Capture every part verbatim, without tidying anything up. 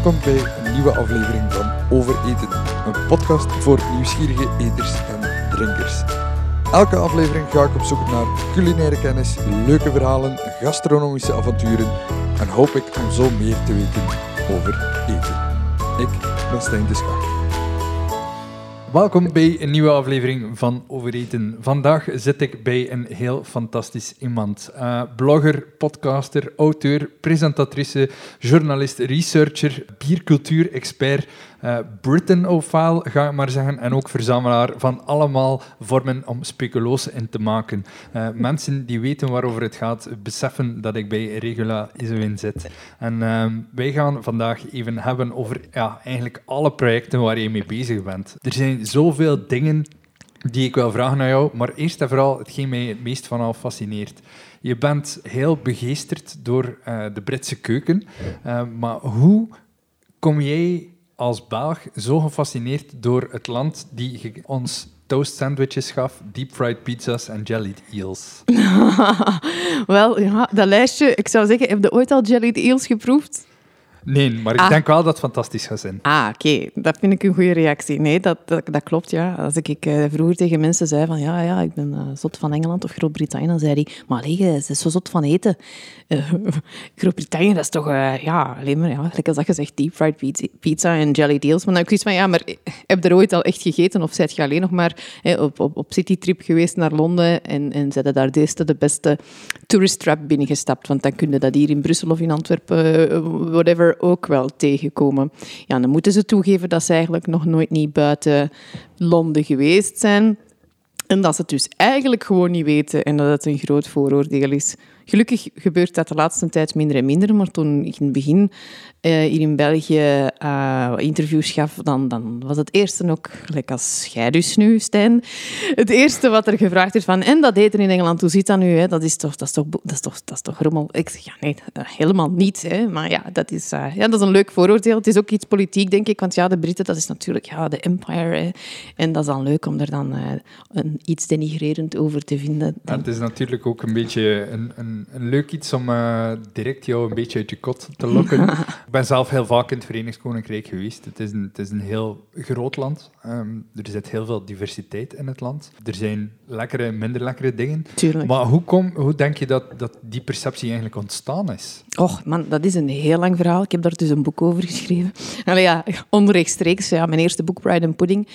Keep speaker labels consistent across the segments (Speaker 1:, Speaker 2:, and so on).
Speaker 1: Welkom bij een nieuwe aflevering van Over Eten, een podcast voor nieuwsgierige eters en drinkers. Elke aflevering ga ik op zoek naar culinaire kennis, leuke verhalen, gastronomische avonturen en hoop ik om zo meer te weten over eten. Ik ben Stijn de Schacht.
Speaker 2: Welkom bij een nieuwe aflevering van Over Eten. Vandaag zit ik bij een heel fantastisch iemand. Uh, blogger, podcaster, auteur, presentatrice, journalist, researcher, biercultuur-expert, uh, Britophile, ga ik maar zeggen, en ook verzamelaar van allemaal vormen om speculoos in te maken. Uh, mensen die weten waarover het gaat, beseffen dat ik bij Regula Isoin zit. En uh, wij gaan vandaag even hebben over ja, eigenlijk alle projecten waar je mee bezig bent. Er zijn zoveel dingen die ik wil vragen aan jou, maar eerst en vooral hetgeen mij het meest van al fascineert. Je bent heel begeesterd door uh, de Britse keuken, uh, maar hoe kom jij als Belg zo gefascineerd door het land die ge- ons toast sandwiches gaf, deep fried pizza's en jellied eels?
Speaker 3: Wel, ja, dat lijstje, ik zou zeggen, heb je ooit al jellied eels geproefd?
Speaker 2: Nee, maar ik
Speaker 3: ah.
Speaker 2: denk wel dat het fantastisch gaat zijn.
Speaker 3: Ah, oké. Okay. Dat vind ik een goede reactie. Nee, dat, dat, dat klopt, ja. Als ik uh, vroeger tegen mensen zei van ja, ja, ik ben uh, zot van Engeland of Groot-Brittannië, dan zei die, maar allee, ze is zo zot van eten. Uh, Groot-Brittannië, dat is toch, uh, ja, alleen maar, ja, gelijk als dat je zegt, deep fried pizza, pizza en jelly deals. Maar dan heb ik zoiets van, ja, maar heb je er ooit al echt gegeten? Of zijt je alleen nog maar eh, op, op, op citytrip geweest naar Londen en, en zijn daar de eerste, de beste tourist trap binnengestapt? Want dan kun je dat hier in Brussel of in Antwerpen, uh, whatever, ook wel tegenkomen. Ja, dan moeten ze toegeven dat ze eigenlijk nog nooit niet buiten Londen geweest zijn. En dat ze het dus eigenlijk gewoon niet weten en dat het een groot vooroordeel is. Gelukkig gebeurt dat de laatste tijd minder en minder, maar toen ik in het begin uh, hier in België uh, interviews gaf, dan, dan was het eerste ook, gelijk als jij dus nu, Stijn, het eerste wat er gevraagd werd van, en dat eten in Engeland, hoe zit dat nu? Hè? Dat is toch, dat is toch, dat is toch, dat is toch rommel? Ik zeg, ja, nee, helemaal niet. Hè? Maar ja dat, is, uh, ja, dat is een leuk vooroordeel. Het is ook iets politiek, denk ik, want ja, de Britten, dat is natuurlijk ja, de empire. Hè? En dat is dan leuk om er dan uh, een, iets denigrerend over te vinden.
Speaker 2: Ja, het is natuurlijk ook een beetje een, een Een leuk iets om uh, direct jou een beetje uit je kot te lokken. Ik ben zelf heel vaak in het Verenigd Koninkrijk geweest. Het is een, het is een heel groot land. Um, er zit heel veel diversiteit in het land. Er zijn lekkere en minder lekkere dingen.
Speaker 3: Tuurlijk.
Speaker 2: Maar hoe, kom, hoe denk je dat, dat die perceptie eigenlijk ontstaan is?
Speaker 3: Och, man, dat is een heel lang verhaal. Ik heb daar dus een boek over geschreven. Allee, ja, onrechtstreeks. Ja, mijn eerste boek, Pride and Pudding.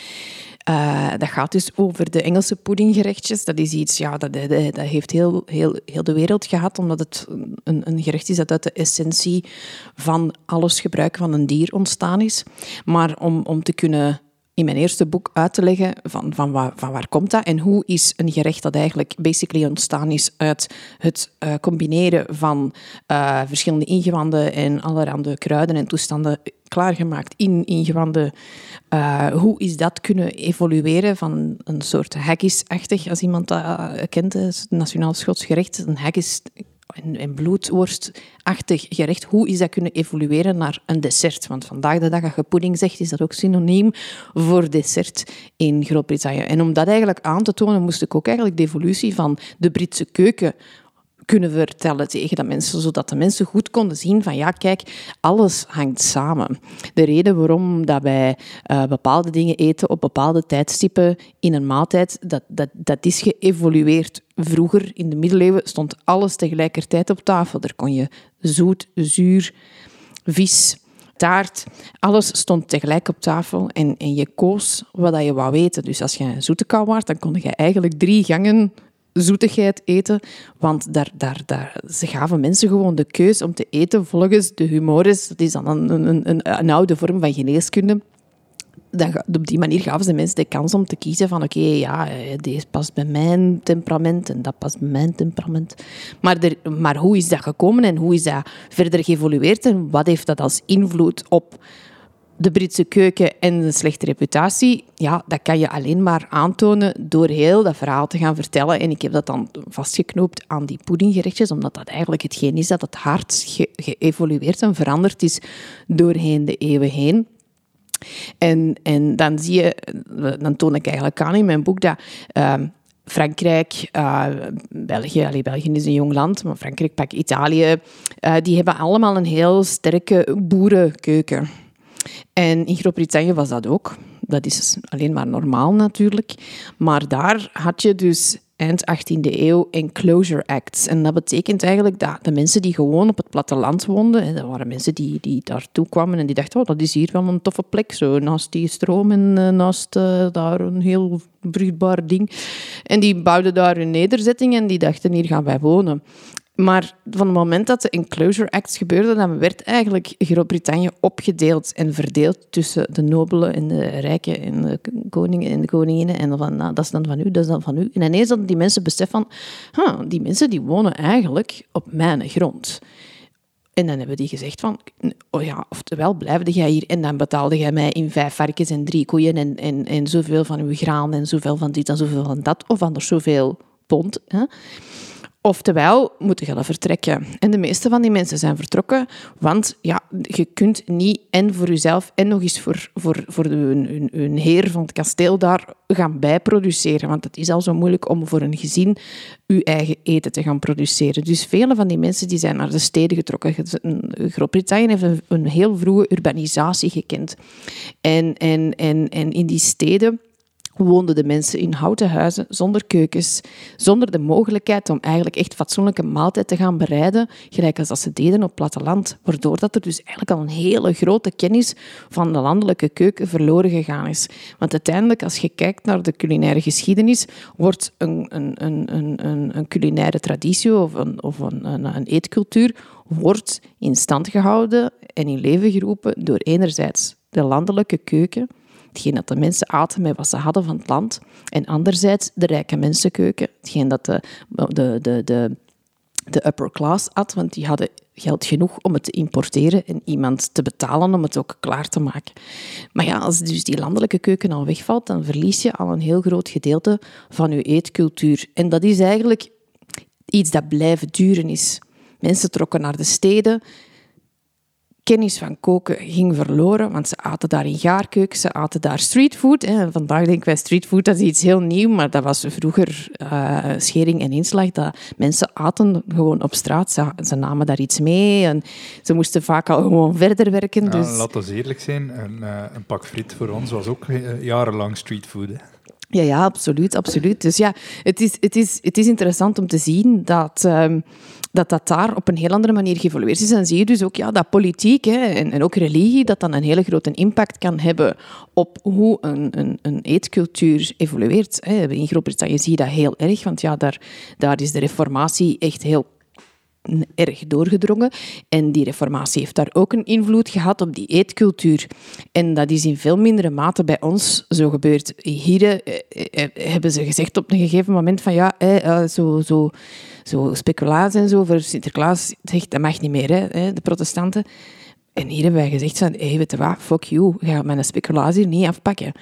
Speaker 3: Uh, dat gaat dus over de Engelse puddinggerechtjes. Dat is iets, ja, dat, dat, dat heeft heel, heel, heel de wereld gehad, omdat het een, een gerecht is dat uit de essentie van alles gebruiken van een dier ontstaan is. Maar om, om te kunnen in mijn eerste boek uit te leggen van, van, waar, van waar komt dat en hoe is een gerecht dat eigenlijk basically ontstaan is uit het uh, combineren van uh, verschillende ingewanden en allerhande kruiden en toestanden klaargemaakt in ingewanden. Uh, hoe is dat kunnen evolueren van een soort haggis-achtig, als iemand dat uh, kent, het Nationaal Schots gerecht, een haggis en, en bloedworstachtig gerecht. Hoe is dat kunnen evolueren naar een dessert? Want vandaag de dag, als je pudding zegt, is dat ook synoniem voor dessert in Groot-Brittannië. En om dat eigenlijk aan te tonen, moest ik ook eigenlijk de evolutie van de Britse keuken kunnen vertellen tegen de mensen, zodat de mensen goed konden zien van ja, kijk, alles hangt samen. De reden waarom dat wij uh, bepaalde dingen eten op bepaalde tijdstippen in een maaltijd, dat, dat, dat is geëvolueerd. Vroeger, in de middeleeuwen, stond alles tegelijkertijd op tafel. Er kon je zoet, zuur, vis, taart, alles stond tegelijk op tafel en, en je koos wat je wou eten. Dus als je een zoete kou was, dan kon je eigenlijk drie gangen zoetigheid eten, want daar, daar, daar, ze gaven mensen gewoon de keus om te eten volgens de humores. Dat is dan een, een, een, een oude vorm van geneeskunde. Dat, op die manier gaven ze mensen de kans om te kiezen van oké, okay, ja, deze past bij mijn temperament en dat past bij mijn temperament. Maar, er, maar hoe is dat gekomen en hoe is dat verder geëvolueerd en wat heeft dat als invloed op de Britse keuken en de slechte reputatie, ja, dat kan je alleen maar aantonen door heel dat verhaal te gaan vertellen. En ik heb dat dan vastgeknoopt aan die puddinggerechtjes, omdat dat eigenlijk hetgeen is dat het hardst ge- geëvolueerd en veranderd is doorheen de eeuwen heen. En, en dan zie je, dan toon ik eigenlijk aan in mijn boek dat uh, Frankrijk, uh, België, allee, België is een jong land, maar Frankrijk, pak Italië, uh, die hebben allemaal een heel sterke boerenkeuken. En in Groot-Brittannië was dat ook. Dat is alleen maar normaal natuurlijk. Maar daar had je dus eind achttiende eeuw Enclosure Acts. En dat betekent eigenlijk dat de mensen die gewoon op het platteland woonden, en dat waren mensen die, die daartoe kwamen en die dachten, oh, dat is hier wel een toffe plek, zo naast die stroom en uh, naast uh, daar een heel vruchtbaar ding. En die bouwden daar hun nederzetting en die dachten, hier gaan wij wonen. Maar van het moment dat de Enclosure Acts gebeurde, dan werd eigenlijk Groot-Brittannië opgedeeld en verdeeld tussen de nobelen en de rijken en de koningen en de koninginnen. En van, nou, dat is dan van u, dat is dan van u. En ineens hadden die mensen besef van, huh, die mensen die wonen eigenlijk op mijn grond. En dan hebben die gezegd van, oh ja, oftewel blijfde jij hier en dan betaalde jij mij in vijf varkens en drie koeien en, en, en zoveel van uw graan en zoveel van dit en zoveel van dat, of anders zoveel pond, hè. Oftewel, moeten gaan vertrekken. En de meeste van die mensen zijn vertrokken, want ja, je kunt niet en voor jezelf en nog eens voor, voor, voor de, een, een heer van het kasteel daar gaan bijproduceren. Want het is al zo moeilijk om voor een gezin je eigen eten te gaan produceren. Dus vele van die mensen die zijn naar de steden getrokken. Groot-Brittannië heeft een, een heel vroege urbanisatie gekend. En, en, en, en in die steden woonden de mensen in houten huizen, zonder keukens, zonder de mogelijkheid om eigenlijk echt fatsoenlijke maaltijd te gaan bereiden, gelijk als dat ze deden op het platteland, waardoor dat er dus eigenlijk al een hele grote kennis van de landelijke keuken verloren gegaan is. Want uiteindelijk, als je kijkt naar de culinaire geschiedenis, wordt een, een, een, een, een culinaire traditie of, een, of een, een, een eetcultuur wordt in stand gehouden en in leven geroepen door enerzijds de landelijke keuken, hetgeen dat de mensen aten met wat ze hadden van het land. En anderzijds de rijke mensenkeuken. Hetgeen dat de, de, de, de, de upper class at, want die hadden geld genoeg om het te importeren en iemand te betalen om het ook klaar te maken. Maar ja, als dus die landelijke keuken al wegvalt, dan verlies je al een heel groot gedeelte van je eetcultuur. En dat is eigenlijk iets dat blijven duren is. Mensen trokken naar de steden. Kennis van koken ging verloren, want ze aten daar in gaarkeukens, ze aten daar streetfood. Hè. Vandaag denken wij streetfood, dat is iets heel nieuw, maar dat was vroeger uh, schering en inslag. Dat mensen aten gewoon op straat, ze, ze namen daar iets mee en ze moesten vaak al gewoon verder werken.
Speaker 2: Ja,
Speaker 3: dus...
Speaker 2: Laat ons eerlijk zijn, een, uh, een pak friet voor ons was ook uh, jarenlang streetfood. Hè.
Speaker 3: Ja, ja, absoluut, absoluut. Dus ja, het is, het is, het is interessant om te zien dat... Um, dat dat daar op een heel andere manier geëvolueerd is. En zie je dus ook ja, dat politiek hè, en, en ook religie, dat dan een hele grote impact kan hebben op hoe een, een, een eetcultuur evolueert. Hè. In Groot-Brittannië zie je dat heel erg, want ja, daar, daar is de reformatie echt heel erg doorgedrongen. En die reformatie heeft daar ook een invloed gehad op die eetcultuur. En dat is in veel mindere mate bij ons zo gebeurd. Hier eh, eh, hebben ze gezegd op een gegeven moment van ja, eh, zo... zo Zo speculatie en zo voor Sinterklaas, zegt, dat mag niet meer, hè, de protestanten. En hier hebben wij gezegd van, hey, weet je wat, fuck you, je gaat mijn speculatie niet afpakken.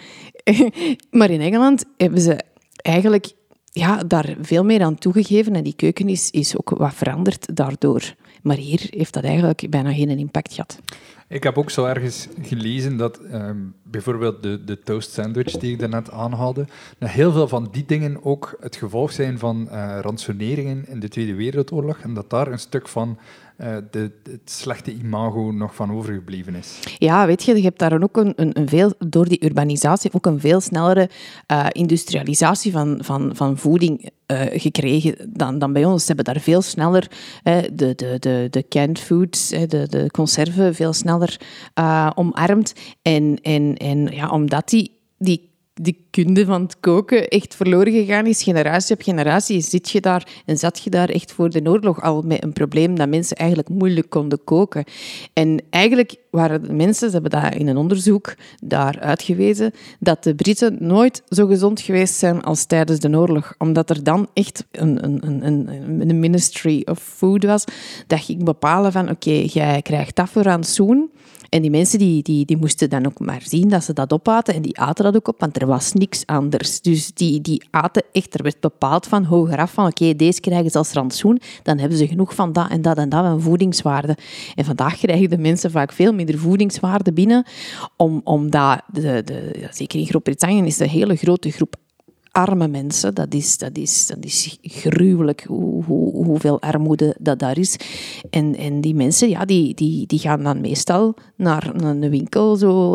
Speaker 3: Maar in Engeland hebben ze eigenlijk ja, daar veel meer aan toegegeven en die keuken is, is ook wat veranderd daardoor. Maar hier heeft dat eigenlijk bijna geen impact gehad.
Speaker 2: Ik heb ook zo ergens gelezen dat um, bijvoorbeeld de, de toast sandwich die ik daarnet aanhaalde, dat heel veel van die dingen ook het gevolg zijn van uh, ransoneringen in de Tweede Wereldoorlog en dat daar een stuk van uh, de, het slechte imago nog van overgebleven is.
Speaker 3: Ja, weet je, je hebt daar ook een, een, een veel, door die urbanisatie ook een veel snellere uh, industrialisatie van, van, van voeding uh, gekregen dan, dan bij ons. Ze hebben daar veel sneller uh, de, de, de, de canned foods, uh, de, de conserven, veel sneller uh, omarmd. En, en, en ja, omdat die, die die kunde van het koken echt verloren gegaan is, generatie op generatie, zit je daar en zat je daar echt voor de oorlog al met een probleem dat mensen eigenlijk moeilijk konden koken. En eigenlijk waren de mensen, ze hebben dat in een onderzoek daar uitgewezen, dat de Britten nooit zo gezond geweest zijn als tijdens de oorlog. Omdat er dan echt een, een, een, een ministry of food was, dat ging bepalen van, oké, okay, jij krijgt dat voor rantsoen. En die mensen die, die, die moesten dan ook maar zien dat ze dat opaten. En die aten dat ook op, want er was niks anders. Dus die, die aten echt, er werd bepaald van hogeraf van oké, okay, deze krijgen ze als rantsoen. Dan hebben ze genoeg van dat en dat en dat en voedingswaarde. En vandaag krijgen de mensen vaak veel minder voedingswaarde binnen. Om, omdat, de, de, zeker in Groot-Brittannië, is een hele grote groep arme mensen. Dat is, dat is, dat is gruwelijk hoe, hoe, hoeveel armoede dat daar is. En, en die mensen, ja, die, die, die gaan dan meestal naar een winkel. Zo,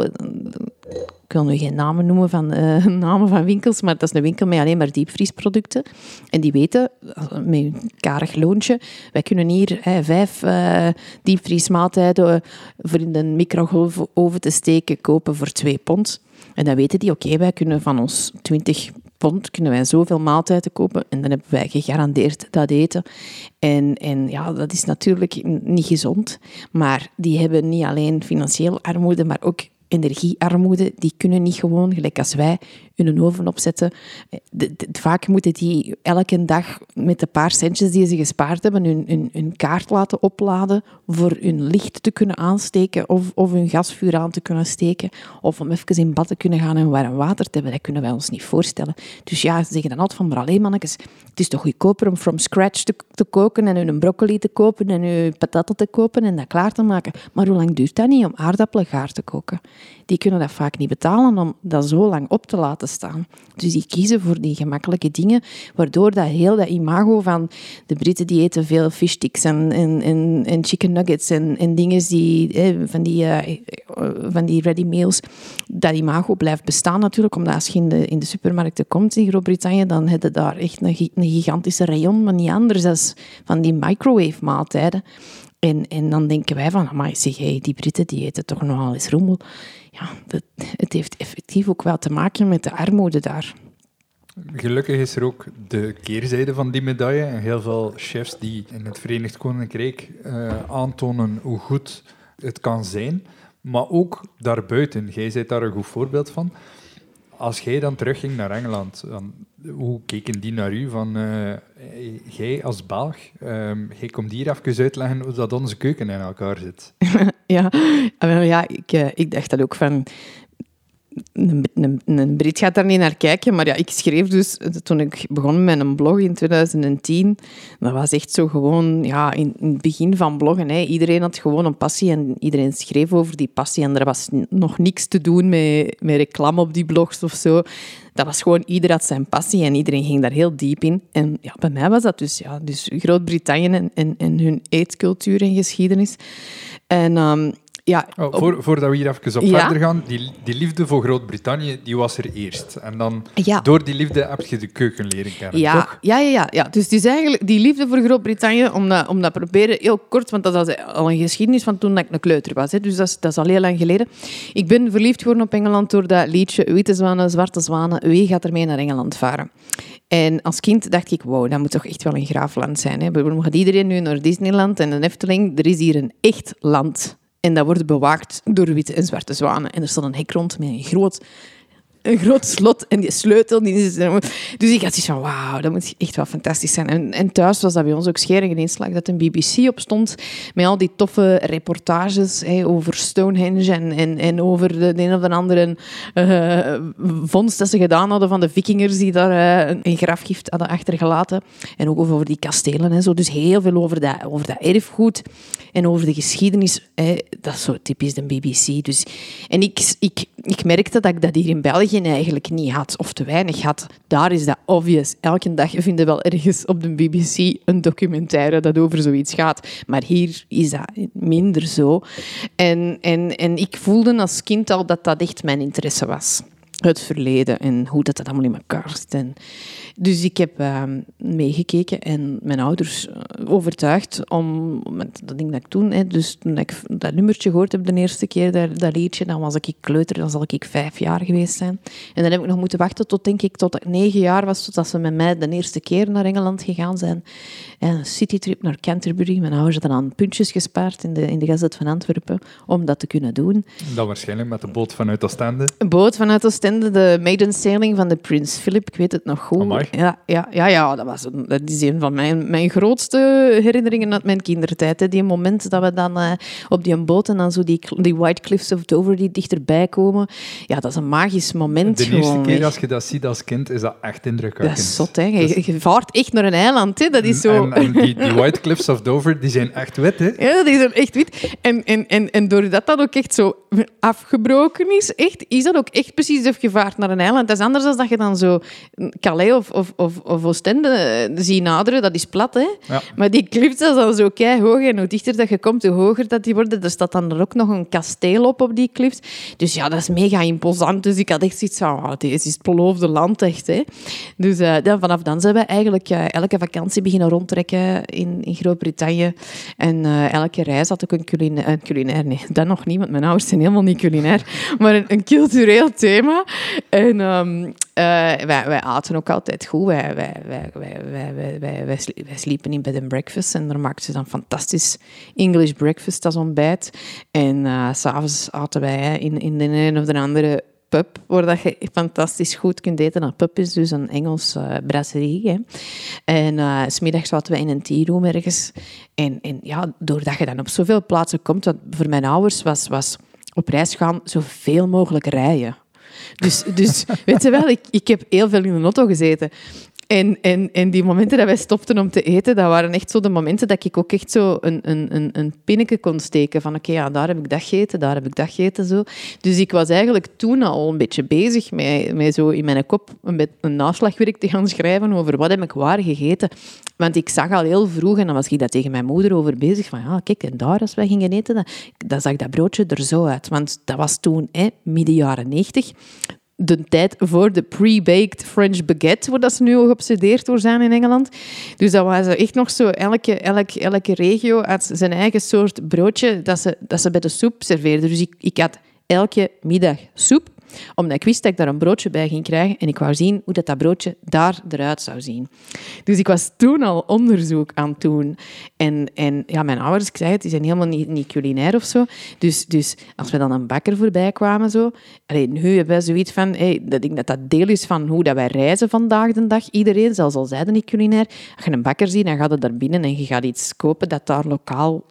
Speaker 3: ik wil nu geen namen noemen van, uh, namen van winkels, maar dat is een winkel met alleen maar diepvriesproducten. En die weten, met een karig loontje, wij kunnen hier hè, vijf uh, diepvriesmaaltijden voor in de microgolfoven te steken kopen voor twee pond. En dan weten die, oké, okay, wij kunnen van ons twintig pond kunnen wij zoveel maaltijden kopen en dan hebben wij gegarandeerd dat eten. En, en ja, dat is natuurlijk niet gezond, maar die hebben niet alleen financieel armoede, maar ook energiearmoede. Die kunnen niet gewoon, gelijk als wij, hun oven opzetten. De, de, vaak moeten die elke dag met de paar centjes die ze gespaard hebben hun, hun, hun kaart laten opladen voor hun licht te kunnen aansteken of, of hun gasvuur aan te kunnen steken of om even in bad te kunnen gaan en warm water te hebben. Dat kunnen wij ons niet voorstellen. Dus ja, ze zeggen dan altijd van, maar alleen mannetjes, het is toch goedkoper om from scratch te, te koken en hun broccoli te kopen en hun patatten te kopen en dat klaar te maken. Maar hoe lang duurt dat niet om aardappelen gaar te koken? Die kunnen dat vaak niet betalen om dat zo lang op te laten staan. Dus die kiezen voor die gemakkelijke dingen, waardoor dat heel dat imago van de Britten die eten veel fishsticks en, en, en, en chicken nuggets en, en dingen die, eh, van, die, uh, van die ready meals, dat imago blijft bestaan natuurlijk, omdat als je in de, in de supermarkten komt in Groot-Brittannië, dan heb je daar echt een, een gigantische rayon, maar niet anders dan van die microwave maaltijden. En, en dan denken wij van, amai, zeg, hey, die Britten die eten toch nogal eens rommel. Ja, dat, het heeft effectief ook wel te maken met de armoede daar.
Speaker 2: Gelukkig is er ook de keerzijde van die medaille. En heel veel chefs die in het Verenigd Koninkrijk uh, aantonen hoe goed het kan zijn. Maar ook daarbuiten. Jij bent daar een goed voorbeeld van. Als jij dan terugging naar Engeland, dan, hoe keken die naar u? Van, uh, jij als Belg, um, jij komt hier even uitleggen hoe dat onze keuken in elkaar zit.
Speaker 3: ja, ja ik, uh, ik dacht dat ook van... Een, een, een Brit gaat daar niet naar kijken, maar ja, ik schreef dus, toen ik begon met een blog in twintig tien, dat was echt zo gewoon, ja, in, in het begin van bloggen, hè, iedereen had gewoon een passie en iedereen schreef over die passie en er was nog niks te doen met, met reclame op die blogs of zo. Dat was gewoon, ieder had zijn passie en iedereen ging daar heel diep in. En ja, bij mij was dat dus, ja, dus Groot-Brittannië en, en, en hun eetcultuur en geschiedenis. En... Um, Ja,
Speaker 2: oh, voor,
Speaker 3: op...
Speaker 2: Voordat we hier even op
Speaker 3: ja?
Speaker 2: verder gaan, die, die liefde voor Groot-Brittannië, die was er eerst. En dan,
Speaker 3: ja.
Speaker 2: door die liefde heb je de keuken leren kennen,
Speaker 3: ja,
Speaker 2: toch?
Speaker 3: Ja, ja, ja, ja. Dus het is eigenlijk die liefde voor Groot-Brittannië, om dat, om dat proberen, heel kort, want dat is al een geschiedenis van toen dat ik een kleuter was. Hè. Dus dat is, dat is al heel lang geleden. Ik ben verliefd geworden op Engeland door dat liedje Witte zwanen, zwarte zwanen, wie gaat ermee naar Engeland varen? En als kind dacht ik, wow, dat moet toch echt wel een graafland zijn. Hè? Waarom gaat iedereen nu naar Disneyland en een Efteling? Er is hier een echt land. En dat wordt bewaakt door witte en zwarte zwanen. En er staat een hek rond met een groot, een groot slot en die sleutel. Die is, dus ik had zoiets van, wauw, dat moet echt wel fantastisch zijn. En, en thuis was dat bij ons ook schering en inslag dat een B B C op stond met al die toffe reportages hè, over Stonehenge en, en, en over de, de een of de andere uh, vondst dat ze gedaan hadden van de vikingers die daar uh, een grafgift hadden achtergelaten. En ook over die kastelen en zo. Dus heel veel over dat, over dat erfgoed. En over de geschiedenis, hè, dat is zo typisch de B B C. Dus, en ik, ik, ik merkte dat ik dat hier in België eigenlijk niet had, of te weinig had. Daar is dat obvious. Elke dag vinden we wel ergens op de B B C een documentaire dat over zoiets gaat. Maar hier is dat minder zo. En, en, en ik voelde als kind al dat dat echt mijn interesse was. Het verleden en hoe dat, dat allemaal in elkaar zit. En dus ik heb uh, meegekeken en mijn ouders uh, overtuigd om... Dat ding dat ik toen... Hè, dus toen ik dat nummertje gehoord heb de eerste keer, dat, dat liedje, dan was ik kleuter, dan zal ik vijf jaar geweest zijn. En dan heb ik nog moeten wachten tot, denk ik, tot ik negen jaar was, totdat ze met mij de eerste keer naar Engeland gegaan zijn. En een citytrip naar Canterbury. Mijn ouders hadden aan puntjes gespaard in de, in de Gazette van Antwerpen om dat te kunnen doen.
Speaker 2: Dat waarschijnlijk met de boot vanuit Oostende.
Speaker 3: Een boot vanuit Oostende, de maiden sailing van de Prins Philip, ik weet het nog goed.
Speaker 2: Amai.
Speaker 3: Ja, ja, ja, ja dat, was een, dat is een van mijn, mijn grootste herinneringen uit mijn kindertijd. Hè. Die moment dat we dan uh, op die boot en dan zo die, die White Cliffs of Dover die dichterbij komen. Ja, dat is een magisch moment.
Speaker 2: De eerste
Speaker 3: gewoon,
Speaker 2: keer
Speaker 3: hè.
Speaker 2: als je dat ziet als kind, is dat echt indrukwekkend.
Speaker 3: Dat is zot, hè. Je, je vaart echt naar een eiland, hè. Dat is zo...
Speaker 2: En, en die, die White Cliffs of Dover, die zijn echt wit, hè?
Speaker 3: Ja, die zijn echt wit. En, en, en, en doordat dat ook echt zo afgebroken is, echt, is dat ook echt precies even je vaart naar een eiland. Dat is anders dan dat je dan zo Calais of, of, of, of Oostende ziet naderen. Dat is plat, hè.
Speaker 2: Ja.
Speaker 3: Maar die cliffs, dat is dan zo keihoog. En hoe dichter dat je komt, hoe hoger dat die worden. Er staat dan er ook nog een kasteel op op die cliffs. Dus ja, dat is mega imposant. Dus ik had echt zoiets van, oh, deze is het beloofde land, echt, hè. Dus uh, dan, vanaf dan zijn we eigenlijk uh, elke vakantie beginnen rondtrekken in, in Groot-Brittannië. En uh, elke reis had ik een culinair... Een culinair nee, dat nog niet, want mijn ouders zijn helemaal niet culinair. Maar een, een cultureel thema. En um, uh, wij, wij aten ook altijd goed. Wij, wij, wij, wij, wij, wij, wij, wij, sli- wij sliepen in bed and breakfast. En daar maakten ze dan fantastisch English breakfast als ontbijt. En uh, s'avonds aten wij hè, in, in de een of de andere pub, waar dat je fantastisch goed kunt eten. Een pub is dus een Engels uh, brasserie. Hè. En uh, 's middags zaten we in een tea room ergens. En, en ja, doordat je dan op zoveel plaatsen komt, wat voor mijn ouders was, was op reis gaan zoveel mogelijk rijden. Dus, dus weet je wel, ik, ik heb heel veel in de auto gezeten. En, en, en die momenten dat wij stopten om te eten, dat waren echt zo de momenten dat ik ook echt zo een, een, een, een pinnetje kon steken. Van oké, okay, ja, daar heb ik dat gegeten, daar heb ik dat gegeten. Zo. Dus ik was eigenlijk toen al een beetje bezig met, met zo in mijn kop een, een naslagwerk te gaan schrijven over wat heb ik waar gegeten. Want ik zag al heel vroeg, en dan was ik daar tegen mijn moeder over bezig, van ja, kijk, en daar als wij gingen eten, dan, dan zag dat broodje er zo uit. Want dat was toen, hè, midden jaren negentig... de tijd voor de pre-baked French baguette, waar dat ze nu al geobsedeerd door zijn in Engeland. Dus dat was echt nog zo, elke, elke, elke regio had zijn eigen soort broodje dat ze, dat ze bij de soep serveerden. Dus ik, ik had elke middag soep, omdat ik wist dat ik daar een broodje bij ging krijgen en ik wou zien hoe dat, dat broodje daar eruit zou zien. Dus ik was toen al onderzoek aan het doen. En, en ja, mijn ouders, ik zei het, die zijn helemaal niet, niet culinair of zo. Dus, dus als we dan een bakker voorbij kwamen, zo, allee, nu hebben wij zoiets van, hey, dat ik dat dat deel is van hoe dat wij reizen vandaag de dag. Iedereen, zelfs al zijn niet culinair. Als je een bakker ziet, dan gaat je daar binnen en je gaat iets kopen dat daar lokaal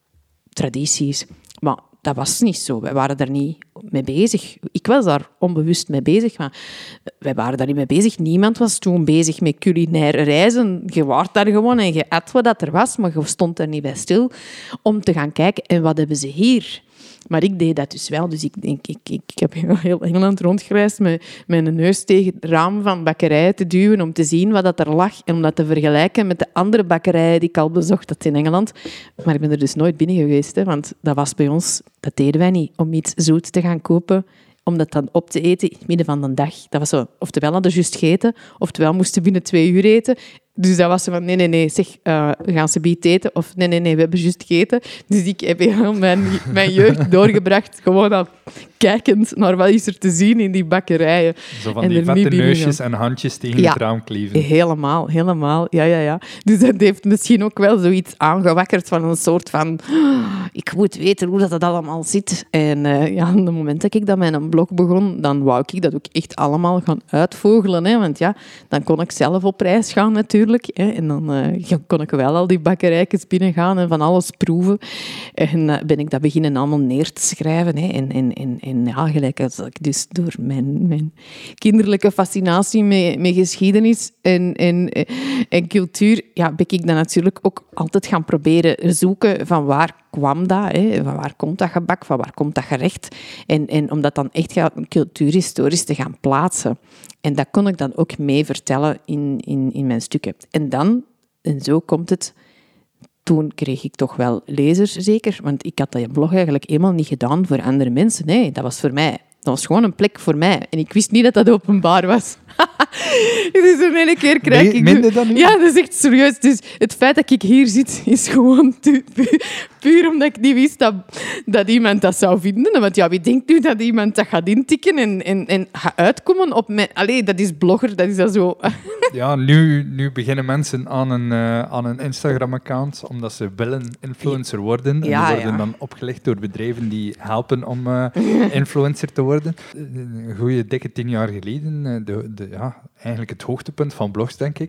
Speaker 3: traditie is. Maar dat was niet zo. Wij waren daar niet mee bezig. Ik was daar onbewust mee bezig, maar wij waren daar niet mee bezig. Niemand was toen bezig met culinaire reizen. Je was daar gewoon en je at wat er was, maar je stond er niet bij stil om te gaan kijken. En wat hebben ze hier? Maar ik deed dat dus wel. Dus ik, denk, ik, ik, ik heb heel Engeland rondgereisd met mijn neus tegen het raam van bakkerijen te duwen om te zien wat dat er lag en om dat te vergelijken met de andere bakkerijen die ik al bezocht had in Engeland. Maar ik ben er dus nooit binnen geweest, hè, want dat was bij ons, dat deden wij niet, om iets zoet te gaan kopen, om dat dan op te eten in het midden van de dag. Dat was zo, oftewel hadden we juist gegeten, oftewel moesten binnen twee uur eten. Dus dat was zo van, nee, nee, nee, zeg, uh, gaan ze biedt eten? Of nee, nee, nee, we hebben juist gegeten. Dus ik heb heel mijn, mijn jeugd doorgebracht, gewoon al kijkend naar wat is er te zien in die bakkerijen.
Speaker 2: Zo van die vette neusjes en handjes tegen ja, het raam kleven.
Speaker 3: Helemaal, helemaal. Ja, ja, ja. Dus dat heeft misschien ook wel zoiets aangewakkerd van een soort van, oh, ik moet weten hoe dat, dat allemaal zit. En uh, ja, op het moment dat ik dat met een blog begon, dan wou ik dat ook echt allemaal gaan uitvogelen. Hè, want ja, dan kon ik zelf op reis gaan natuurlijk. Hè, en dan uh, kon ik wel al die bakkerijtjes binnengaan en van alles proeven. En uh, ben ik dat beginnen allemaal neer te schrijven. Hè. En, en, en, en ja, gelijk als ik dus door mijn, mijn kinderlijke fascinatie met, met geschiedenis en, en, en cultuur, ja, ben ik dan natuurlijk ook altijd gaan proberen zoeken van waar kwam dat, hè? Van waar komt dat gebak, van waar komt dat gerecht. En, en om dat dan echt cultuurhistorisch te gaan plaatsen. En dat kon ik dan ook mee vertellen in, in, in mijn stukken. En dan, en zo komt het, toen kreeg ik toch wel lezers, zeker. Want ik had dat blog eigenlijk helemaal niet gedaan voor andere mensen. Nee, dat was voor mij. Dat was gewoon een plek voor mij. En ik wist niet dat dat openbaar was. Dus in één keer krijg
Speaker 2: nee,
Speaker 3: ik...
Speaker 2: Minder dan nu?
Speaker 3: Ja, dat is echt serieus. Dus het feit dat ik hier zit, is gewoon pu- pu- puur omdat ik niet wist dat, dat iemand dat zou vinden. Want ja, wie denkt nu dat iemand dat gaat intikken en, en, en gaat uitkomen op mijn... Allee, dat is blogger, dat is dat zo...
Speaker 2: Ja, nu, nu beginnen mensen aan een, uh, aan een Instagram-account omdat ze willen influencer worden. En
Speaker 3: ja,
Speaker 2: die worden
Speaker 3: ja.
Speaker 2: dan opgelegd door bedrijven die helpen om uh, influencer te worden. Een goede dikke tien jaar geleden, de, de, ja, eigenlijk het hoogtepunt van blogs, denk ik.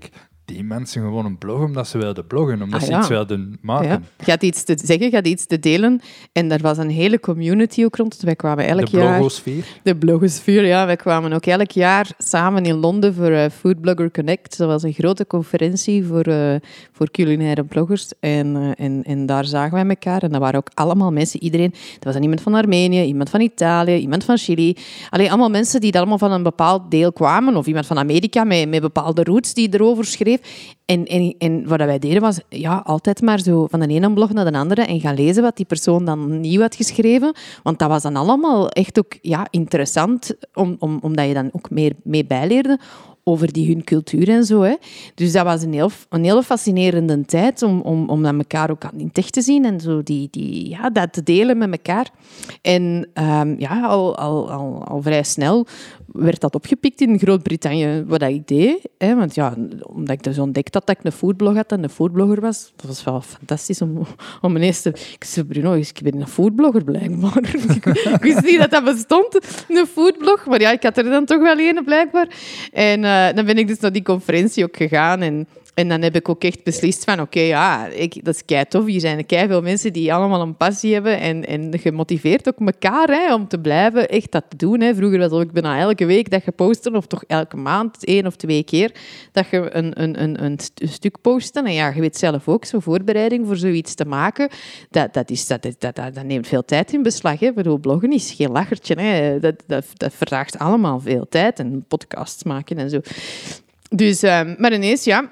Speaker 2: die mensen gewoon een blog omdat ze wilden bloggen, omdat
Speaker 3: Ah,
Speaker 2: ze
Speaker 3: ja.
Speaker 2: iets wilden maken.
Speaker 3: Ja. Je had iets te zeggen, je had iets te delen. En daar was een hele community ook rond. Wij kwamen elk
Speaker 2: De
Speaker 3: jaar...
Speaker 2: blogosfeer.
Speaker 3: De blogosfeer, ja. Wij kwamen ook elk jaar samen in Londen voor uh, Food Blogger Connect. Dat was een grote conferentie voor, uh, voor culinaire bloggers. En, uh, en, en daar zagen wij elkaar. En dat waren ook allemaal mensen, iedereen... Er was dan iemand van Armenië, iemand van Italië, iemand van Chili. Allee, allemaal mensen die allemaal van een bepaald deel kwamen. Of iemand van Amerika met, met bepaalde roots die erover schreef. En, en, en wat wij deden was ja, altijd maar zo van de ene blog naar de andere en gaan lezen wat die persoon dan nieuw had geschreven. Want dat was dan allemaal echt ook ja, interessant, om, om, omdat je dan ook meer mee bijleerde over die hun cultuur en zo. Hè. Dus dat was een heel, een hele fascinerende tijd om, om, om dat elkaar ook in het echt te zien en zo die, die, ja, dat te delen met elkaar. En um, ja, al, al, al, al vrij snel werd dat opgepikt in Groot-Brittannië, wat ik deed. Hè. Want ja, omdat ik dus ontdekt had dat ik een foodblog had en een foodblogger was, dat was wel fantastisch om, om ineens te... Ik zei, Bruno, ik ben een foodblogger blijkbaar. Ik wist niet dat dat bestond, een foodblog. Maar ja, ik had er dan toch wel een blijkbaar. En uh, dan ben ik dus naar die conferentie ook gegaan en... En dan heb ik ook echt beslist van, oké, okay, ja, ik, dat is kei tof. Hier zijn kei veel mensen die allemaal een passie hebben en, en gemotiveerd ook elkaar hè, om te blijven echt dat te doen. Hè. Vroeger was het ook bijna elke week dat je postte, of toch elke maand, één of twee keer, dat je een, een, een, een stuk postte. En ja, je weet zelf ook, zo'n voorbereiding voor zoiets te maken, dat, dat, is, dat, dat, dat, dat neemt veel tijd in beslag. Hè. Ik bedoel, bloggen is geen lachertje. Hè. Dat, dat, dat vraagt allemaal veel tijd en podcasts maken en zo. Dus, um, maar ineens, ja...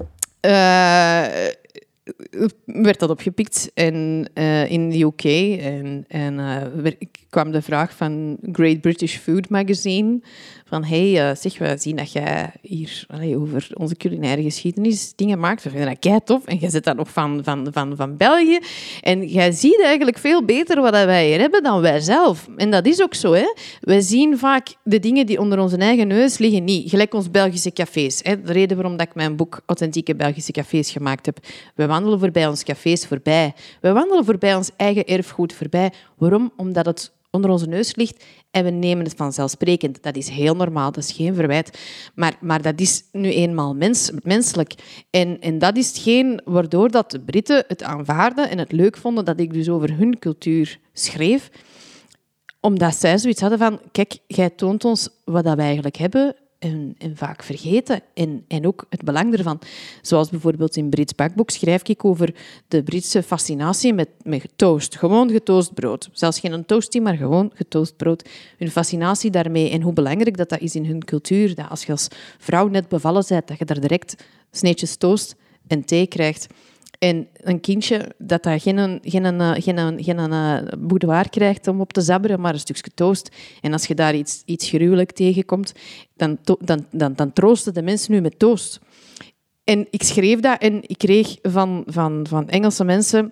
Speaker 3: Uh, werd dat opgepikt en, uh, in de U K. En, en uh, kwam de vraag van Great British Food Magazine van hey, uh, zeg, we zien dat jij hier allee, over onze culinaire geschiedenis dingen maakt. We vinden dat kei tof. En jij zit dan nog van, van, van, van België. En jij ziet eigenlijk veel beter wat wij hier hebben dan wij zelf. En dat is ook zo. Hè? Wij zien vaak de dingen die onder onze eigen neus liggen niet. Gelijk ons Belgische cafés. Hè? De reden waarom dat ik mijn boek Authentieke Belgische Cafés gemaakt heb. We wandelen voorbij ons cafés voorbij. We wandelen voorbij ons eigen erfgoed voorbij. Waarom? Omdat het onder onze neus ligt en we nemen het vanzelfsprekend. Dat is heel normaal, dat is geen verwijt. Maar, maar dat is nu eenmaal mens, menselijk. En, en dat is hetgeen waardoor dat de Britten het aanvaarden en het leuk vonden dat ik dus over hun cultuur schreef. Omdat zij zoiets hadden van, kijk, jij toont ons wat dat wij eigenlijk hebben en, en vaak vergeten. En, en ook het belang ervan. Zoals bijvoorbeeld in Brits Bakboek schrijf ik over de Britse fascinatie met, met toast. Gewoon getoast brood. Zelfs geen toastie, maar gewoon getoast brood. Hun fascinatie daarmee en hoe belangrijk dat, dat is in hun cultuur. Dat als je als vrouw net bevallen bent, dat je daar direct sneetjes toast en thee krijgt. En een kindje dat daar geen, geen, geen, geen uh, boudoir krijgt om op te zabberen, maar een stukje toast. En als je daar iets, iets gruwelijk tegenkomt, dan, to, dan, dan, dan troosten de mensen nu met toast. En ik schreef dat en ik kreeg van, van, van Engelse mensen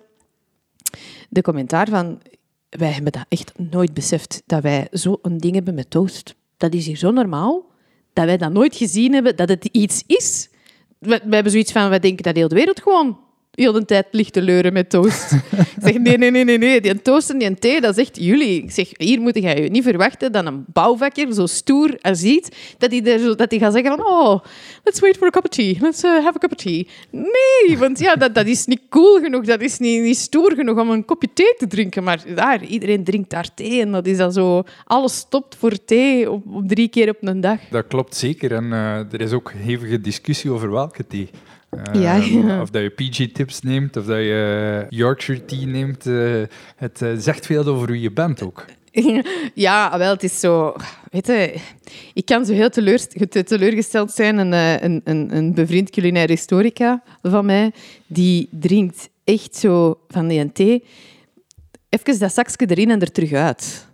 Speaker 3: de commentaar van... Wij hebben dat echt nooit beseft, dat wij zo'n ding hebben met toast. Dat is hier zo normaal, dat wij dat nooit gezien hebben, dat het iets is. We, we hebben zoiets van, wij denken dat heel de wereld gewoon... heel de tijd ligt te leuren met toast. Ik zeg, nee, nee, nee, nee, nee. Die toast en die thee, dat is echt jullie. Ik zeg, hier moet je je niet verwachten dat een bouwvakker zo stoer als ziet, dat hij, er zo, dat hij gaat zeggen van, oh, let's wait for a cup of tea. Let's uh, have a cup of tea. Nee, want ja, dat, dat is niet cool genoeg, dat is niet, niet stoer genoeg om een kopje thee te drinken. Maar daar, iedereen drinkt daar thee en dat is dan zo, alles stopt voor thee op, op drie keer op een dag.
Speaker 2: Dat klopt zeker. En uh, er is ook hevige discussie over welke thee. Uh,
Speaker 3: ja, ja.
Speaker 2: Of dat je P G-tips neemt, of dat je Yorkshire tea neemt. Uh, het uh, zegt veel over wie je bent ook.
Speaker 3: Ja, wel, het is zo... Weet je, ik kan zo heel teleurst- teleurgesteld zijn. Een, een, een, een bevriend culinair historica van mij, die drinkt echt zo van die thee. Even dat zakje erin en er terug uit.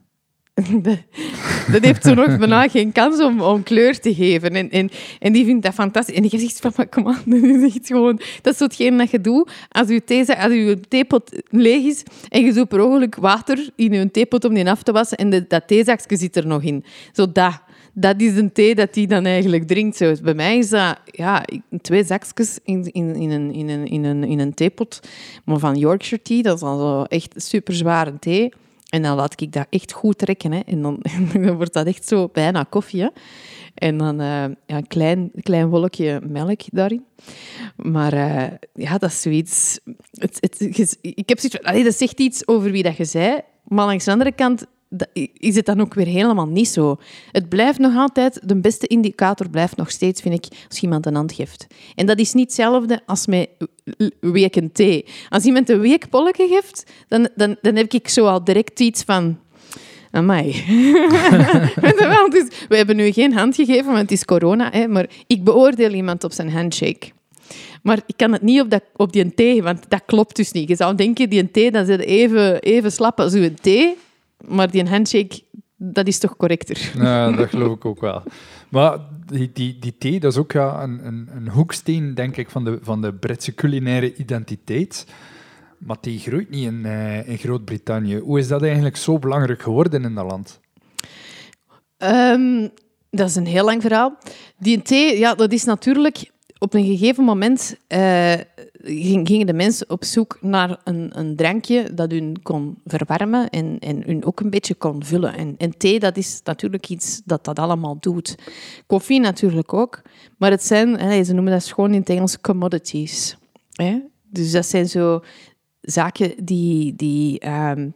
Speaker 3: Dat heeft zo nog bijna geen kans om, om kleur te geven. En, en, en die vindt dat fantastisch. En ik heb gezegd van, maar kom aan, dat is echt gewoon... Dat is zo hetgeen dat je doet als je, thee, als je theepot leeg is en je doet per ongeluk water in je theepot om die af te wassen en de, dat theezakje zit er nog in. Zo dat. Dat is een thee dat hij dan eigenlijk drinkt. Zo. Bij mij is dat ja, twee zakjes in, in, in, een, in, een, in, een, in een theepot. Maar van Yorkshire tea, dat is dan zo echt super zware thee. En dan laat ik dat echt goed trekken. Hè. En dan, dan wordt dat echt zo bijna koffie. Hè. En dan uh, ja, een klein, klein wolkje melk daarin. Maar uh, ja, dat is zoiets... Het, het, ik heb zoiets van... Allee, dat zegt iets over wie dat je zei. Maar langs de andere kant is het dan ook weer helemaal niet zo. Het blijft nog altijd... De beste indicator blijft nog steeds, vind ik, als iemand een hand geeft. En dat is niet hetzelfde als met weken thee. Als iemand een week polken geeft, dan, dan, dan heb ik zo al direct iets van... Amai. Dus, we hebben nu geen hand gegeven, want het is corona. Hè, maar ik beoordeel iemand op zijn handshake. Maar ik kan het niet op, dat, op die thee, want dat klopt dus niet. Je zou denken, die thee, dat is even, even slap als uw thee. Maar die handshake, dat is toch correcter.
Speaker 2: Ja, dat geloof ik ook wel. Maar die, die, die thee, dat is ook ja, een, een, een hoeksteen, denk ik, van de, van de Britse culinaire identiteit. Maar thee groeit niet in, uh, in Groot-Brittannië. Hoe is dat eigenlijk zo belangrijk geworden in dat land?
Speaker 3: Um, dat is een heel lang verhaal. Die thee, ja, dat is natuurlijk... Op een gegeven moment uh, gingen de mensen op zoek naar een, een drankje dat hun kon verwarmen en, en hun ook een beetje kon vullen. En, en thee, dat is natuurlijk iets dat dat allemaal doet. Koffie natuurlijk ook. Maar het zijn, hè, ze noemen dat gewoon in het Engels commodities. Hè? Dus dat zijn zo zaken die... die um,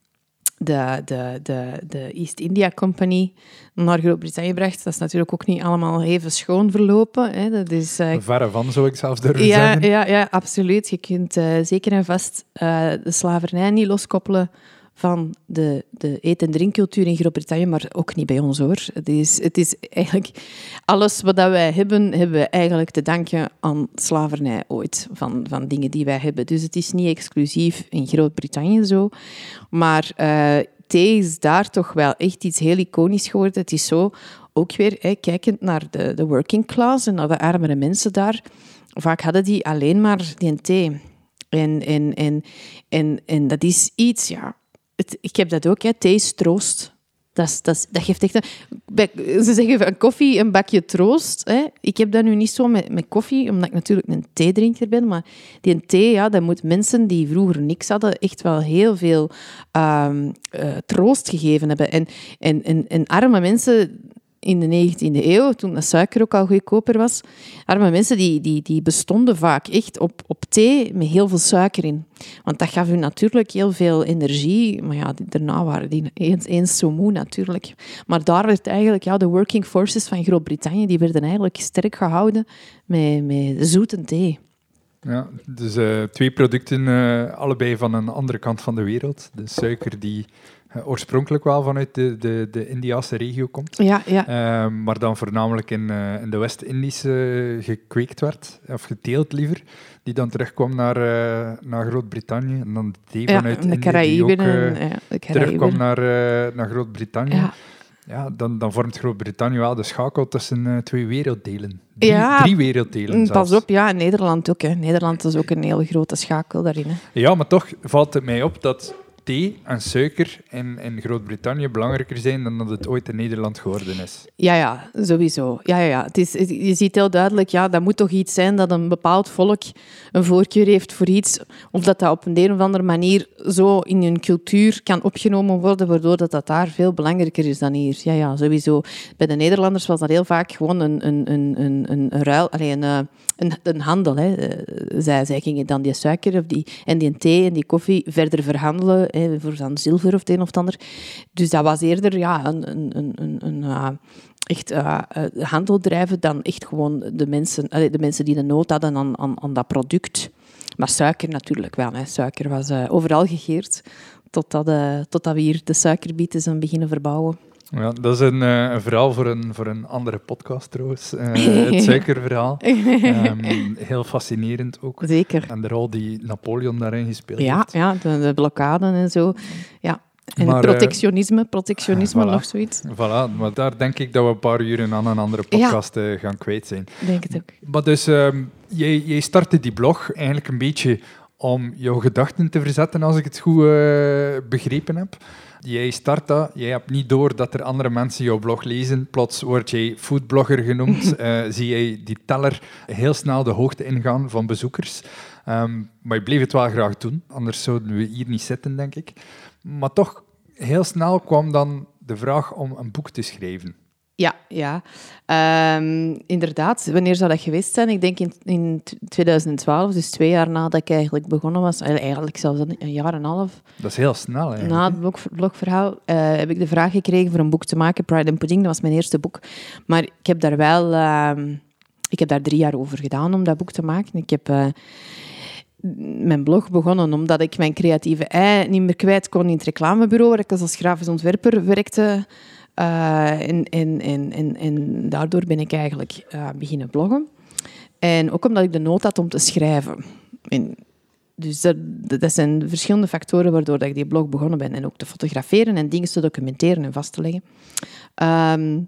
Speaker 3: de, de, de, de East India Company naar Groot-Brittannië bracht. Dat is natuurlijk ook niet allemaal even schoon verlopen. Hè. Dat is, uh,
Speaker 2: Verre van, zou ik zelfs durven
Speaker 3: ja,
Speaker 2: zeggen.
Speaker 3: Ja, ja, absoluut. Je kunt uh, zeker en vast uh, de slavernij niet loskoppelen van de, de eet- en drinkcultuur in Groot-Brittannië, maar ook niet bij ons, hoor. Het is, het is eigenlijk... Alles wat wij hebben, hebben we eigenlijk te danken aan slavernij ooit, van, van dingen die wij hebben. Dus het is niet exclusief in Groot-Brittannië zo. Maar uh, thee is daar toch wel echt iets heel iconisch geworden. Het is zo, ook weer, hè, kijkend naar de, de working class en naar de armere mensen daar, vaak hadden die alleen maar die thee. En, en, en, en, en dat is iets, ja... Het, ik heb dat ook, hè. Thee is troost. Dat, is, dat, is, dat geeft echt... Een, ze zeggen van koffie een bakje troost. Hè. Ik heb dat nu niet zo met, met koffie, omdat ik natuurlijk een theedrinker ben. Maar die thee, ja, dat moet mensen die vroeger niks hadden echt wel heel veel um, uh, troost gegeven hebben. En, en, en, en arme mensen... In de negentiende eeuw, toen de suiker ook al goedkoper was, arme mensen die, die, die bestonden vaak echt op, op thee met heel veel suiker in. Want dat gaf hun natuurlijk heel veel energie. Maar ja, daarna waren die eens, eens zo moe natuurlijk. Maar daar werd eigenlijk, ja, de working forces van Groot-Brittannië, die werden eigenlijk sterk gehouden met, met zoete thee.
Speaker 2: Ja, dus uh, twee producten, uh, allebei van een andere kant van de wereld. De suiker die uh, oorspronkelijk wel vanuit de, de, de Indiase regio komt.
Speaker 3: Ja, ja.
Speaker 2: Uh, maar dan voornamelijk in, uh, in de West-Indies uh, gekweekt werd, of geteeld liever. Die dan terugkwam naar, uh, naar Groot-Brittannië. En dan de thee
Speaker 3: ja,
Speaker 2: vanuit
Speaker 3: de
Speaker 2: Indië die ook uh,
Speaker 3: ja,
Speaker 2: terugkwam naar, uh, naar Groot-Brittannië.
Speaker 3: Ja.
Speaker 2: Ja, dan, dan vormt Groot-Brittannië wel de schakel tussen uh, twee werelddelen. Drie,
Speaker 3: ja,
Speaker 2: drie werelddelen zelfs.
Speaker 3: Pas op, ja, in Nederland ook. Hè. Nederland is ook een hele grote schakel daarin. Hè.
Speaker 2: Ja, maar toch valt het mij op dat thee en suiker in, in Groot-Brittannië belangrijker zijn dan dat het ooit in Nederland geworden is.
Speaker 3: Ja, ja, sowieso. Ja, ja, ja. Het is, je ziet heel duidelijk, ja, dat moet toch iets zijn dat een bepaald volk een voorkeur heeft voor iets, of dat dat op een, een of andere manier zo in hun cultuur kan opgenomen worden, waardoor dat, dat daar veel belangrijker is dan hier. Ja, ja, sowieso. Bij de Nederlanders was dat heel vaak gewoon een, een, een, een, een ruil, allee, een, een, een handel. Hè. Zij, zij gingen dan die suiker of die, en die thee en die koffie verder verhandelen, hè, voor dan zilver of het een of het ander. Dus dat was eerder ja, een, een, een, een, een uh, echt uh, handel drijven dan echt gewoon de mensen, uh, de mensen die de nood hadden aan, aan, aan dat product. Maar suiker natuurlijk wel. Hè. Suiker was uh, overal gegeerd, totdat, uh, totdat we hier de suikerbieten zijn beginnen verbouwen.
Speaker 2: Ja, dat is een, uh, een verhaal voor een, voor een andere podcast trouwens. Uh, het suikerverhaal. Um, heel fascinerend ook.
Speaker 3: Zeker.
Speaker 2: En de rol die Napoleon daarin gespeeld
Speaker 3: ja,
Speaker 2: heeft.
Speaker 3: Ja, de, de blokkaden en zo. Ja. En
Speaker 2: maar,
Speaker 3: protectionisme, protectionisme
Speaker 2: uh, voilà,
Speaker 3: nog zoiets.
Speaker 2: Voilà, maar daar denk ik dat we een paar uren aan een andere podcast ja. uh, gaan kwijt zijn.
Speaker 3: Denk het ook.
Speaker 2: Maar dus, um, jij, jij startte die blog eigenlijk een beetje om jouw gedachten te verzetten, als ik het goed uh, begrepen heb. Jij start dat, jij hebt niet door dat er andere mensen jouw blog lezen. Plots word jij foodblogger genoemd. uh, zie jij die teller heel snel de hoogte ingaan van bezoekers. Um, maar je bleef het wel graag doen, anders zouden we hier niet zitten, denk ik. Maar toch, heel snel kwam dan de vraag om een boek te schrijven.
Speaker 3: Ja, ja. Um, inderdaad. Wanneer zou dat geweest zijn? Ik denk in, in twintig twaalf, dus twee jaar nadat ik eigenlijk begonnen was. Eigenlijk zelfs een jaar en een half.
Speaker 2: Dat is heel snel, eigenlijk.
Speaker 3: Na het blog, blogverhaal uh, heb ik de vraag gekregen voor een boek te maken. Pride and Pudding, dat was mijn eerste boek. Maar ik heb daar wel... Uh, ik heb daar drie jaar over gedaan om dat boek te maken. Ik heb... Uh, mijn blog begonnen omdat ik mijn creatieve ei niet meer kwijt kon in het reclamebureau, waar ik als grafisch ontwerper werkte. Uh, en, en, en, en, en daardoor ben ik eigenlijk uh, beginnen bloggen. En ook omdat ik de nood had om te schrijven. En dus dat, dat zijn verschillende factoren waardoor dat ik die blog begonnen ben. En ook te fotograferen en dingen te documenteren en vast te leggen. Um,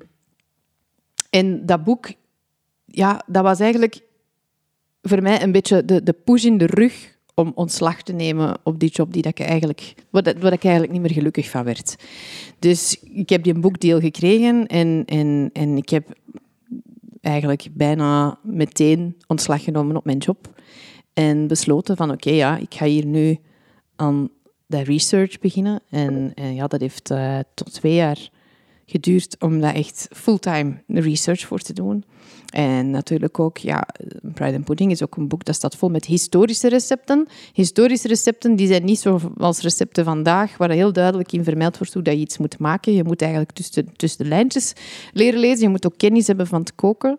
Speaker 3: en dat boek, ja, dat was eigenlijk voor mij een beetje de, de push in de rug om ontslag te nemen op die job die dat ik eigenlijk, waar, dat, waar ik eigenlijk niet meer gelukkig van werd. Dus ik heb die boekdeal gekregen en, en, en ik heb eigenlijk bijna meteen ontslag genomen op mijn job. En besloten van oké, okay, ja, ik ga hier nu aan de research beginnen. En, en ja, dat heeft uh, tot twee jaar geduurd om daar echt fulltime research voor te doen. En natuurlijk ook, ja, Pride and Pudding is ook een boek dat staat vol met historische recepten. Historische recepten die zijn niet zoals recepten vandaag, waar heel duidelijk in vermeld wordt hoe dat je iets moet maken. Je moet eigenlijk tussen, tussen de lijntjes leren lezen. Je moet ook kennis hebben van het koken.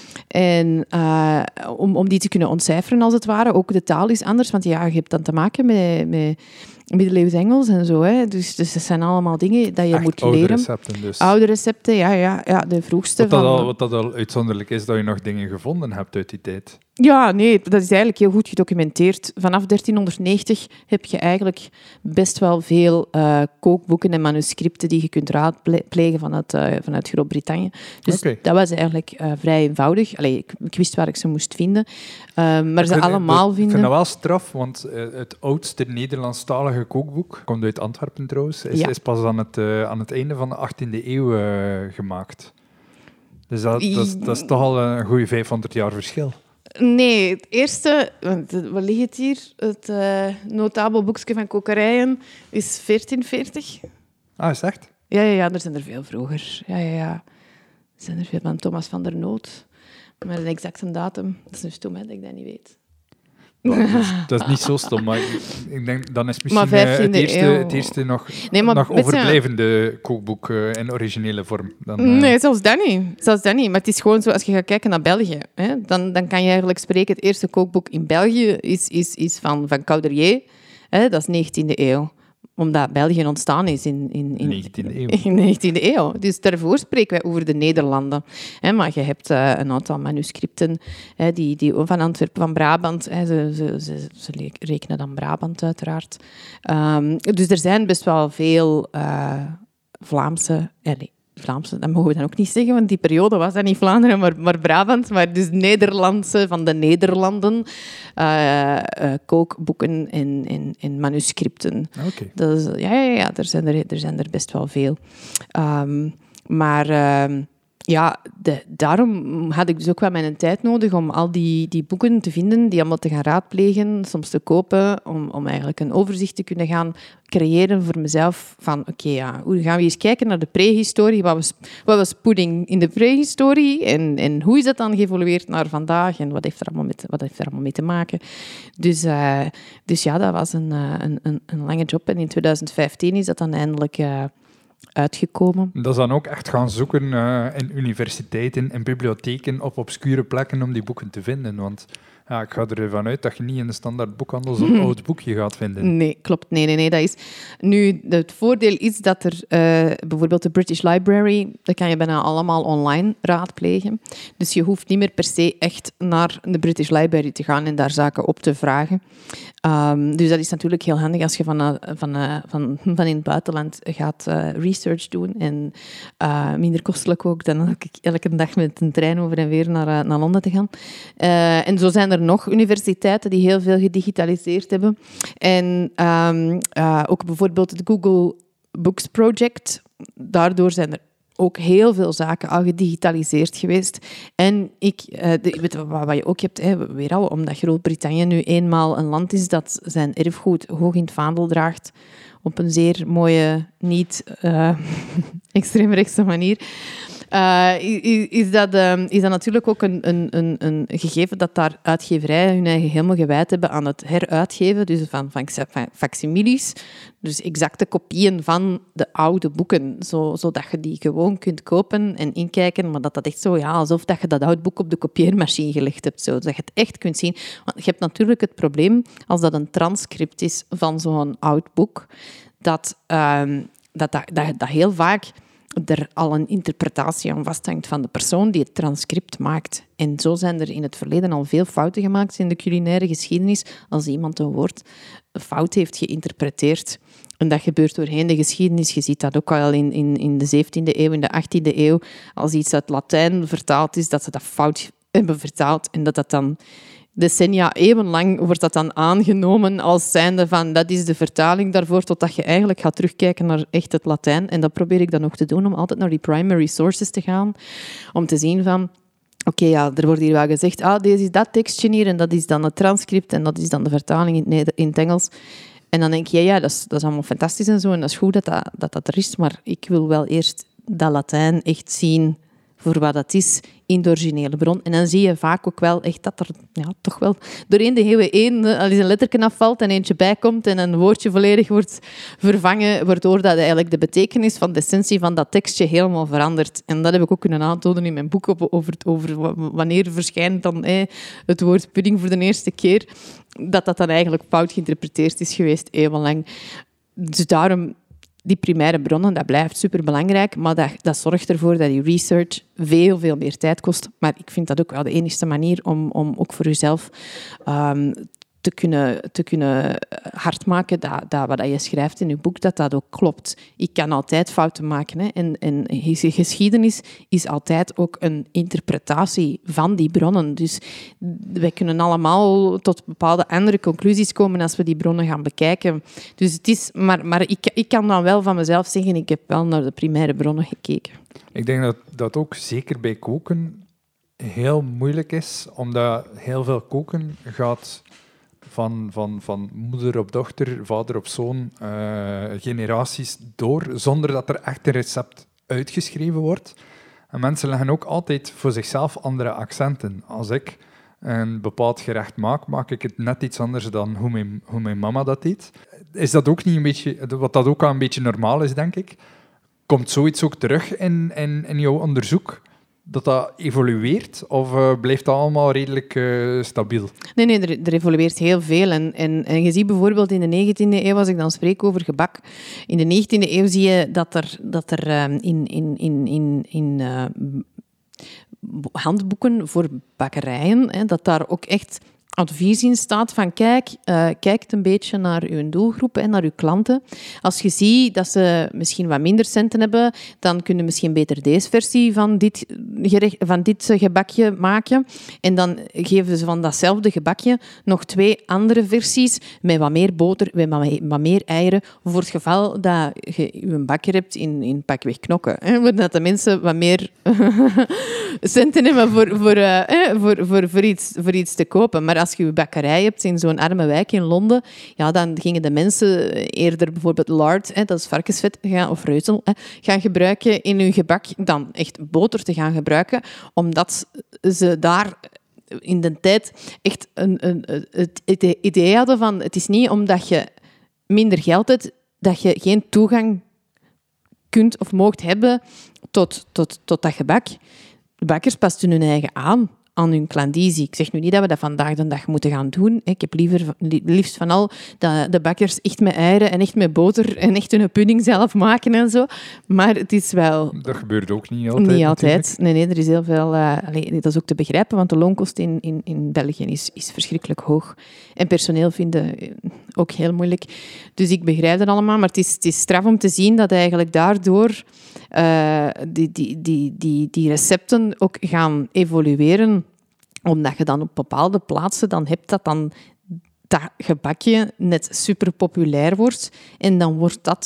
Speaker 3: En uh, om, om die te kunnen ontcijferen, als het ware. Ook de taal is anders, want ja, je hebt dan te maken met... met middeleeuws Engels en zo. Hè. Dus, dus dat zijn allemaal dingen dat je
Speaker 2: Echt
Speaker 3: moet
Speaker 2: oude
Speaker 3: leren.
Speaker 2: Recepten dus.
Speaker 3: Oude recepten, ja, ja, ja, de vroegste.
Speaker 2: Wat dat,
Speaker 3: van...
Speaker 2: al, wat dat al uitzonderlijk is, dat je nog dingen gevonden hebt uit die tijd.
Speaker 3: Ja, nee, dat is eigenlijk heel goed gedocumenteerd. Vanaf dertienhonderdnegentig heb je eigenlijk best wel veel uh, kookboeken en manuscripten die je kunt raadplegen vanuit, uh, vanuit Groot-Brittannië. Dus okay. Dat was eigenlijk uh, vrij eenvoudig. Allee, ik, ik wist waar ik ze moest vinden. Uh, maar ze
Speaker 2: vind,
Speaker 3: allemaal
Speaker 2: dat,
Speaker 3: vinden...
Speaker 2: Ik vind dat wel straf, want uh, het oudste Nederlandstalige kookboek, komt uit Antwerpen trouwens, is, ja. is pas aan het, uh, aan het einde van de achttiende eeuw uh, gemaakt. Dus dat, dat, is, dat is toch al een goede vijfhonderd jaar verschil.
Speaker 3: Nee, het eerste, want waar ligt het hier? Het uh, notabel boekje van kokerijen is veertien veertig.
Speaker 2: Ah, is het echt?
Speaker 3: Ja, ja, ja, er zijn er veel vroeger. Ja, ja, ja. Er zijn er veel van Thomas van der Noot. Maar een exacte datum, dat is nu stom, hè, dat ik dat niet weet.
Speaker 2: Dat is, dat is niet zo stom, maar ik denk dan is misschien uh, het, eerste, het eerste nog, nee, nog overblijvende je... kookboek uh, in originele vorm. Dan, uh...
Speaker 3: Nee, zelfs dat niet. Zelfs dat niet. Maar het is gewoon zo, als je gaat kijken naar België, hè, dan, dan kan je eigenlijk spreken, het eerste kookboek in België is, is, is van, van Couderier. Hè, dat is negentiende eeuw. Omdat België ontstaan is in, in, in,
Speaker 2: negentiende eeuw.
Speaker 3: in de negentiende eeuw. Dus daarvoor spreken wij over de Nederlanden. He, maar je hebt uh, een aantal manuscripten he, die, die van Antwerpen, van Brabant. He, ze, ze, ze, ze rekenen dan Brabant uiteraard. Um, dus er zijn best wel veel uh, Vlaamse... Eh, nee, Vlaamse, dat mogen we dan ook niet zeggen, want die periode was dat niet Vlaanderen, maar, maar Brabant. Maar dus Nederlandse, van de Nederlanden, uh, uh, kookboeken en, en, en manuscripten.
Speaker 2: Okay.
Speaker 3: Dat is, ja, ja, ja er, zijn er, er zijn er best wel veel. Um, maar... Uh, Ja, de, daarom had ik dus ook wel mijn tijd nodig om al die, die boeken te vinden, die allemaal te gaan raadplegen, soms te kopen, om, om eigenlijk een overzicht te kunnen gaan creëren voor mezelf van, oké, okay, ja, hoe gaan we eens kijken naar de prehistorie? Wat was, wat was pudding in de prehistorie? En, en hoe is dat dan geëvolueerd naar vandaag? En wat heeft er allemaal mee te, wat heeft er allemaal mee te maken? Dus, uh, dus ja, dat was een, een, een, een lange job. En in twintig vijftien is dat dan eindelijk... Uh, uitgekomen.
Speaker 2: Dat is dan ook echt gaan zoeken uh, in universiteiten en bibliotheken op obscure plekken om die boeken te vinden. Want ja, ik ga ervan uit dat je niet in de standaard boekhandel zo'n oud boekje gaat vinden.
Speaker 3: Nee, klopt. Nee, nee, nee. Dat is... Nu, het voordeel is dat er uh, bijvoorbeeld de British Library, dat kan je bijna allemaal online raadplegen. Dus je hoeft niet meer per se echt naar de British Library te gaan en daar zaken op te vragen. Um, dus dat is natuurlijk heel handig als je van, uh, van, uh, van, van in het buitenland gaat uh, research doen. En uh, minder kostelijk ook dan elke, elke dag met een trein over en weer naar, uh, naar Londen te gaan. Uh, en zo zijn er nog universiteiten die heel veel gedigitaliseerd hebben. En um, uh, ook bijvoorbeeld het Google Books Project. Daardoor zijn er ook heel veel zaken al gedigitaliseerd geweest. En ik, uh, de, weet, wat, wat je ook hebt, hè, weer al, omdat Groot-Brittannië nu eenmaal een land is dat zijn erfgoed hoog in het vaandel draagt, op een zeer mooie, niet uh, extreemrechtse manier. uh, is, is, dat, um, is dat natuurlijk ook een, een, een, een gegeven dat daar uitgeverijen hun eigen helemaal gewijd hebben aan het heruitgeven, dus van, van, van facsimiles, dus exacte kopieën van de oude boeken, zo, zodat je die gewoon kunt kopen en inkijken, maar dat dat echt zo, ja, alsof dat je dat oud boek op de kopieermachine gelegd hebt, zo, dat je het echt kunt zien. Want je hebt natuurlijk het probleem, als dat een transcript is van zo'n oud boek, dat, um, dat, dat, dat, dat heel vaak er al een interpretatie aan vasthangt van de persoon die het transcript maakt. En zo zijn er in het verleden al veel fouten gemaakt in de culinaire geschiedenis als iemand een woord fout heeft geïnterpreteerd. En dat gebeurt doorheen de geschiedenis. Je ziet dat ook al in, in, in de zeventiende eeuw, in de achttiende eeuw. Als iets uit Latijn vertaald is, dat ze dat fout hebben vertaald en dat dat dan decennia, eeuwenlang wordt dat dan aangenomen als zijnde van dat is de vertaling daarvoor, totdat je eigenlijk gaat terugkijken naar echt het Latijn. En dat probeer ik dan ook te doen, om altijd naar die primary sources te gaan, om te zien van, oké, okay, ja, er wordt hier wel gezegd, ah, deze is dat tekstje hier en dat is dan het transcript en dat is dan de vertaling in het, in het Engels. En dan denk je, ja, dat is, dat is allemaal fantastisch en zo en dat is goed dat dat, dat dat er is, maar ik wil wel eerst dat Latijn echt zien voor wat dat is in de originele bron. En dan zie je vaak ook wel echt dat er ja, toch wel doorheen de eeuwen één al eens een letterken afvalt en eentje bijkomt en een woordje volledig wordt vervangen, waardoor dat eigenlijk de betekenis van de essentie van dat tekstje helemaal verandert. En dat heb ik ook kunnen aantonen in mijn boek over, over wanneer verschijnt dan eh, het woord pudding voor de eerste keer, dat dat dan eigenlijk fout geïnterpreteerd is geweest eeuwenlang. Dus daarom die primaire bronnen, dat blijft superbelangrijk, maar dat, dat zorgt ervoor dat die research veel, veel meer tijd kost. Maar ik vind dat ook wel de enige manier om, om ook voor jezelf um, te kunnen, te kunnen hard maken dat, dat wat je schrijft in je boek, dat dat ook klopt. Ik kan altijd fouten maken. Hè. En, en geschiedenis is altijd ook een interpretatie van die bronnen. Dus wij kunnen allemaal tot bepaalde andere conclusies komen als we die bronnen gaan bekijken. Dus het is, maar maar ik, ik kan dan wel van mezelf zeggen, ik heb wel naar de primaire bronnen gekeken.
Speaker 2: Ik denk dat dat ook zeker bij koken heel moeilijk is, omdat heel veel koken gaat van, van, van moeder op dochter, vader op zoon, uh, generaties door, zonder dat er echt een recept uitgeschreven wordt. En mensen leggen ook altijd voor zichzelf andere accenten. Als ik een bepaald gerecht maak, maak ik het net iets anders dan hoe mijn, hoe mijn mama dat deed. Is dat ook niet een beetje, wat dat ook al een beetje normaal is, denk ik? Komt zoiets ook terug in, in, in jouw onderzoek? Dat dat evolueert of uh, blijft dat allemaal redelijk uh, stabiel?
Speaker 3: Nee, nee, er, er evolueert heel veel. En, en, en je ziet bijvoorbeeld in de negentiende eeuw, als ik dan spreek over gebak, in de negentiende eeuw zie je dat er, dat er um, in, in, in, in, in uh, handboeken voor bakkerijen, hè, dat daar ook echt advies in staat van kijk, uh, kijk een beetje naar uw doelgroep en naar uw klanten. Als je ziet dat ze misschien wat minder centen hebben, dan kun je misschien beter deze versie van dit, gerecht, van dit gebakje maken. En dan geven ze van datzelfde gebakje nog twee andere versies met wat meer boter, met wat meer eieren, voor het geval dat je een bakker hebt in, in pakweg Knokke. Hè, dat de mensen wat meer centen hebben voor, voor, uh, voor, voor, voor, iets, voor iets te kopen. Maar als je een bakkerij hebt in zo'n arme wijk in Londen, ja, dan gingen de mensen eerder bijvoorbeeld lard, hè, dat is varkensvet, gaan, of reuzel, hè, gaan gebruiken in hun gebak dan echt boter te gaan gebruiken, omdat ze daar in de tijd echt een, een, het, het idee hadden van het is niet omdat je minder geld hebt dat je geen toegang kunt of moogt hebben tot, tot, tot dat gebak. De bakkers pasten hun eigen aan. aan hun klandizie. Ik zeg nu niet dat we dat vandaag de dag moeten gaan doen. Ik heb liever, liefst van al dat de bakkers echt met eieren en echt met boter en echt hun pudding zelf maken en zo. Maar het is wel...
Speaker 2: Dat gebeurt ook niet altijd.
Speaker 3: Niet altijd. Nee, nee, er is heel veel... Uh, allee, dat is ook te begrijpen, want de loonkost in, in, in België is, is verschrikkelijk hoog. En personeel vinden ook heel moeilijk. Dus ik begrijp dat allemaal, maar het is, het is straf om te zien dat eigenlijk daardoor uh, die, die, die, die, die recepten ook gaan evolueren, omdat je dan op bepaalde plaatsen dan hebt dat dan dat gebakje net super populair wordt en dan wordt dat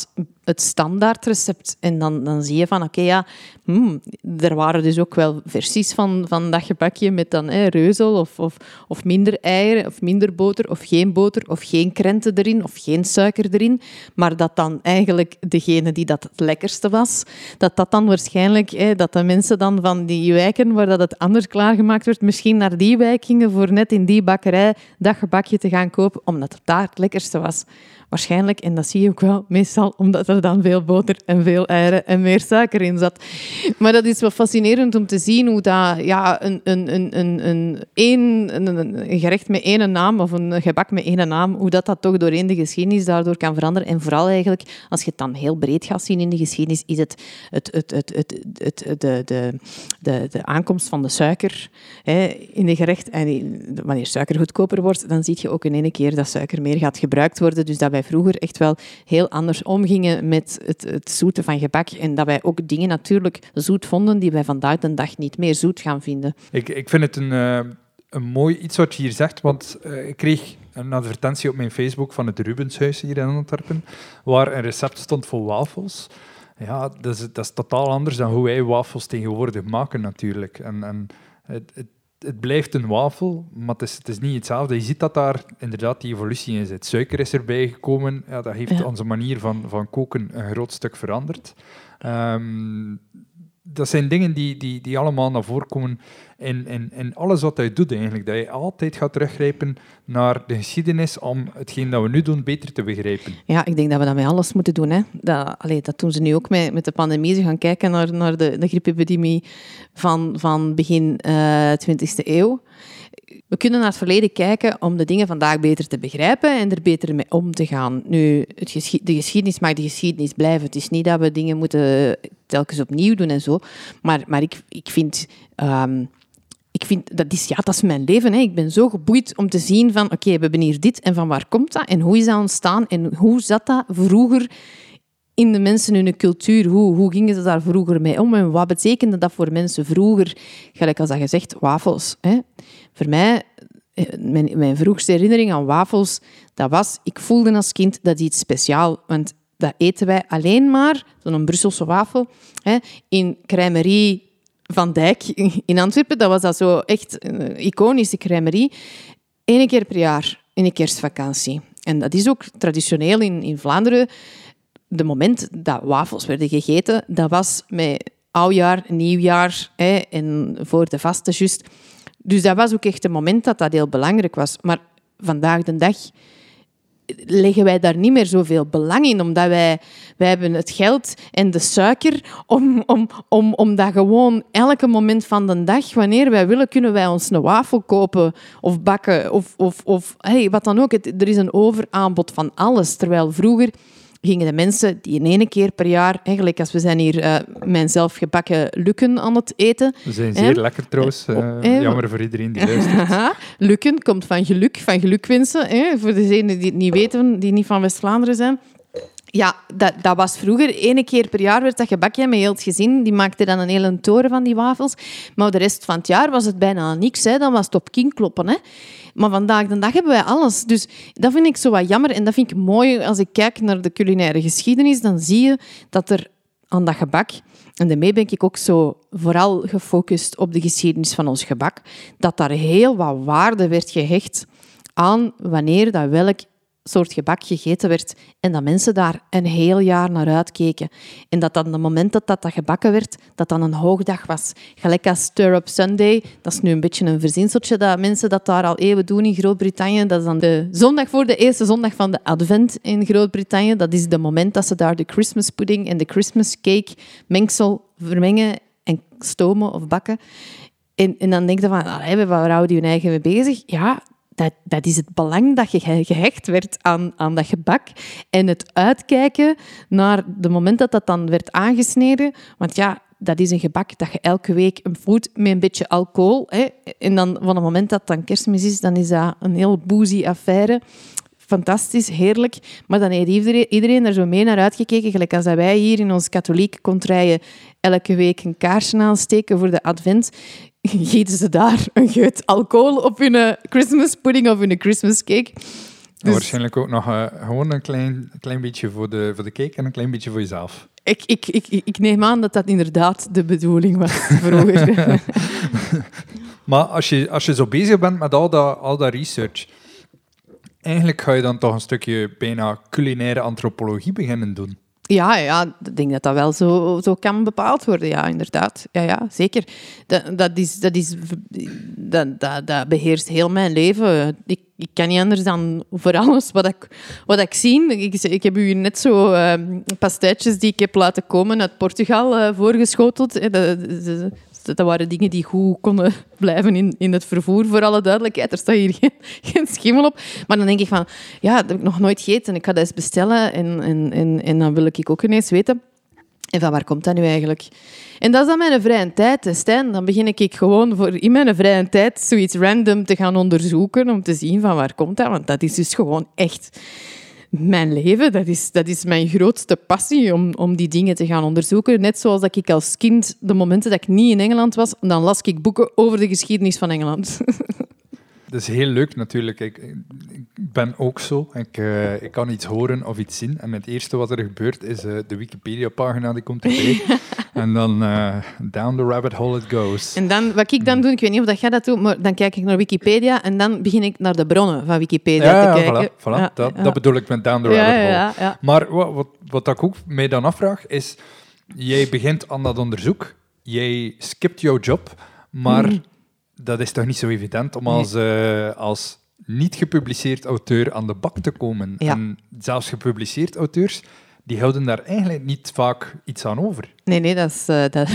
Speaker 3: het standaardrecept. En dan, dan zie je van, oké, okay, ja, hmm, er waren dus ook wel versies van, van dat gebakje met dan hè, reuzel of, of, of minder eieren, of minder boter, of geen boter, of geen krenten erin, of geen suiker erin. Maar dat dan eigenlijk degene die dat het lekkerste was, dat dat dan waarschijnlijk, hè, dat de mensen dan van die wijken waar dat het anders klaargemaakt werd, misschien naar die wijk gingen voor net in die bakkerij dat gebakje te gaan kopen, omdat het daar het lekkerste was. Waarschijnlijk, en dat zie je ook wel meestal, omdat er dan veel boter en veel eieren en meer suiker in zat. Maar dat is wel fascinerend om te zien hoe dat, ja, een, een, een, een, een, een, een, een gerecht met één naam of een gebak met één naam, hoe dat, dat toch doorheen de geschiedenis daardoor kan veranderen. En vooral eigenlijk, als je het dan heel breed gaat zien in de geschiedenis, is het, het, het, het, het, het, het de, de, de, de aankomst van de suiker hè, in de gerecht. En in, wanneer suiker goedkoper wordt, dan zie je ook in ene keer dat suiker meer gaat gebruikt worden. Dus dat wij vroeger echt wel heel anders omgingen met het, het zoete van gebak. En dat wij ook dingen natuurlijk zoet vonden die wij vandaag de dag niet meer zoet gaan vinden.
Speaker 2: Ik, ik vind het een, uh, een mooi iets wat je hier zegt, want uh, ik kreeg een advertentie op mijn Facebook van het Rubenshuis hier in Antwerpen, waar een recept stond voor wafels. Ja, dat is, dat is totaal anders dan hoe wij wafels tegenwoordig maken natuurlijk. En, en het, het Het blijft een wafel, maar het is, het is niet hetzelfde. Je ziet dat daar inderdaad die evolutie in zit. Suiker is erbij gekomen. Ja, dat heeft ja. onze manier van, van koken een groot stuk veranderd. Um, dat zijn dingen die, die, die allemaal naar voren komen in, in, in alles wat je doet eigenlijk. Dat je altijd gaat teruggrijpen naar de geschiedenis om hetgeen dat we nu doen beter te begrijpen.
Speaker 3: Ja, ik denk dat we dat met alles moeten doen. Hè. Dat, allee, dat doen ze nu ook met, met de pandemie. Ze gaan kijken naar, naar de, de griepepidemie van, van begin uh, twintigste eeuw. We kunnen naar het verleden kijken om de dingen vandaag beter te begrijpen en er beter mee om te gaan. Nu, het geschied, de geschiedenis mag de geschiedenis blijven. Het is niet dat we dingen moeten telkens opnieuw doen en zo. Maar, maar ik, ik vind... Um, Ik vind, dat is, ja, dat is mijn leven. Hè. Ik ben zo geboeid om te zien van, oké, okay, we hebben hier dit en van waar komt dat en hoe is dat ontstaan en hoe zat dat vroeger in de mensen hun cultuur? Hoe, hoe gingen ze daar vroeger mee om en wat betekende dat voor mensen vroeger? Gelijk als dat gezegd, wafels. Hè. Voor mij, mijn, mijn vroegste herinnering aan wafels, dat was, ik voelde als kind dat iets speciaal, want dat eten wij alleen maar, zo'n Brusselse wafel, hè, in crèmerie Van Dijk in Antwerpen. Dat was dat zo echt een iconische crèmerie. Eén keer per jaar in een kerstvakantie. En dat is ook traditioneel in, in Vlaanderen. De moment dat wafels werden gegeten, dat was met oudjaar, nieuwjaar hè, en voor de vasten juist. Dus dat was ook echt een moment dat dat heel belangrijk was. Maar vandaag de dag leggen wij daar niet meer zoveel belang in, omdat wij, wij hebben het geld en de suiker om, om, om, om dat gewoon elke moment van de dag, wanneer wij willen, kunnen wij ons een wafel kopen of bakken of, of, of hey, wat dan ook. Het, er is een overaanbod van alles, terwijl vroeger gingen de mensen die in één keer per jaar, eigenlijk als we zijn hier uh, mijn zelfgebakken lukken aan het eten.
Speaker 2: Ze zijn zeer eh? lekker trouwens. Uh, eh? Jammer voor iedereen die luistert.
Speaker 3: Lukken komt van geluk, van gelukwensen. Eh? Voor degenen die het niet weten, die niet van West-Vlaanderen zijn. Ja, dat, dat was vroeger. Eén keer per jaar werd dat gebakken met heel het gezin. Die maakte dan een hele toren van die wafels. Maar de rest van het jaar was het bijna niks. Hè. Dan was het op king kloppen. Hè. Maar vandaag de dag hebben wij alles. Dus dat vind ik zo wat jammer. En dat vind ik mooi. Als ik kijk naar de culinaire geschiedenis, dan zie je dat er aan dat gebak, en daarmee ben ik ook zo vooral gefocust op de geschiedenis van ons gebak, dat daar heel wat waarde werd gehecht aan wanneer dat welk soort gebak gegeten werd en dat mensen daar een heel jaar naar uitkeken. En dat dan het moment dat dat gebakken werd, dat dan een hoogdag was. Gelijk als Stir-up Sunday, dat is nu een beetje een verzinseltje dat mensen dat daar al eeuwen doen in Groot-Brittannië. Dat is dan de zondag voor de eerste zondag van de Advent in Groot-Brittannië. Dat is het moment dat ze daar de Christmas pudding en de Christmas cake mengsel vermengen en stomen of bakken. En, en dan denk je van, waar houden die hun eigen mee bezig? Ja, Dat, dat is het belang dat je gehecht werd aan, aan dat gebak en het uitkijken naar het moment dat dat dan werd aangesneden. Want ja, dat is een gebak dat je elke week voedt met een beetje alcohol. Hè. En dan van het moment dat het dan Kerstmis is, dan is dat een heel boozy affaire. Fantastisch, heerlijk. Maar dan heeft iedereen, iedereen er zo mee naar uitgekeken. Gelijk als wij hier in ons katholieke kontrijen elke week een kaarsje aansteken voor de advent, gieten ze daar een geut alcohol op hun Christmas pudding of hun Christmas cake. Dus
Speaker 2: waarschijnlijk ook nog uh, gewoon een klein, klein beetje voor de, voor de cake en een klein beetje voor jezelf.
Speaker 3: Ik, ik, ik, ik neem aan dat dat inderdaad de bedoeling was vroeger.
Speaker 2: Maar als je, als je zo bezig bent met al dat, al dat research, eigenlijk ga je dan toch een stukje bijna culinaire antropologie beginnen doen.
Speaker 3: Ja, ja, ik denk dat dat wel zo, zo kan bepaald worden, ja, inderdaad. Ja, ja, zeker. Dat, dat, is, dat, is, dat, dat, dat beheerst heel mijn leven. Ik, ik kan niet anders dan voor alles wat ik, wat ik zie. Ik, ik heb u net zo uh, pastijtjes die ik heb laten komen uit Portugal uh, voorgeschoteld. Dat, dat, dat waren dingen die goed konden blijven in, in het vervoer, voor alle duidelijkheid. Er staat hier geen, geen schimmel op. Maar dan denk ik van, ja, dat heb ik nog nooit gegeten. Ik ga dat eens bestellen en, en, en, en dan wil ik ook ineens weten. En van waar komt dat nu eigenlijk? En dat is dan mijn vrije tijd, Stijn. Dan begin ik gewoon voor in mijn vrije tijd zoiets random te gaan onderzoeken om te zien van waar komt dat. Want dat is dus gewoon echt mijn leven. Dat is, dat is mijn grootste passie om, om die dingen te gaan onderzoeken. Net zoals dat ik als kind, de momenten dat ik niet in Engeland was, dan las ik boeken over de geschiedenis van Engeland.
Speaker 2: Dat is heel leuk natuurlijk. Ik, ik ben ook zo. Ik, uh, ik kan iets horen of iets zien. En het eerste wat er gebeurt is uh, de Wikipedia-pagina die komt erbij. En dan uh, down the rabbit hole it goes.
Speaker 3: En dan, wat ik dan doe, ik weet niet of dat jij dat doet, maar dan kijk ik naar Wikipedia en dan begin ik naar de bronnen van Wikipedia
Speaker 2: ja,
Speaker 3: te
Speaker 2: ja,
Speaker 3: kijken.
Speaker 2: Voilà, voilà.
Speaker 3: Ja,
Speaker 2: dat,
Speaker 3: ja.
Speaker 2: dat bedoel ik met down the
Speaker 3: Ja,
Speaker 2: rabbit hole.
Speaker 3: ja, ja.
Speaker 2: Maar wat, wat, wat ik ook mij dan afvraag is, jij begint aan dat onderzoek, jij skipt jouw job, maar mm. dat is toch niet zo evident om als, uh, als niet gepubliceerd auteur aan de bak te komen.
Speaker 3: Ja.
Speaker 2: En zelfs gepubliceerd auteurs, die houden daar eigenlijk niet vaak iets aan over.
Speaker 3: Nee, nee, dat is... Uh, dat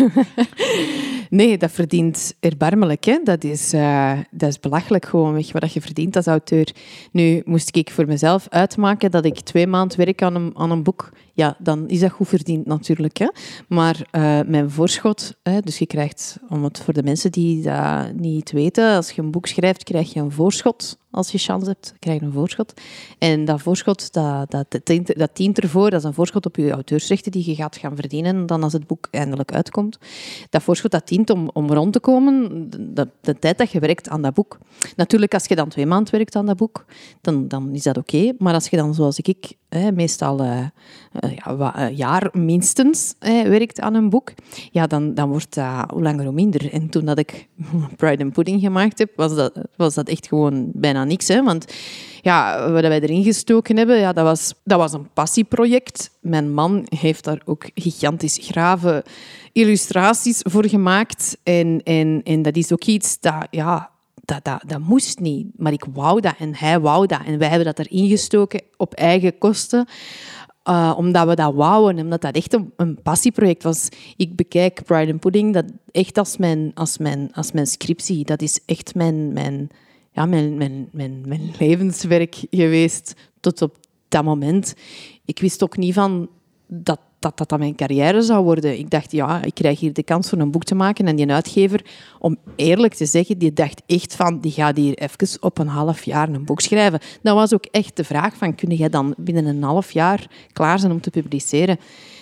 Speaker 3: nee, dat verdient erbarmelijk. Hè? Dat, is, uh, dat is belachelijk gewoon, weg, wat je verdient als auteur. Nu moest ik voor mezelf uitmaken dat ik twee maanden werk aan een, aan een boek. Ja, dan is dat goed verdiend natuurlijk. Hè? Maar uh, mijn voorschot... Hè, dus je krijgt, om het voor de mensen die dat niet weten, als je een boek schrijft, krijg je een voorschot. Als je chance hebt, krijg je een voorschot. En dat voorschot, dat, dat, dat, dient, dat dient ervoor. Dat is een voorschot op je auteursrechten die je gaat gaan verdienen dan als het boek eindelijk uitkomt. Dat voorschot, dat dient om, om rond te komen de, de tijd dat je werkt aan dat boek. Natuurlijk, als je dan twee maanden werkt aan dat boek, dan, dan is dat oké. Okay. Maar als je dan, zoals ik, hè, meestal uh, uh, ja, een jaar minstens hè, werkt aan een boek, ja, dan, dan wordt dat hoe langer hoe minder. En toen dat ik Pride and Pudding gemaakt heb, was dat, was dat echt gewoon bijna niks, hè? Want ja, wat wij erin gestoken hebben, ja, dat, was, dat was een passieproject. Mijn man heeft daar ook gigantisch grave illustraties voor gemaakt. En, en, en dat is ook iets dat, ja, dat, dat, dat moest niet. Maar ik wou dat en hij wou dat. En wij hebben dat erin gestoken op eigen kosten. Uh, omdat we dat wouden, omdat dat echt een, een passieproject was. Ik bekijk Pride and Pudding dat echt als mijn, als mijn, als mijn scriptie. Dat is echt mijn... mijn Ja, mijn, mijn, mijn, mijn levenswerk geweest tot op dat moment. Ik wist ook niet van dat, dat dat mijn carrière zou worden. Ik dacht, ja, ik krijg hier de kans om een boek te maken. En die uitgever, om eerlijk te zeggen, die dacht echt van, die gaat hier even op een half jaar een boek schrijven. Dat was ook echt de vraag van, kun jij dan binnen een half jaar klaar zijn om te publiceren?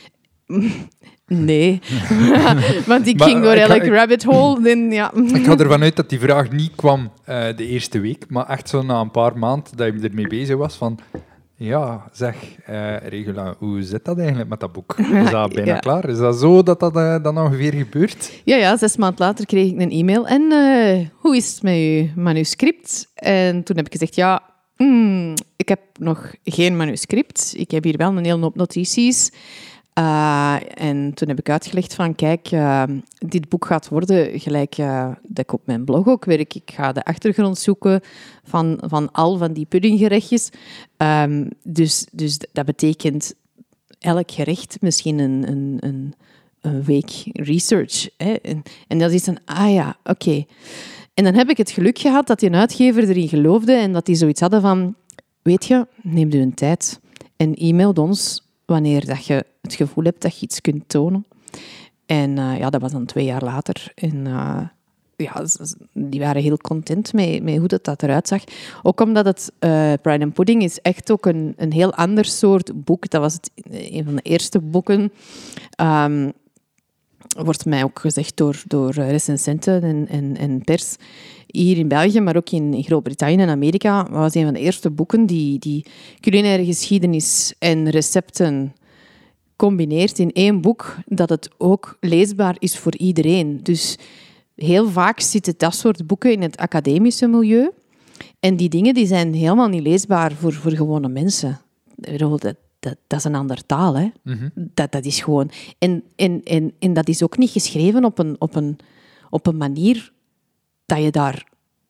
Speaker 3: Nee, want ik
Speaker 2: maar,
Speaker 3: ging door
Speaker 2: ik
Speaker 3: elk
Speaker 2: ga, ik,
Speaker 3: rabbit hole. En, ja.
Speaker 2: Ik ga ervan uit dat die vraag niet kwam uh, de eerste week, maar echt zo na een paar maanden dat je ermee bezig was van... Ja, zeg, uh, Regula, hoe zit dat eigenlijk met dat boek? Is dat bijna
Speaker 3: ja. klaar?
Speaker 2: Is dat zo dat dat uh, dan ongeveer gebeurt?
Speaker 3: Ja, ja, zes maanden later kreeg ik een e-mail. En uh, hoe is het met uw manuscript? En toen heb ik gezegd, ja, mm, ik heb nog geen manuscript. Ik heb hier wel een hele hoop notities. Uh, en toen heb ik uitgelegd van, kijk, uh, dit boek gaat worden gelijk uh, dat ik op mijn blog ook werk. Ik ga de achtergrond zoeken van, van al van die puddinggerechtjes. Um, dus, dus dat betekent elk gerecht misschien een, een, een, een week research. Hè? En, en dat is een, ah ja, oké. Okay. En dan heb ik het geluk gehad dat die een uitgever erin geloofde en dat die zoiets hadden van, weet je, neem je een tijd en e-mail ons wanneer dat je het gevoel hebt dat je iets kunt tonen. En uh, ja, dat was dan twee jaar later. En uh, ja, die waren heel content met, met hoe dat, dat eruit zag. Ook omdat het uh, Pride and Pudding is echt ook een, een heel ander soort boek. Dat was het, een van de eerste boeken. Um, wordt mij ook gezegd door, door recensenten en, en, en pers. hier in België, maar ook in, in Groot-Brittannië en Amerika, was een van de eerste boeken die, die culinaire geschiedenis en recepten combineert in één boek, dat het ook leesbaar is voor iedereen. Dus heel vaak zitten dat soort boeken in het academische milieu. En die dingen die zijn helemaal niet leesbaar voor, voor gewone mensen. Dat, dat, dat is een andere taal, hè. Mm-hmm. Dat, dat is gewoon... En, en, en, en dat is ook niet geschreven op een, op een, op een manier dat je daar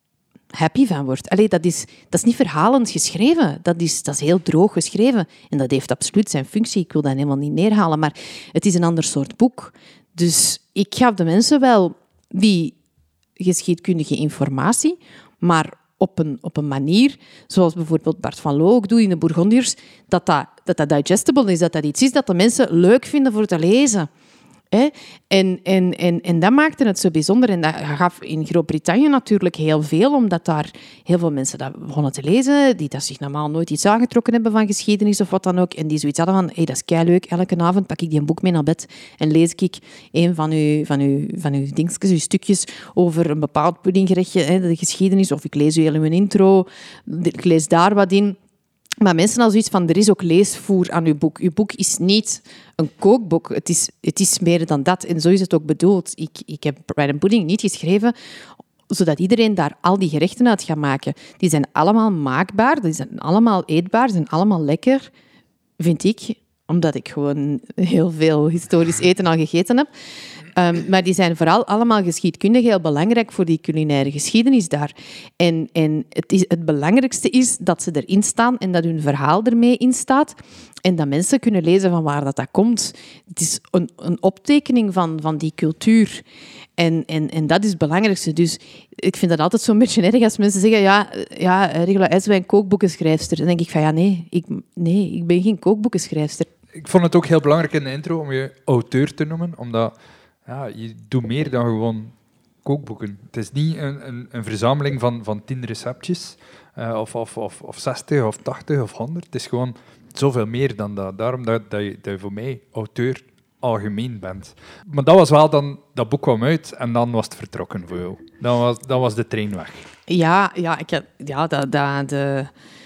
Speaker 3: happy van wordt. Allee, dat, is, dat is niet verhalend geschreven. Dat is, dat is heel droog geschreven. En dat heeft absoluut zijn functie. Ik wil dat helemaal niet neerhalen. Maar het is een ander soort boek. Dus ik gaf de mensen wel die geschiedkundige informatie, maar op een, op een manier, zoals bijvoorbeeld Bart van Loo ook doet in de Bourgondiërs, dat dat, dat dat digestible is, dat dat iets is dat de mensen leuk vinden voor te lezen. Hè? En, en, en, en dat maakte het zo bijzonder. En dat gaf in Groot-Brittannië natuurlijk heel veel, omdat daar heel veel mensen dat begonnen te lezen, die dat zich normaal nooit iets aangetrokken hebben van geschiedenis of wat dan ook, en die zoiets hadden van, hey, dat is keileuk, elke avond pak ik die een boek mee naar bed en lees ik een van uw, van uw, van uw dingetjes, uw stukjes over een bepaald puddinggerechtje, hè, de geschiedenis, of ik lees u heel uw intro, ik lees daar wat in. Maar mensen hadden zoiets van, er is ook leesvoer aan uw boek. Uw boek is niet een kookboek, het is, het is meer dan dat. En zo is het ook bedoeld. Ik, ik heb Pride and Pudding niet geschreven zodat iedereen daar al die gerechten uit gaat maken. Die zijn allemaal maakbaar, die zijn allemaal eetbaar, die zijn allemaal lekker, vind ik. Omdat ik gewoon heel veel historisch eten al gegeten heb. Um, maar die zijn vooral allemaal geschiedkundig heel belangrijk voor die culinaire geschiedenis daar. En, en het, is, het belangrijkste is dat ze erin staan en dat hun verhaal ermee in staat. En dat mensen kunnen lezen van waar dat, dat komt. Het is een, een optekening van, van die cultuur. En, en, en dat is het belangrijkste. Dus ik vind dat altijd zo'n beetje erg als mensen zeggen, ja, ja Regula IJswijn, kookboekenschrijfster. Dan denk ik van, ja, nee ik, nee, ik ben geen kookboekenschrijfster.
Speaker 2: Ik vond het ook heel belangrijk in de intro om je auteur te noemen, omdat ja, je doet meer dan gewoon kookboeken. Het is niet een, een, een verzameling van, van tien receptjes, uh, of, of, of, of zestig, of tachtig, of honderd. Het is gewoon zoveel meer dan dat. Daarom dat, dat, je, dat je voor mij auteur algemeen bent. Maar dat was wel dan, dat boek kwam uit en dan was het vertrokken voor jou. Dan was, dan was de trein weg.
Speaker 3: Ja, ja, ik heb, ja dat, dat, de...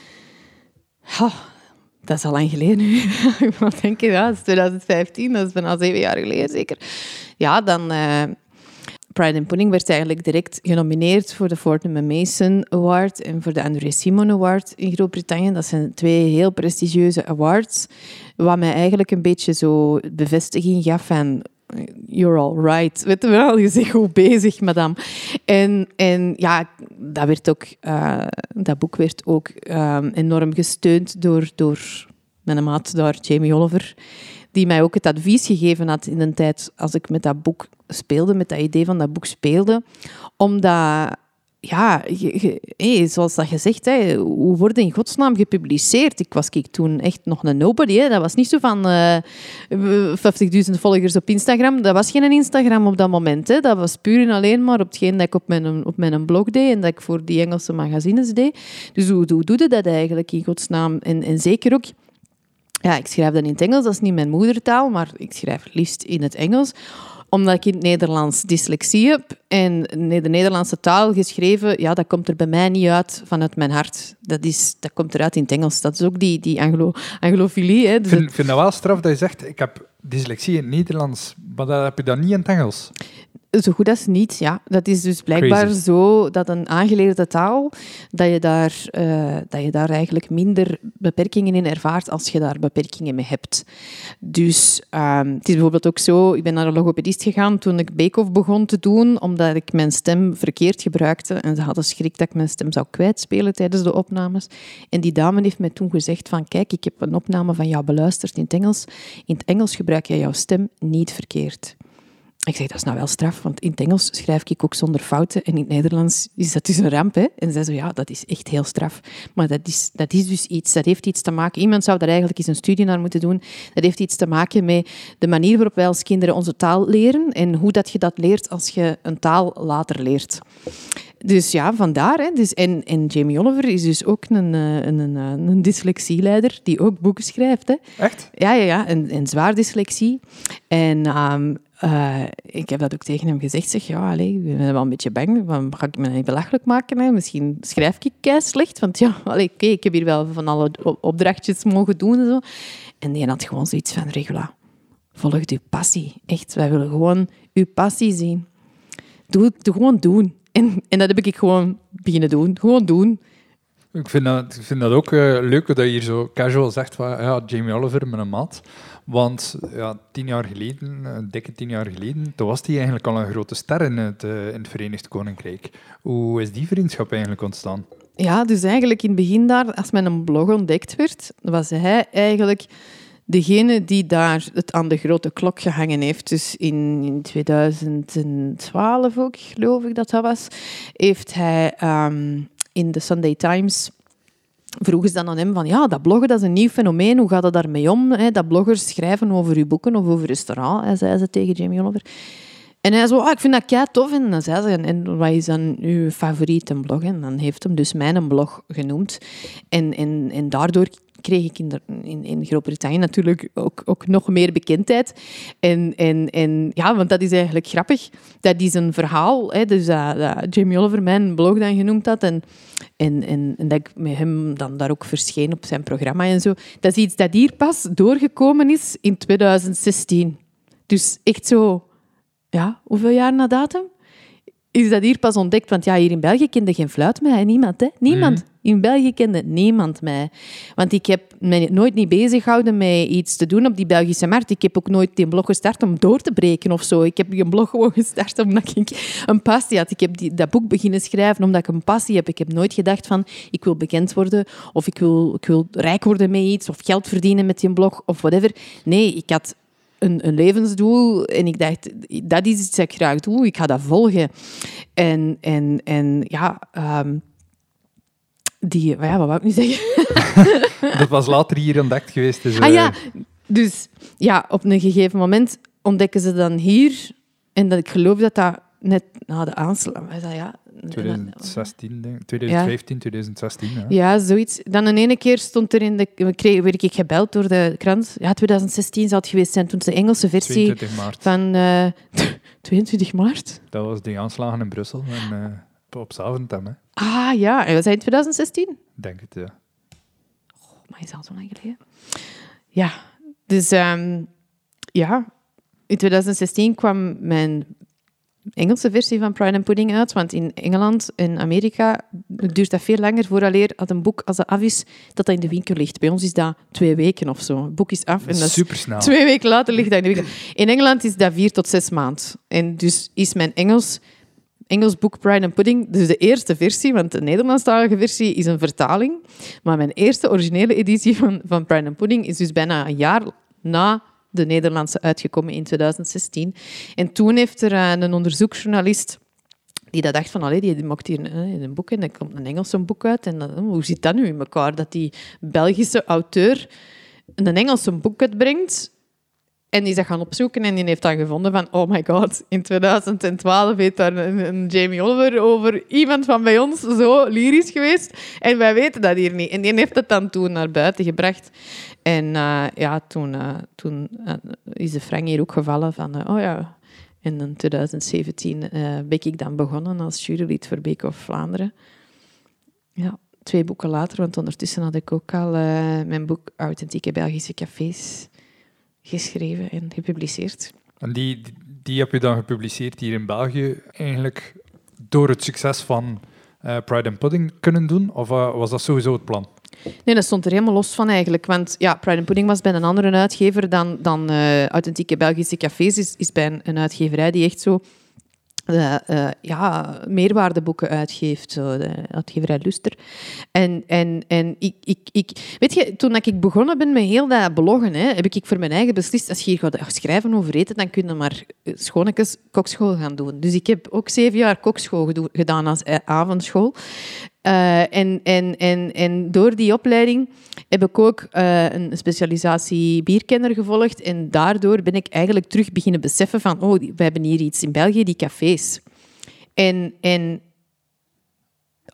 Speaker 3: Oh, dat is al lang geleden nu. Wat denk je? Ja, dat is twintig vijftien, dat is bijna zeven jaar geleden zeker. Ja, dan... Uh, Pride and Pudding werd eigenlijk direct genomineerd voor de Fortnum and Mason Award en voor de André Simon Award in Groot-Brittannië. Dat zijn twee heel prestigieuze awards, wat mij eigenlijk een beetje zo bevestiging gaf van you're all right. Weet je wel, je bent goed bezig, madame. En, en ja, dat, werd ook, uh, dat boek werd ook um, enorm gesteund door, door mijn maat daar, Jamie Oliver, die mij ook het advies gegeven had in een tijd als ik met dat boek speelde, met dat idee van dat boek speelde. Omdat, ja, je, je, hey, zoals dat gezegd, hey, hoe wordt in godsnaam gepubliceerd? Ik was ik toen echt nog een nobody. Hè. Dat was niet zo van uh, vijftigduizend volgers op Instagram. Dat was geen Instagram op dat moment. Hè. Dat was puur en alleen maar op hetgeen dat ik op mijn, op mijn blog deed en dat ik voor die Engelse magazines deed. Dus hoe, hoe doe je dat eigenlijk in godsnaam? En, en zeker ook... Ja, ik schrijf dat in het Engels, dat is niet mijn moedertaal, maar ik schrijf het liefst in het Engels, omdat ik in het Nederlands dyslexie heb. En de Nederlandse taal geschreven, ja, dat komt er bij mij niet uit vanuit mijn hart. Dat, is, dat komt eruit in het Engels. Dat is ook die, die anglo, anglofilie. Hè. Dus
Speaker 2: ik vind, vind dat wel straf dat je zegt, ik heb dyslexie in het Nederlands, maar dat heb je dan niet in het Engels.
Speaker 3: Zo goed als niet, ja. Dat is dus blijkbaar
Speaker 2: Crazy.
Speaker 3: Zo dat een aangeleerde taal, dat je, daar, uh, dat je daar eigenlijk minder beperkingen in ervaart als je daar beperkingen mee hebt. Dus um, het is bijvoorbeeld ook zo, ik ben naar een logopedist gegaan toen ik Bake-Off begon te doen, omdat ik mijn stem verkeerd gebruikte. En ze hadden schrik dat ik mijn stem zou kwijtspelen tijdens de opnames. En die dame heeft mij toen gezegd van, kijk, ik heb een opname van jou beluisterd in het Engels. In het Engels gebruik jij jouw stem niet verkeerd. Ik zeg, dat is nou wel straf, want in het Engels schrijf ik ook zonder fouten en in het Nederlands is dat dus een ramp. Hè? En zij zo, ja, dat is echt heel straf. Maar dat is, dat is dus iets, dat heeft iets te maken... Iemand zou daar eigenlijk eens een studie naar moeten doen. Dat heeft iets te maken met de manier waarop wij als kinderen onze taal leren en hoe dat je dat leert als je een taal later leert. Dus ja, vandaar. Hè. Dus, en, en Jamie Oliver is dus ook een, een, een, een dyslexieleider die ook boeken schrijft. Hè.
Speaker 2: Echt?
Speaker 3: Ja, ja, ja. En, en zwaar dyslexie. En um, uh, ik heb dat ook tegen hem gezegd. Zeg, ja, allez, ik ben wel een beetje bang. Ga ik me niet belachelijk maken? Hè? Misschien schrijf ik kei slecht. Want ja, allez, okay, ik heb hier wel van alle opdrachtjes mogen doen. En, zo. En die had gewoon zoiets van, Regula, volg je passie. Echt, wij willen gewoon je passie zien. Doe het gewoon doen. En, en dat heb ik gewoon beginnen doen. Gewoon doen.
Speaker 2: Ik vind dat, ik vind dat ook uh, leuk dat je hier zo casual zegt van ja, Jamie Oliver met een maat. Want ja, tien jaar geleden, een dikke tien jaar geleden, toen was hij eigenlijk al een grote ster in het, uh, in het Verenigd Koninkrijk. Hoe is die vriendschap eigenlijk ontstaan?
Speaker 3: Ja, dus eigenlijk in het begin daar, als mijn blog ontdekt werd, was hij eigenlijk degene die daar het aan de grote klok gehangen heeft. Dus in, in twintig twaalf ook, geloof ik dat dat was, heeft hij um, in de Sunday Times... vroegen ze dan aan hem van, ja, dat bloggen, dat is een nieuw fenomeen. Hoe gaat het daarmee om? Hè? Dat bloggers schrijven over uw boeken of over restaurant, hij zei ze tegen Jamie Oliver. En hij zei, ah, ik vind dat kei tof. En dan zei ze, en wat is dan uw favoriete blog? En dan heeft hem dus mijn blog genoemd. En, en, en daardoor kreeg ik in, de, in, in Groot-Brittannië natuurlijk ook, ook nog meer bekendheid. En, en, en ja, want dat is eigenlijk grappig. Dat is een verhaal, hè, dus dat, dat Jamie Oliver mijn blog dan genoemd had. En, en, en, en dat ik met hem dan daar ook verscheen op zijn programma en zo. Dat is iets dat hier pas doorgekomen is in twintig zestien. Dus echt zo... Ja, hoeveel jaar na datum? Is dat hier pas ontdekt? Want ja, hier in België kende geen fluit mij. Niemand, hè? Niemand. Mm. In België kende niemand mij. Want ik heb mij nooit niet bezig gehouden met iets te doen op die Belgische markt. Ik heb ook nooit die blog gestart om door te breken of zo. Ik heb die blog gewoon gestart omdat ik een passie had. Ik heb die, dat boek beginnen schrijven omdat ik een passie heb. Ik heb nooit gedacht van, ik wil bekend worden of ik wil, ik wil rijk worden met iets of geld verdienen met die blog of whatever. Nee, ik had... Een, een levensdoel. En ik dacht, dat is iets dat ik graag doe. Ik ga dat volgen. En, en, en ja... Um, die... Ja, wat wou ik nu zeggen?
Speaker 2: Dat was later hier ontdekt geweest. Dus,
Speaker 3: ah ja, dus ja, op een gegeven moment ontdekken ze dan hier. En dat ik geloof dat dat net na de aanslag... Wat is dat, ja...
Speaker 2: twintig zestien, denk ik. twintig vijftien, twintig zestien. Ja.
Speaker 3: ja, zoiets. Dan een ene keer stond er in de... Kreeg, werd ik gebeld door de krant. Ja, twintig zestien zou het geweest zijn. Toen de Engelse versie...
Speaker 2: tweeëntwintig maart.
Speaker 3: Van... Uh, tweeëntwintig maart?
Speaker 2: Dat was de aanslagen in Brussel. En, uh, op Zaventem, hè.
Speaker 3: Ah, ja. En was dat in twintig zestien?
Speaker 2: Denk het, ja.
Speaker 3: Oh, maar is dat zo lang geleden? Ja. Dus... Um, ja. In twintig zestien kwam mijn... Engelse versie van Pride and Pudding uit, want in Engeland en Amerika duurt dat veel langer vooraleer dat een boek als dat af is, dat dat in de winkel ligt. Bij ons is dat twee weken of zo. Het boek is af en dat is
Speaker 2: supersnel.
Speaker 3: Twee weken later ligt dat in de winkel. In Engeland is dat vier tot zes maanden. En dus is mijn Engels, Engels boek Pride and Pudding, dus de eerste versie, want de Nederlandstalige versie is een vertaling, maar mijn eerste originele editie van, van Pride and Pudding is dus bijna een jaar na de Nederlandse uitgekomen in twintig zestien. En toen heeft er een onderzoeksjournalist die dat dacht van, allee, die maakt hier een, een boek en er komt een Engelse boek uit. En dan, hoe zit dat nu in elkaar? Dat die Belgische auteur een Engelse boek uitbrengt en die is dat gaan opzoeken en die heeft dan gevonden van, oh my god, in twintig twaalf heeft daar een, een Jamie Oliver over iemand van bij ons zo lyrisch geweest en wij weten dat hier niet. En die heeft het dan toen naar buiten gebracht. En uh, ja, toen, uh, toen uh, is de Frank hier ook gevallen van, uh, oh ja, in twintig zeventien uh, ben ik dan begonnen als jurylid voor Beek of Vlaanderen. Ja, twee boeken later, want ondertussen had ik ook al uh, mijn boek Authentieke Belgische Cafés geschreven en gepubliceerd.
Speaker 2: En die, die heb je dan gepubliceerd hier in België eigenlijk door het succes van uh, Pride and Pudding kunnen doen? Of uh, was dat sowieso het plan?
Speaker 3: Nee, dat stond er helemaal los van eigenlijk. Want ja, Pride and Pudding was bij een andere uitgever dan, dan uh, Authentieke Belgische Cafés. Is, is bij een, een uitgeverij die echt zo uh, uh, ja, meerwaardeboeken uitgeeft. Zo, de uitgeverij Luster. En, en, en ik, ik, ik... Weet je, toen ik begonnen ben met heel dat bloggen, hè, heb ik voor mijn eigen beslist, als je hier gaat schrijven over eten, dan kun je maar schoonetjes kokschool gaan doen. Dus ik heb ook zeven jaar kokschool gedaan als avondschool. Uh, en, en, en, en door die opleiding heb ik ook uh, een specialisatie bierkenner gevolgd. En daardoor ben ik eigenlijk terug beginnen beseffen van, oh, we hebben hier iets in België, die cafés. En, en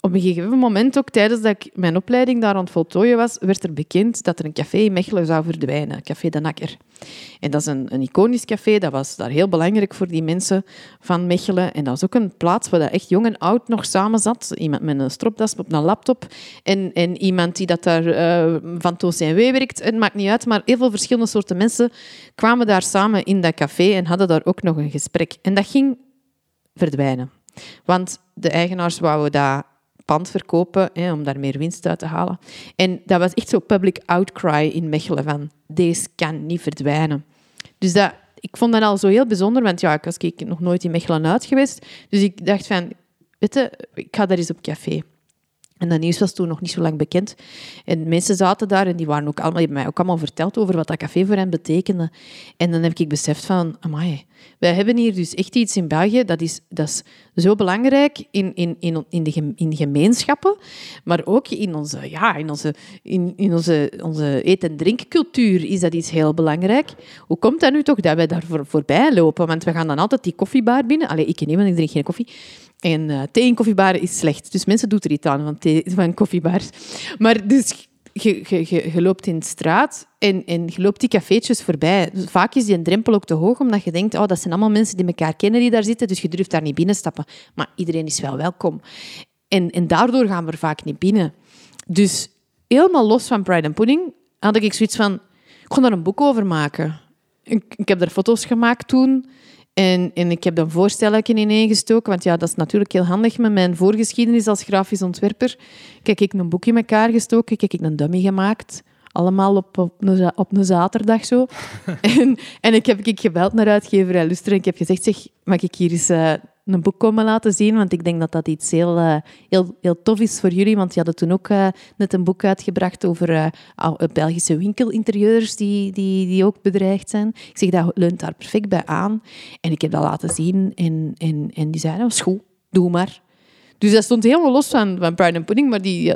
Speaker 3: op een gegeven moment, ook tijdens dat ik mijn opleiding daar aan het voltooien was, werd er bekend dat er een café in Mechelen zou verdwijnen. Café de Nakker. En dat is een, een iconisch café. Dat was daar heel belangrijk voor die mensen van Mechelen. En dat was ook een plaats waar dat echt jong en oud nog samen zat. Iemand met een stropdas op een laptop. En, en iemand die dat daar uh, van Toos en Wee werkt. Het maakt niet uit, maar heel veel verschillende soorten mensen kwamen daar samen in dat café en hadden daar ook nog een gesprek. En dat ging verdwijnen. Want de eigenaars wouden dat pand verkopen, hè, om daar meer winst uit te halen. En dat was echt zo public outcry in Mechelen van, deze kan niet verdwijnen. Dus dat, ik vond dat al zo heel bijzonder, want ja, ik was ik nog nooit in Mechelen uit geweest. Dus ik dacht van, weet je, ik ga daar eens op café. En dat nieuws was toen nog niet zo lang bekend. En mensen zaten daar en die waren ook allemaal, hebben mij ook allemaal verteld over wat dat café voor hen betekende. En dan heb ik beseft van, amai, wij hebben hier dus echt iets in België, dat is, dat is zo belangrijk in, in, in, in, de, in de gemeenschappen, maar ook in onze, ja, in onze, in, in onze, onze eet- en drinkcultuur is dat iets heel belangrijk. Hoe komt dat nu toch dat wij daar voor, voorbij lopen? Want we gaan dan altijd die koffiebar binnen. Allee, ik niet, want ik drink geen koffie. En uh, thee in koffiebaren is slecht. Dus mensen doen er iets aan van, thee, van koffiebars. Maar dus je, je, je, je loopt in de straat en, en je loopt die cafeetjes voorbij. Dus vaak is die een drempel ook te hoog, omdat je denkt, oh, dat zijn allemaal mensen die elkaar kennen die daar zitten, dus je durft daar niet binnenstappen. Maar iedereen is wel welkom. En, en daardoor gaan we er vaak niet binnen. Dus helemaal los van Pride and Pudding had ik zoiets van, ik kon daar een boek over maken. Ik, ik heb daar foto's gemaakt toen. En, en ik heb dan voorstellingen ineengestoken, want ja, dat is natuurlijk heel handig met mijn voorgeschiedenis als grafisch ontwerper. Kijk, ik heb een boek in elkaar gestoken, kijk, ik heb een dummy gemaakt. Allemaal op, op, een, op een zaterdag zo. en, en ik heb ik gebeld naar uitgeverij Lustre en ik heb gezegd, zeg, mag ik hier eens uh, een boek komen laten zien? Want ik denk dat dat iets heel, uh, heel, heel tof is voor jullie. Want die hadden toen ook uh, net een boek uitgebracht over uh, Belgische winkelinterieurs die, die, die ook bedreigd zijn. Ik zeg, dat leunt daar perfect bij aan. En ik heb dat laten zien en, en, en die zeiden, dat is goed, doe maar. Dus dat stond helemaal los van, van Pride and Pudding, maar die ja,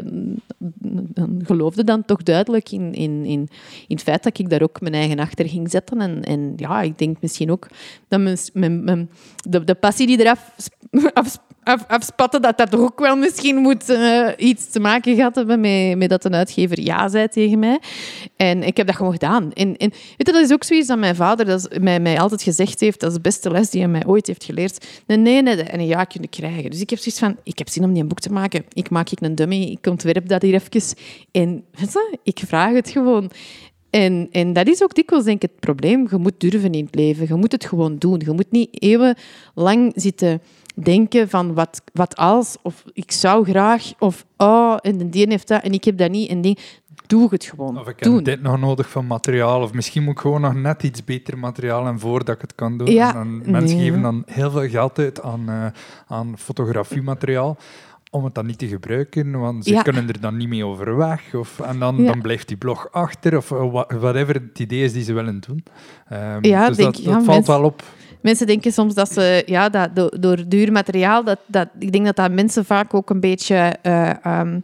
Speaker 3: geloofde dan toch duidelijk in, in, in, in het feit dat ik daar ook mijn eigen achter ging zetten. En, en ja, ik denk misschien ook dat mijn, mijn, mijn, de, de passie die eraf af, af, afspatte, dat dat toch ook wel misschien moet uh, iets te maken gehad hebben met, met dat een uitgever ja zei tegen mij. En ik heb dat gewoon gedaan. En, en weet je, dat is ook zoiets dat mijn vader dat is, mij, mij altijd gezegd heeft, dat is de beste les die hij mij ooit heeft geleerd. Nee, nee, nee, en een ja kunnen krijgen. Dus ik heb zoiets van, ik heb zin om die een boek te maken. Ik maak ik een dummy, ik ontwerp dat hier even. En weet je, ik vraag het gewoon. En, en dat is ook dikwijls denk ik het probleem. Je moet durven in het leven. Je moet het gewoon doen. Je moet niet eeuwenlang zitten denken van wat, wat als, of ik zou graag, of oh, en die heeft dat, en ik heb dat niet. En die, doe het gewoon.
Speaker 2: Of ik heb
Speaker 3: doen.
Speaker 2: dit nog nodig van materiaal, of misschien moet ik gewoon nog net iets beter materiaal en voordat ik het kan doen.
Speaker 3: Ja,
Speaker 2: en dan, mensen
Speaker 3: nee.
Speaker 2: geven dan heel veel geld uit aan, uh, aan fotografiemateriaal om het dan niet te gebruiken, want ze
Speaker 3: ja.
Speaker 2: kunnen er dan niet mee overweg. Of, en dan,
Speaker 3: ja.
Speaker 2: dan blijft die blog achter, of uh, whatever het idee is die ze willen doen. Um,
Speaker 3: Ja,
Speaker 2: dus
Speaker 3: denk,
Speaker 2: dat,
Speaker 3: ja,
Speaker 2: dat valt
Speaker 3: mensen,
Speaker 2: wel op.
Speaker 3: Mensen denken soms dat ze, ja, dat door, door duur materiaal, dat, dat, ik denk dat dat mensen vaak ook een beetje uh, um,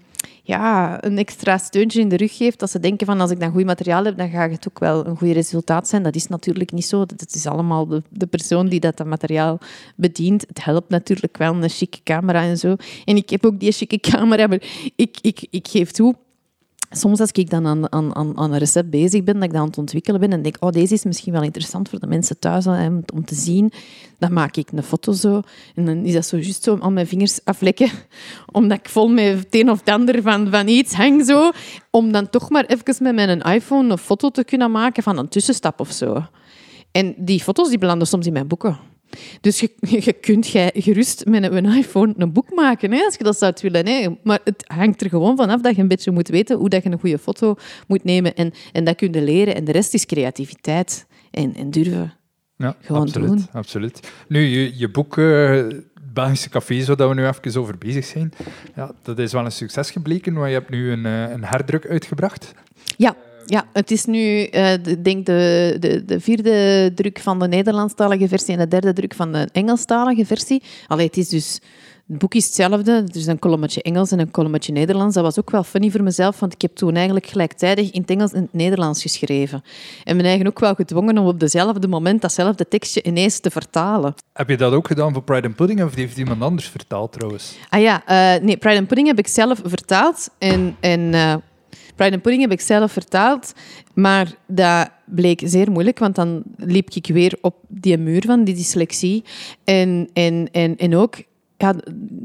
Speaker 3: ja, een extra steuntje in de rug geeft. Dat ze denken van, als ik dan goed materiaal heb, dan gaat het ook wel een goed resultaat zijn. Dat is natuurlijk niet zo. Het is allemaal de, de persoon die dat, dat materiaal bedient. Het helpt natuurlijk wel, een chique camera en zo. En ik heb ook die chique camera, maar ik, ik, ik geef toe, soms als ik dan aan, aan, aan een recept bezig ben, dat ik dat aan het ontwikkelen ben en denk, oh, deze is misschien wel interessant voor de mensen thuis om, om te zien, dan maak ik een foto zo. En dan is dat zo juist zo al mijn vingers aflekken, omdat ik vol met het een of het ander van, van iets hang zo, om dan toch maar even met mijn iPhone een foto te kunnen maken van een tussenstap of zo. En die foto's die belanden soms in mijn boeken. Dus je, je kunt jij gerust met een iPhone een boek maken, hè, als je dat zou willen. Hè. Maar het hangt er gewoon vanaf dat je een beetje moet weten hoe dat je een goede foto moet nemen. En, en dat kun je leren. En de rest is creativiteit en, en durven.
Speaker 2: Ja,
Speaker 3: gewoon
Speaker 2: absoluut,
Speaker 3: doen.
Speaker 2: absoluut. Nu, je, je boek uh, Belgische Cafés, waar we nu even over bezig zijn, ja, dat is wel een succes gebleken, maar je hebt nu een, uh, een herdruk uitgebracht.
Speaker 3: Ja. Ja, het is nu, uh, de, denk de, de, de vierde druk van de Nederlandstalige versie en de derde druk van de Engelstalige versie. Allee, het is dus het boek is hetzelfde. Er is een kolommetje Engels en een kolommetje Nederlands. Dat was ook wel funny voor mezelf, want ik heb toen eigenlijk gelijktijdig in het Engels en het Nederlands geschreven. En ben eigenlijk ook wel gedwongen om op dezelfde moment datzelfde tekstje ineens te vertalen.
Speaker 2: Heb je dat ook gedaan voor Pride and Pudding of heeft iemand anders vertaald trouwens?
Speaker 3: Ah ja, uh, nee, Pride and Pudding heb ik zelf vertaald. En, en uh, Pride and Pudding heb ik zelf vertaald, maar dat bleek zeer moeilijk, want dan liep ik weer op die muur van die dyslexie. En, en, en, en ook... Ja,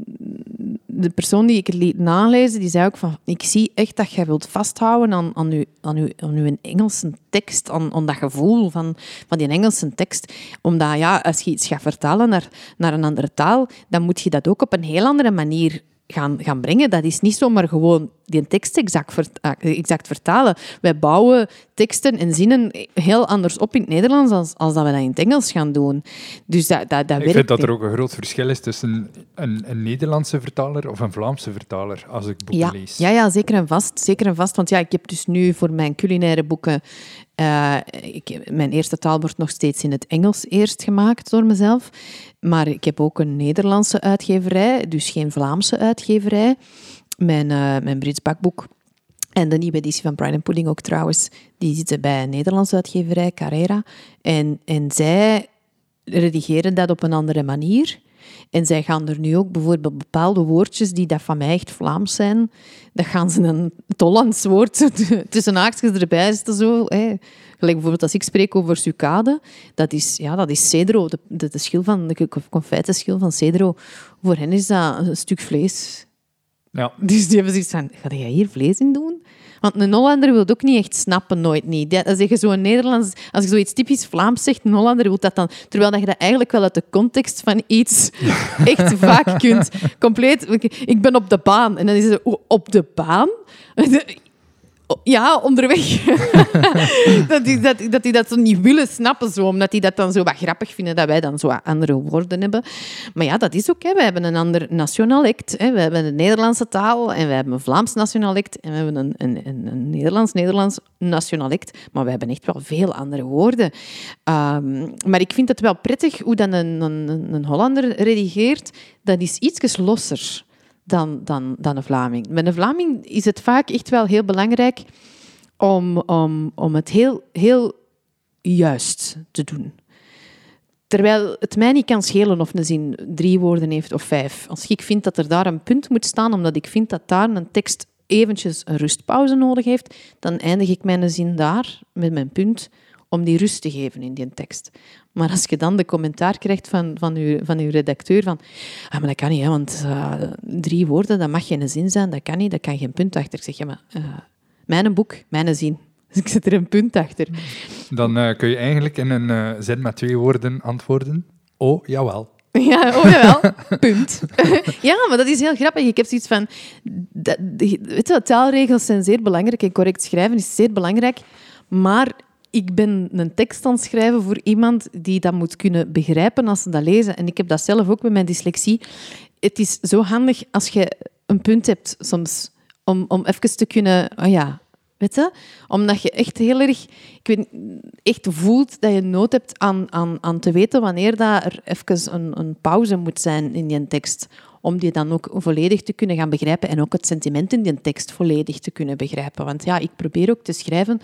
Speaker 3: de persoon die ik het liet nalezen, die zei ook van... Ik zie echt dat jij wilt vasthouden aan, aan, uw, aan, uw, aan uw Engelse tekst, aan, aan dat gevoel van, van die Engelse tekst. Omdat ja, als je iets gaat vertalen naar, naar een andere taal, dan moet je dat ook op een heel andere manier gaan, gaan brengen. Dat is niet zomaar gewoon die tekst exact, vert, exact vertalen. Wij bouwen teksten en zinnen heel anders op in het Nederlands als, als dat we dat in het Engels gaan doen. Dus dat, dat, dat
Speaker 2: ik
Speaker 3: werkt
Speaker 2: vind dat er
Speaker 3: niet.
Speaker 2: ook een groot verschil is tussen een, een Nederlandse vertaler of een Vlaamse vertaler, als ik boeken
Speaker 3: Ja,
Speaker 2: lees.
Speaker 3: ja, ja, zeker en vast. Zeker en vast. Want ja, ik heb dus nu voor mijn culinaire boeken... Uh, ik, mijn eerste taal wordt nog steeds in het Engels eerst gemaakt door mezelf. Maar ik heb ook een Nederlandse uitgeverij, dus geen Vlaamse uitgeverij. Mijn, uh, mijn Brits bakboek en de nieuwe editie van Pride and Pudding ook trouwens, die zitten bij een Nederlandse uitgeverij, Carrera. En, en zij redigeren dat op een andere manier. En zij gaan er nu ook bijvoorbeeld bepaalde woordjes die dat van mij echt Vlaams zijn, dat gaan ze een het Hollands woord tussen haakjes erbij zetten. Zo, hè. Gelijk bijvoorbeeld als ik spreek over sucade, dat is, ja, dat is cedro, de, de, de schil van, de confijtenschil van cedro. Voor hen is dat een stuk vlees.
Speaker 2: Ja.
Speaker 3: Dus die hebben zoiets van, ga jij hier vlees in doen? Want een Hollander wil het ook niet echt snappen, nooit niet. Als je zo'n Nederlands, als je zoiets typisch Vlaams zegt, een Hollander wil dat dan... Terwijl dat je dat eigenlijk wel uit de context van iets echt vaak kunt. Compleet... Ik ben op de baan. En dan is het op de baan... Ja, onderweg. dat, die, dat, dat die dat zo niet willen snappen, zo, omdat die dat dan zo wat grappig vinden dat wij dan zo wat andere woorden hebben. Maar ja, dat is ook. Hè. We hebben een ander nationalect. Hè. We hebben een Nederlandse taal en we hebben een Vlaams nationalect en we hebben een, een, een, een Nederlands-Nederlands nationalect. Maar we hebben echt wel veel andere woorden. Um, maar ik vind het wel prettig hoe dan een, een, een Hollander redigeert. Dat is ietsjes losser. Dan, dan, dan een Vlaming. Met een Vlaming is het vaak echt wel heel belangrijk om, om, om het heel, heel juist te doen. Terwijl het mij niet kan schelen of een zin drie woorden heeft of vijf. Als ik vind dat er daar een punt moet staan, omdat ik vind dat daar een tekst eventjes een rustpauze nodig heeft, dan eindig ik mijn zin daar met mijn punt om die rust te geven in die tekst. Maar als je dan de commentaar krijgt van, van, uw, van uw redacteur van ah, maar dat kan niet, hè, want uh, drie woorden, dat mag geen zin zijn, dat kan niet, dat kan geen punt achter. Ik zeg, ja, maar uh, mijn boek, mijn zin. Dus ik zet er een punt achter.
Speaker 2: Dan uh, kun je eigenlijk in een uh, zin met twee woorden antwoorden. Oh, jawel.
Speaker 3: Ja, oh jawel, punt. Ja, maar dat is heel grappig. Ik heb zoiets van... Dat, weet je, taalregels zijn zeer belangrijk en correct schrijven is zeer belangrijk, maar... Ik ben een tekst aan het schrijven voor iemand die dat moet kunnen begrijpen als ze dat lezen. En ik heb dat zelf ook met mijn dyslexie. Het is zo handig als je een punt hebt soms, om, om even te kunnen... Oh ja, weet je? Omdat je echt heel erg... Ik weet, echt voelt dat je nood hebt aan, aan, aan te weten wanneer dat er even een, een pauze moet zijn in je tekst. Om die dan ook volledig te kunnen gaan begrijpen. En ook het sentiment in die tekst volledig te kunnen begrijpen. Want ja, ik probeer ook te schrijven...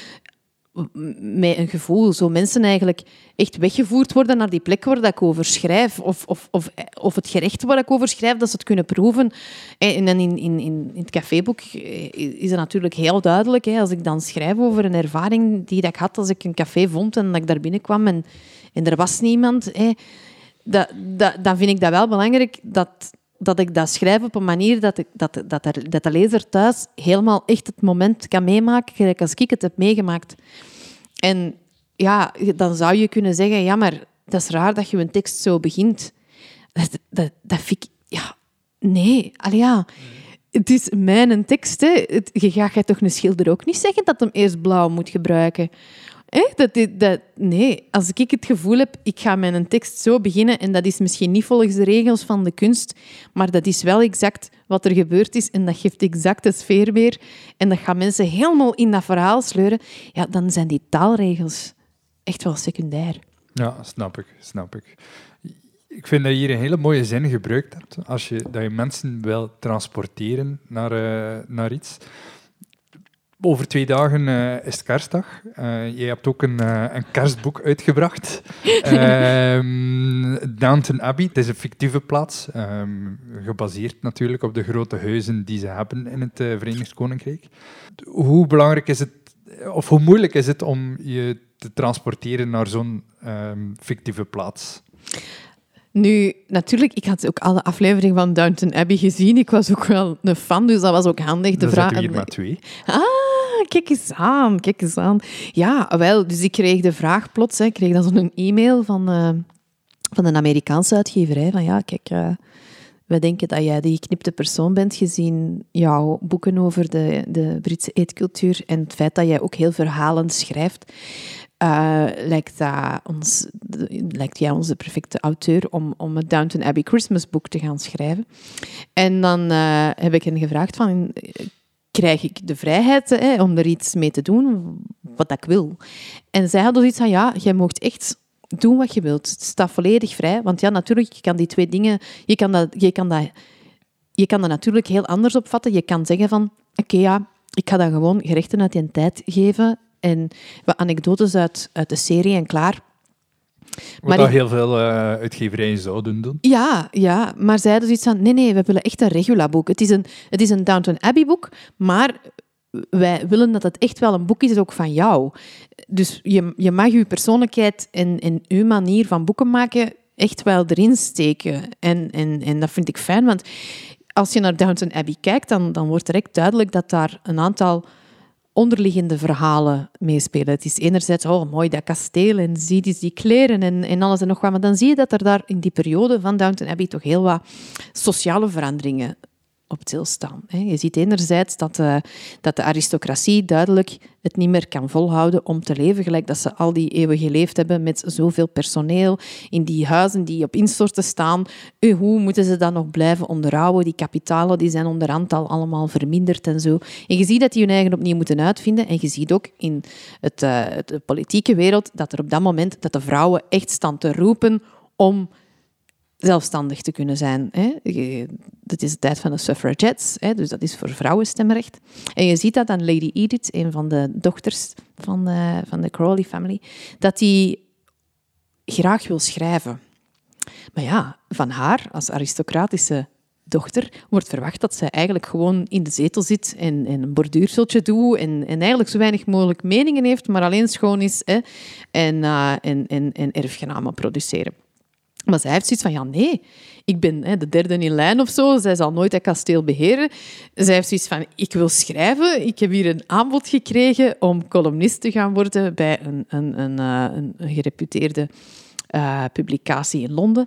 Speaker 3: met een gevoel, zo mensen eigenlijk echt weggevoerd worden naar die plek waar dat ik over schrijf, of, of, of, of het gerecht waar ik over schrijf, dat ze het kunnen proeven. En in, in, in, in het caféboek is het natuurlijk heel duidelijk, hè, als ik dan schrijf over een ervaring die ik had als ik een café vond en dat ik daar binnenkwam en, en er was niemand, hè, dat, dat, dan vind ik dat wel belangrijk dat... dat ik dat schrijf op een manier dat, ik, dat, dat, er, dat de lezer thuis helemaal echt het moment kan meemaken, gelijk als ik het heb meegemaakt. En ja, dan zou je kunnen zeggen, ja, maar dat is raar dat je een tekst zo begint. Dat, dat, dat vind ik... Ja, nee. Allee, ja. Het is mijn tekst, hè. Het, je gaat toch een schilder ook niet zeggen dat hem eerst blauw moet gebruiken. Eh, dat, dat, nee, als ik het gevoel heb, ik ga mijn tekst zo beginnen, en dat is misschien niet volgens de regels van de kunst, maar dat is wel exact wat er gebeurd is en dat geeft exact de sfeer weer en dat gaat mensen helemaal in dat verhaal sleuren, ja, dan zijn die taalregels echt wel secundair.
Speaker 2: Ja, snap ik, snap ik. Ik vind dat je hier een hele mooie zin gebruikt hebt. Als je, dat je mensen wil transporteren naar, uh, naar iets. Over twee dagen uh, is het kerstdag. Uh, je hebt ook een, uh, een kerstboek uitgebracht. um, Downton Abbey, het is een fictieve plaats. Um, gebaseerd natuurlijk op de grote huizen die ze hebben in het uh, Verenigd Koninkrijk. Hoe belangrijk is het, of hoe moeilijk is het om je te transporteren naar zo'n um, fictieve plaats?
Speaker 3: Nu, natuurlijk, ik had ook alle afleveringen van Downton Abbey gezien. Ik was ook wel een fan, dus dat was ook handig.
Speaker 2: Dan zitten we hier maar twee.
Speaker 3: Ah, kijk eens aan, kijk eens aan. Ja, wel, dus ik kreeg de vraag plots, hè, ik kreeg dan zo'n e-mail van, uh, van een Amerikaanse uitgeverij, van ja, kijk, uh, wij denken dat jij de geknipte persoon bent, gezien jouw boeken over de, de Britse eetcultuur en het feit dat jij ook heel verhalend schrijft. Uh, lijkt, dat ons, de, lijkt jij ons de perfecte auteur om, om het Downton Abbey Christmas boek te gaan schrijven. En dan uh, heb ik hen gevraagd van, krijg ik de vrijheid hè, om er iets mee te doen wat ik wil? En zij hadden zoiets van, ja, jij mag echt doen wat je wilt. Het staat volledig vrij, want ja, natuurlijk, je kan die twee dingen, je kan dat, je kan dat, je kan dat natuurlijk heel anders opvatten. Je kan zeggen van, oké, okay, ja, ik ga dan gewoon gerechten uit die tijd geven en wat anekdotes uit, uit de serie en klaar.
Speaker 2: Wat maar dat ik, heel veel uh, uitgeverijen zouden doen.
Speaker 3: Ja, ja, maar zij hadden zoiets van, nee, nee, we willen echt een regula-boek. Het is een, het is een Downton Abbey-boek, maar wij willen dat het echt wel een boek is ook van jou. Dus je, je mag je persoonlijkheid en, en je manier van boeken maken echt wel erin steken. En, en, en dat vind ik fijn, want als je naar Downton Abbey kijkt, dan, dan wordt direct duidelijk dat daar een aantal onderliggende verhalen meespelen. Het is enerzijds, oh mooi, dat kasteel en zie die, die kleren en, en alles en nog wat. Maar dan zie je dat er daar in die periode van Downton Abbey toch heel wat sociale veranderingen op stilstaan. Je ziet enerzijds dat de, dat de aristocratie duidelijk het niet meer kan volhouden om te leven, gelijk dat ze al die eeuwen geleefd hebben met zoveel personeel in die huizen die op instorten staan. Hoe moeten ze dat nog blijven onderhouden? Die kapitalen die zijn onderhand al allemaal verminderd en zo. En je ziet dat die hun eigen opnieuw moeten uitvinden. En je ziet ook in het, uh, de politieke wereld dat er op dat moment dat de vrouwen echt staan te roepen om zelfstandig te kunnen zijn. Hè. Dat is de tijd van de suffragettes, hè, dus dat is voor vrouwenstemrecht. En je ziet dat aan Lady Edith, een van de dochters van de, van de Crawley family, dat die graag wil schrijven. Maar ja, van haar, als aristocratische dochter, wordt verwacht dat zij eigenlijk gewoon in de zetel zit en, en een borduurseltje doet en, en eigenlijk zo weinig mogelijk meningen heeft, maar alleen schoon is hè, en, uh, en, en, en erfgenamen produceren. Maar zij heeft zoiets van, ja, nee, ik ben hè, de derde in lijn of zo. Zij zal nooit dat kasteel beheren. Zij heeft zoiets van, ik wil schrijven. Ik heb hier een aanbod gekregen om columnist te gaan worden bij een, een, een, een, een gereputeerde uh, publicatie in Londen.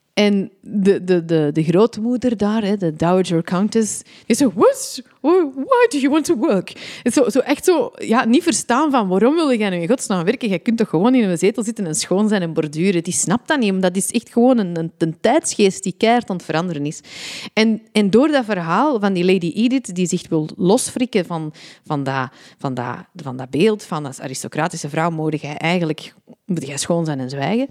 Speaker 3: En de, de, de, de grootmoeder daar, hè, de Dowager Countess, die zo, what? Why do you want to work? Zo, zo echt zo, ja, niet verstaan van waarom wil jij nu in godsnaam werken? Jij kunt toch gewoon in een zetel zitten en schoon zijn en borduren? Die snapt dat niet, omdat dat is echt gewoon een, een, een tijdsgeest die keihard aan het veranderen is. En, en door dat verhaal van die Lady Edith, die zich wil losfrikken van, van, dat, van, dat, van dat beeld van als aristocratische vrouw moet jij eigenlijk moet jij schoon zijn en zwijgen.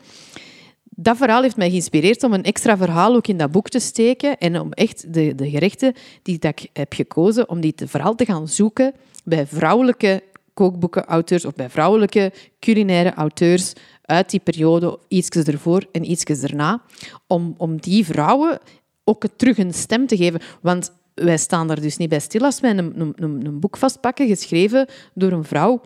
Speaker 3: Dat verhaal heeft mij geïnspireerd om een extra verhaal ook in dat boek te steken en om echt de, de gerechten die ik heb gekozen, om die te, vooral te gaan zoeken bij vrouwelijke kookboekenauteurs of bij vrouwelijke culinaire auteurs uit die periode, ietsjes ervoor en ietsjes erna, om, om die vrouwen ook terug een stem te geven. Want wij staan daar dus niet bij stil als wij een, een, een, een boek vastpakken, geschreven door een vrouw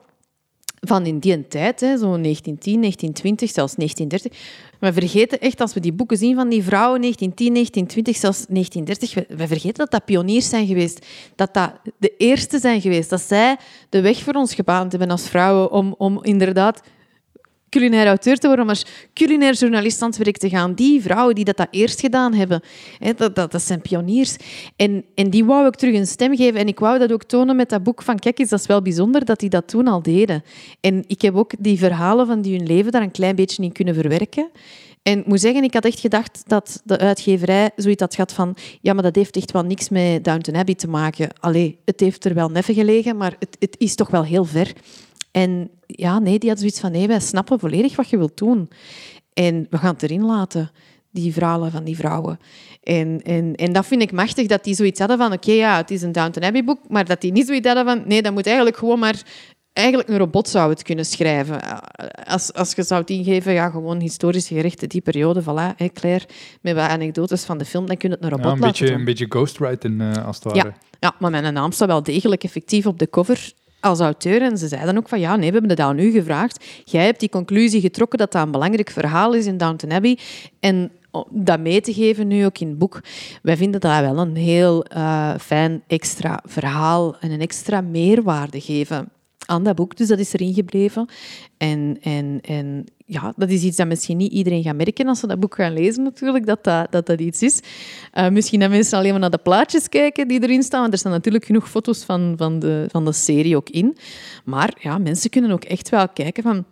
Speaker 3: van in die tijd, zo negentien tien, negentien twintig, zelfs negentien dertig. We vergeten echt, als we die boeken zien van die vrouwen, negentien tien, negentien twintig, zelfs negentien dertig, we, we vergeten dat dat pioniers zijn geweest. Dat dat de eerste zijn geweest. Dat zij de weg voor ons gebaand hebben als vrouwen om, om inderdaad culinair auteur te worden, maar als culinair journalist aan het werk te gaan. Die vrouwen die dat, dat eerst gedaan hebben, hè, dat, dat, dat zijn pioniers. En, en die wou ik terug een stem geven. En ik wou dat ook tonen met dat boek van, kijk eens, dat is wel bijzonder dat die dat toen al deden. En ik heb ook die verhalen van die hun leven daar een klein beetje in kunnen verwerken. En ik moet zeggen, ik had echt gedacht dat de uitgeverij zoiets had gehad van, ja, maar dat heeft echt wel niks met Downton Abbey te maken. Allee, het heeft er wel neffen gelegen, maar het, het is toch wel heel ver. En ja, nee, die had zoiets van, nee, wij snappen volledig wat je wilt doen. En we gaan het erin laten. die verhalen van die vrouwen. En, en, en dat vind ik machtig, dat die zoiets hadden van... Oké, okay, ja, het is een Downton Abbey-boek, maar dat die niet zoiets hadden van... Nee, dat moet eigenlijk gewoon maar... Eigenlijk een robot zou het kunnen schrijven. Als, als je zou het ingeven, ja, gewoon historische gerechten, die periode, voilà, hè, Claire, met wat anekdotes van de film, dan kun je het een robot
Speaker 2: ja, een
Speaker 3: laten
Speaker 2: beetje,
Speaker 3: doen.
Speaker 2: Een beetje ghostwriting, uh, als het ware.
Speaker 3: Ja, ja, maar mijn naam staat wel degelijk effectief op de cover als auteur. En ze zeiden ook van, ja, nee, we hebben het aan u gevraagd. Jij hebt die conclusie getrokken dat dat een belangrijk verhaal is in Downton Abbey. En dat mee te geven nu ook in het boek. Wij vinden dat wel een heel uh, fijn extra verhaal en een extra meerwaarde geven aan dat boek. Dus dat is erin gebleven. En, en, en ja, dat is iets dat misschien niet iedereen gaat merken als ze dat boek gaan lezen, natuurlijk, dat dat, dat, dat iets is. Uh, misschien dat mensen alleen maar naar de plaatjes kijken die erin staan, want er staan natuurlijk genoeg foto's van, van, de, van de serie ook in. Maar ja, mensen kunnen ook echt wel kijken van...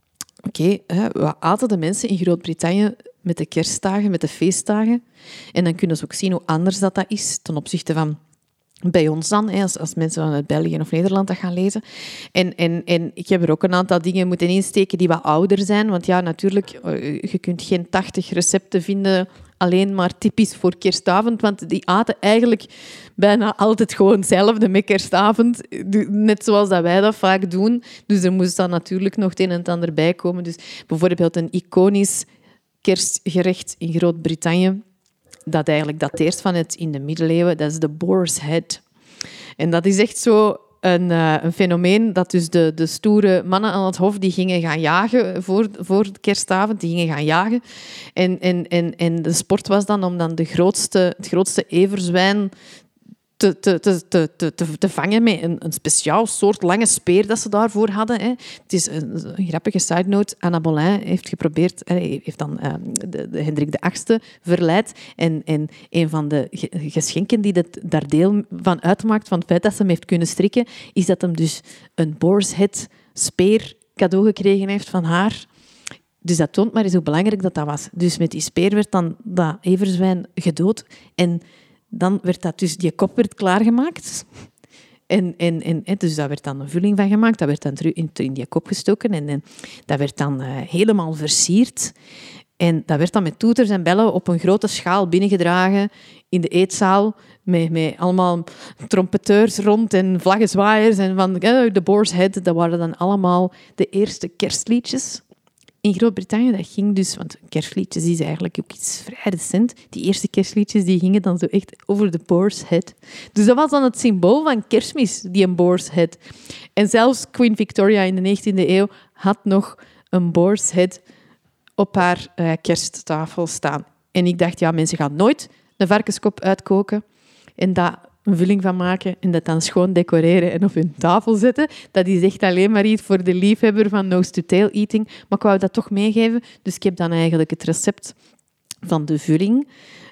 Speaker 3: Oké, okay, wat aten de mensen in Groot-Brittannië met de kerstdagen, met de feestdagen? En dan kunnen ze ook zien hoe anders dat, dat is ten opzichte van... Bij ons dan, als, als mensen vanuit België of Nederland dat gaan lezen. En, en, en ik heb er ook een aantal dingen moeten insteken die wat ouder zijn. Want ja, natuurlijk, je kunt geen tachtig recepten vinden alleen maar typisch voor kerstavond. Want die aten eigenlijk bijna altijd gewoon hetzelfde met kerstavond. Net zoals dat wij dat vaak doen. Dus er moest dan natuurlijk nog het een en het ander bij komen. Dus bijvoorbeeld een iconisch kerstgerecht in Groot-Brittannië, dat eigenlijk dateert van het in de middeleeuwen, dat is de boar's head. En dat is echt zo een, uh, een fenomeen dat dus de, de stoere mannen aan het hof die gingen gaan jagen voor, voor kerstavond, die gingen gaan jagen. En, en, en, en de sport was dan om dan de grootste, het grootste everzwijn Te, te, te, te, te, te vangen met een, een speciaal soort lange speer dat ze daarvoor hadden. Hè. Het is een, een grappige side note. Anna Boleyn heeft geprobeerd, heeft dan uh, de, de Hendrik de Achtste verleid. En, en een van de geschenken die dat, daar deel van uitmaakt, van het feit dat ze hem heeft kunnen strikken, is dat hem dus een boar's head speer cadeau gekregen heeft van haar. Dus dat toont maar eens hoe belangrijk dat, dat was. Dus met die speer werd dan dat everzwijn gedood. En dan werd dat dus, die kop werd klaargemaakt. En, en, en, dus daar werd dan een vulling van gemaakt. Dat werd dan terug in, in die kop gestoken. En, en dat werd dan uh, helemaal versierd. En dat werd dan met toeters en bellen op een grote schaal binnengedragen in de eetzaal. Met, met allemaal trompeteurs rond en vlaggenzwaaiers. En van uh, de Boar's Head, dat waren dan allemaal de eerste kerstliedjes. In Groot-Brittannië, dat ging dus... Want kerstliedjes is eigenlijk ook iets vrij recent. Die eerste kerstliedjes die gingen dan zo echt over de Boar's Head. Dus dat was dan het symbool van kerstmis, die een Boar's Head. En zelfs Queen Victoria in de negentiende eeuw had nog een Boar's Head op haar uh, kersttafel staan. En ik dacht, ja, mensen gaan nooit een varkenskop uitkoken en dat een vulling van maken en dat dan schoon decoreren en op hun tafel zetten. Dat is echt alleen maar iets voor de liefhebber van nose-to-tail eating. Maar ik wou dat toch meegeven. Dus ik heb dan eigenlijk het recept van de vulling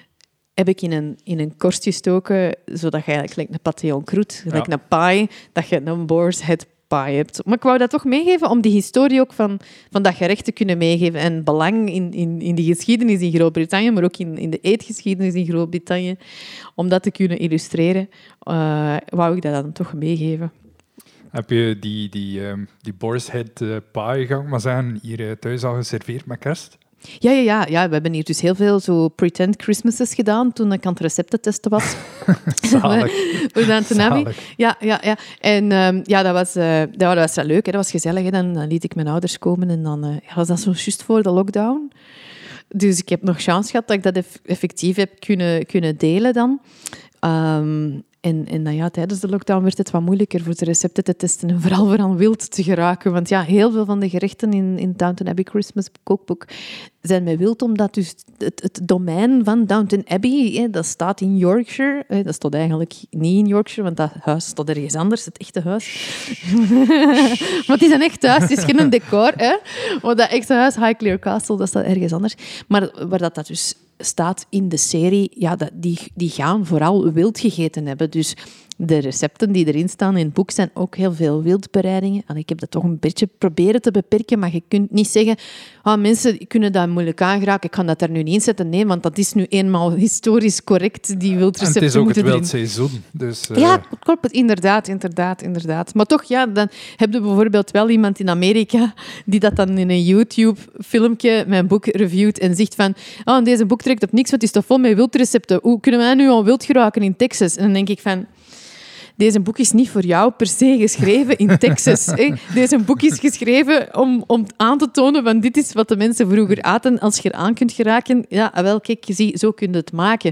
Speaker 3: heb ik in een, in een korst gestoken, zodat je eigenlijk like een pâté en croûte, ja. like een pie, dat je een Boar's Head pie hebt. Maar ik wou dat toch meegeven om die historie ook van, van dat gerecht te kunnen meegeven. En belang in, in, in die geschiedenis in Groot-Brittannië, maar ook in, in de eetgeschiedenis in Groot-Brittannië, om dat te kunnen illustreren, uh, wou ik dat dan toch meegeven.
Speaker 2: Heb je die, die, um, die Boar's Head uh, pie, ga ik maar zeggen, hier uh, thuis al geserveerd met kerst?
Speaker 3: Ja, ja, ja, ja, we hebben hier dus heel veel zo pretend Christmases gedaan toen ik aan het recepten testen was.
Speaker 2: Zalig.
Speaker 3: Voor Downton Abbey. Ja, ja, ja. En um, ja, dat was, uh, dat was wel leuk. Hè. Dat was gezellig. Hè. Dan, dan liet ik mijn ouders komen en dan uh, ja, was dat zo juist voor de lockdown. Dus ik heb nog chance gehad dat ik dat eff- effectief heb kunnen, kunnen delen dan. Um, En, en dan, ja, tijdens de lockdown werd het wat moeilijker voor de recepten te testen en vooral voor aan wild te geraken. Want ja, heel veel van de gerechten in, in Downton Abbey Christmas kookboek zijn met wild, omdat dus het, het domein van Downton Abbey, hè, dat staat in Yorkshire. Hè, dat staat eigenlijk niet in Yorkshire, want dat huis staat ergens anders, het echte huis. Maar het is een echt huis, het is geen decor. Hè. Maar dat echte huis, Highclere Castle, dat staat ergens anders. Maar waar dat, dat dus staat in de serie, ja, dat, die, die gaan vooral wild gegeten hebben. Dus de recepten die erin staan in het boek zijn ook heel veel wildbereidingen. En ik heb dat toch een beetje proberen te beperken, maar je kunt niet zeggen, oh, mensen kunnen dat moeilijk aangeraken, ik kan dat er nu niet in zetten. Nee, want dat is nu eenmaal historisch correct, die wildrecepten.
Speaker 2: En het is ook
Speaker 3: moeten
Speaker 2: het
Speaker 3: erin.
Speaker 2: wildseizoen. Dus, uh...
Speaker 3: Ja, klopt. Inderdaad, inderdaad, inderdaad. Maar toch, ja, dan heb je bijvoorbeeld wel iemand in Amerika die dat dan in een YouTube-filmpje mijn boek reviewt en zegt van, oh, deze boek trekt op niks, want het is toch vol met wildrecepten. Hoe kunnen wij nu al wild geraken in Texas? En dan denk ik van... Deze boek is niet voor jou per se geschreven in Texas. Hè. Deze boek is geschreven om, om aan te tonen van dit is wat de mensen vroeger aten. Als je eraan kunt geraken, ja, wel, kijk, je ziet, zo kun je het maken.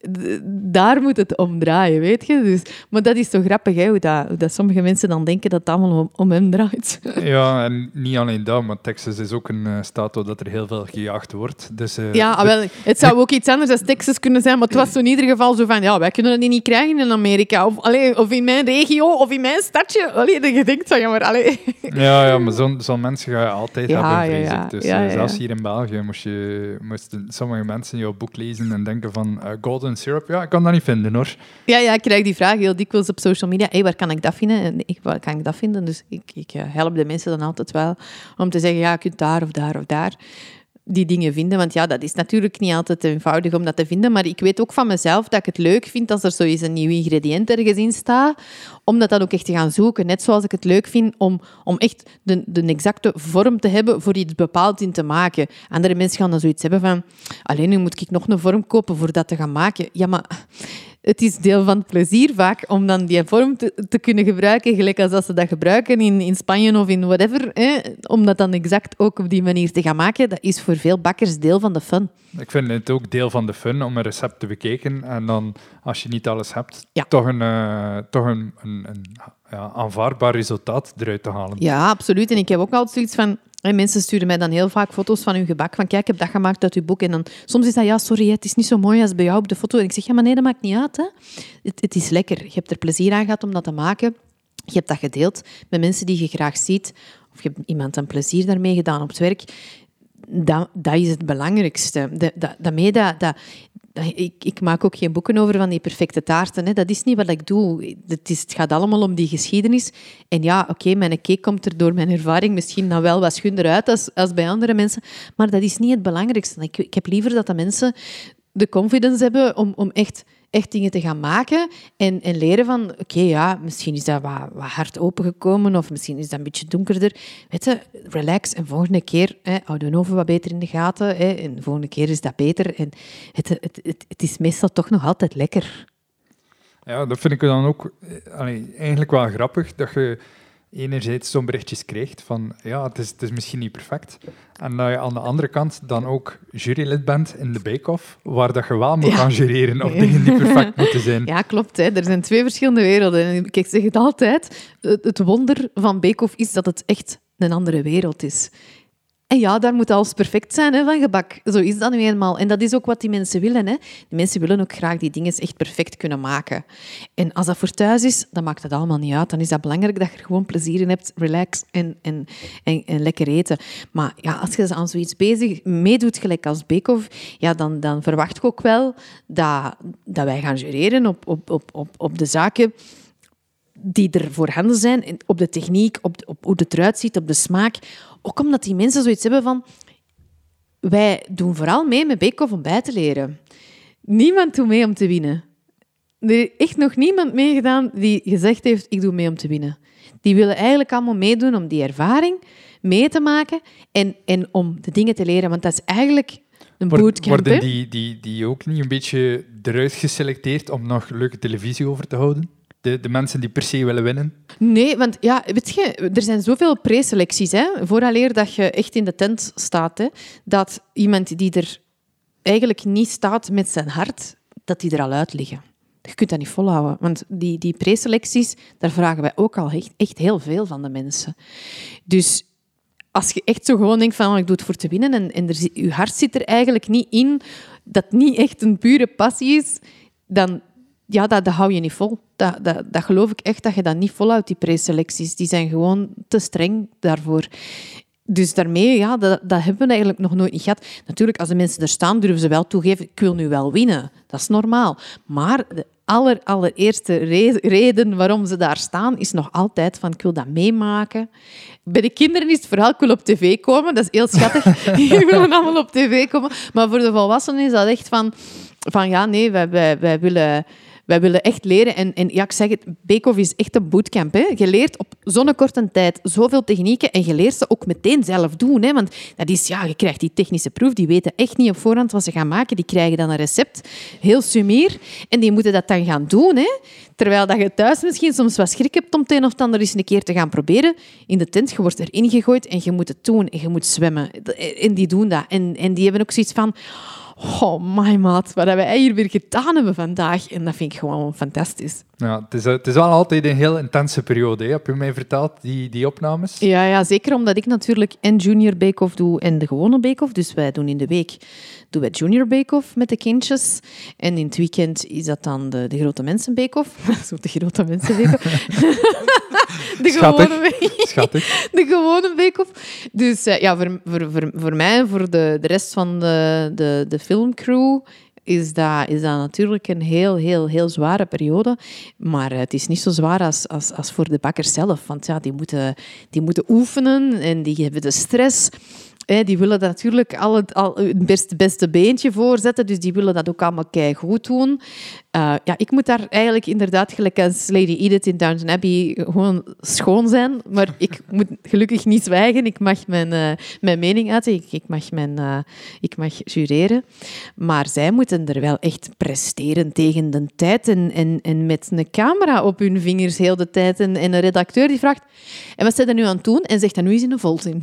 Speaker 3: Daar moet het om draaien, weet je. Dus, maar dat is zo grappig, hè, hoe, dat, hoe dat sommige mensen dan denken dat het allemaal om, om hem draait.
Speaker 2: Ja, en niet alleen dat, maar Texas is ook een uh, staat waar er heel veel gejaagd wordt. Dus, uh,
Speaker 3: ja, wel, het zou ook iets anders dan Texas kunnen zijn, maar het was zo in ieder geval zo van, ja, wij kunnen dat niet krijgen in Amerika. Of, allee, of in mijn regio, of in mijn stadje. Allee, dat je denkt van, ja, maar allee.
Speaker 2: Ja, ja, maar zo'n zo mensen ga je altijd
Speaker 3: ja,
Speaker 2: hebben, vrees
Speaker 3: ja,
Speaker 2: ik. Dus
Speaker 3: ja, ja,
Speaker 2: uh,
Speaker 3: ja.
Speaker 2: zelfs hier in België moest je, moesten sommige mensen jouw boek lezen en denken van uh, golden syrup, ja, ik kan dat niet vinden, hoor.
Speaker 3: Ja, ja, ik krijg die vraag heel dikwijls op social media. Hey, waar kan ik dat vinden? En ik, waar kan ik dat vinden? Dus ik, ik help de mensen dan altijd wel om te zeggen, ja, je kunt daar of daar of daar die dingen vinden. Want ja, dat is natuurlijk niet altijd eenvoudig om dat te vinden. Maar ik weet ook van mezelf dat ik het leuk vind als er zo eens een nieuw ingrediënt ergens in staat, om dat dan ook echt te gaan zoeken. Net zoals ik het leuk vind om, om echt de, de exacte vorm te hebben voor iets bepaald in te maken. Andere mensen gaan dan zoiets hebben van, alleen nu moet ik nog een vorm kopen voor dat te gaan maken. Ja, maar... Het is deel van het plezier vaak om dan die vorm te, te kunnen gebruiken, gelijk als dat ze dat gebruiken in, in Spanje of in whatever. Hè, om dat dan exact ook op die manier te gaan maken, dat is voor veel bakkers deel van de fun.
Speaker 2: Ik vind het ook deel van de fun om een recept te bekijken en dan, als je niet alles hebt,
Speaker 3: ja.
Speaker 2: toch een, uh, toch een, een, een ja, aanvaardbaar resultaat eruit te halen.
Speaker 3: Ja, absoluut. En ik heb ook altijd zoiets van... Hè, mensen sturen mij dan heel vaak foto's van hun gebak. Van, kijk, ik heb dat gemaakt uit uw boek. En dan, soms is dat, ja, sorry, het is niet zo mooi als bij jou op de foto. En ik zeg, ja, maar nee, dat maakt niet uit. Hè. Het, het is lekker. Je hebt er plezier aan gehad om dat te maken. Je hebt dat gedeeld met mensen die je graag ziet. Of je hebt iemand een plezier daarmee gedaan op het werk. Dat, dat is het belangrijkste. Dat, dat, daarmee dat... dat Ik, ik maak ook geen boeken over van die perfecte taarten. Hè. Dat is niet wat ik doe. Het, is, het gaat allemaal om die geschiedenis. En ja, oké, okay, mijn cake komt er door mijn ervaring misschien dan wel wat schunder uit als, als bij andere mensen. Maar dat is niet het belangrijkste. Ik, ik heb liever dat de mensen de confidence hebben om, om echt, echt dingen te gaan maken en, en leren van, oké, okay, ja, misschien is dat wat, wat hard opengekomen of misschien is dat een beetje donkerder. Weet je, relax en volgende keer hè, hou de oven wat beter in de gaten hè, en de volgende keer is dat beter. En het, het, het, het is meestal toch nog altijd lekker.
Speaker 2: Ja, dat vind ik dan ook allee, eigenlijk wel grappig, dat je enerzijds zo'n berichtjes krijgt van, ja, het is, het is misschien niet perfect. En dat je aan de andere kant dan ook jurylid bent in de Bake-Off, waar dat je wel moet
Speaker 3: ja.
Speaker 2: gaan jureren of dingen die perfect moeten zijn.
Speaker 3: Ja, klopt. Hè. Er zijn twee verschillende werelden. En ik zeg het altijd, het wonder van Bake-Off is dat het echt een andere wereld is. En ja, daar moet alles perfect zijn hè, van gebak. Zo is dat nu eenmaal. En dat is ook wat die mensen willen. Hè. Die mensen willen ook graag die dingen echt perfect kunnen maken. En als dat voor thuis is, dan maakt dat allemaal niet uit. Dan is dat belangrijk dat je er gewoon plezier in hebt, relax en, en, en, en lekker eten. Maar ja, als je aan zoiets bezig meedoet, gelijk als Bake-Off, ja, dan, dan verwacht ik ook wel dat, dat wij gaan jureren op, op, op, op, op de zaken die er voorhanden zijn, op de techniek, op, de, op hoe het eruit ziet, op de smaak. Ook omdat die mensen zoiets hebben van... Wij doen vooral mee met Bake-Off om bij te leren. Niemand doet mee om te winnen. Er heeft echt nog niemand meegedaan die gezegd heeft, ik doe mee om te winnen. Die willen eigenlijk allemaal meedoen om die ervaring mee te maken en, en om de dingen te leren. Want dat is eigenlijk een bootcamp.
Speaker 2: Worden die, die, die ook niet een beetje eruit geselecteerd om nog leuke televisie over te houden? De, de mensen die per se willen winnen?
Speaker 3: Nee, want ja, weet je, er zijn zoveel preselecties, hè, vooraleer dat je echt in de tent staat, hè, dat iemand die er eigenlijk niet staat met zijn hart, dat die er al uit liggen. Je kunt dat niet volhouden, want die, die preselecties, daar vragen wij ook al echt, echt heel veel van de mensen. Dus als je echt zo gewoon denkt van, oh, ik doe het voor te winnen en, en er, je hart zit er eigenlijk niet in, dat niet echt een pure passie is, dan... Ja, dat, dat hou je niet vol. Dat, dat, dat geloof ik echt, dat je dat niet volhoudt, die preselecties. Die zijn gewoon te streng daarvoor. Dus daarmee, ja, dat, dat hebben we eigenlijk nog nooit niet gehad. Natuurlijk, als de mensen er staan, durven ze wel toegeven, ik wil nu wel winnen. Dat is normaal. Maar de aller, allereerste re- reden waarom ze daar staan, is nog altijd van, ik wil dat meemaken. Bij de kinderen is het vooral, ik wil op tv komen. Dat is heel schattig. Die willen allemaal op tv komen. Maar voor de volwassenen is dat echt van, van ja, nee, wij, wij, wij willen... Wij willen echt leren. En, en ja, ik zeg het, Bake-Off is echt een bootcamp. Hè. Je leert op zo'n korte tijd zoveel technieken en je leert ze ook meteen zelf doen. Hè. Want dat is, ja, je krijgt die technische proef. Die weten echt niet op voorhand wat ze gaan maken. Die krijgen dan een recept, heel sumier. En die moeten dat dan gaan doen. Hè. Terwijl dat je thuis misschien soms wat schrik hebt om het een of het ander eens een keer te gaan proberen. In de tent, je wordt erin gegooid en je moet het doen. En je moet zwemmen. En die doen dat. En, en die hebben ook zoiets van... Oh, my maat, wat hebben wij hier weer gedaan hebben vandaag. En dat vind ik gewoon fantastisch.
Speaker 2: Ja, het, is, het is wel altijd een heel intense periode, hè? Heb je mij verteld, die, die opnames?
Speaker 3: Ja, ja, zeker omdat ik natuurlijk en Junior Bake-Off doe en de gewone Bake-Off. Dus wij doen in de week doen wij Junior Bake-Off met de kindjes. En in het weekend is dat dan de, de grote mensen Bake-Off. Zo, de grote mensen Bake-Off. De
Speaker 2: Schattig.
Speaker 3: gewone Bake-Off.
Speaker 2: Schattig.
Speaker 3: De gewone Bake-Off. Dus uh, ja, voor, voor, voor, voor mij en voor de, de rest van de, de, de filmcrew is dat, is dat natuurlijk een heel, heel, heel zware periode. Maar uh, het is niet zo zwaar als, als, als voor de bakkers zelf. Want ja, die moeten, die moeten oefenen en die hebben de stress. Hey, die willen dat natuurlijk al het, al het beste, beste beentje voorzetten, dus die willen dat ook allemaal keigoed doen. Uh, ja, ik moet daar eigenlijk inderdaad, gelijk als Lady Edith in Downton Abbey, gewoon schoon zijn. Maar ik moet gelukkig niet zwijgen. Ik mag mijn, uh, mijn mening uiten. Ik, ik, mag mijn, uh, ik mag jureren. Maar zij moeten er wel echt presteren tegen de tijd. En, en, en met een camera op hun vingers heel de tijd. En, en een redacteur die vraagt... En wat zijn er nu aan het doen? En zegt dat nu eens in een volzin.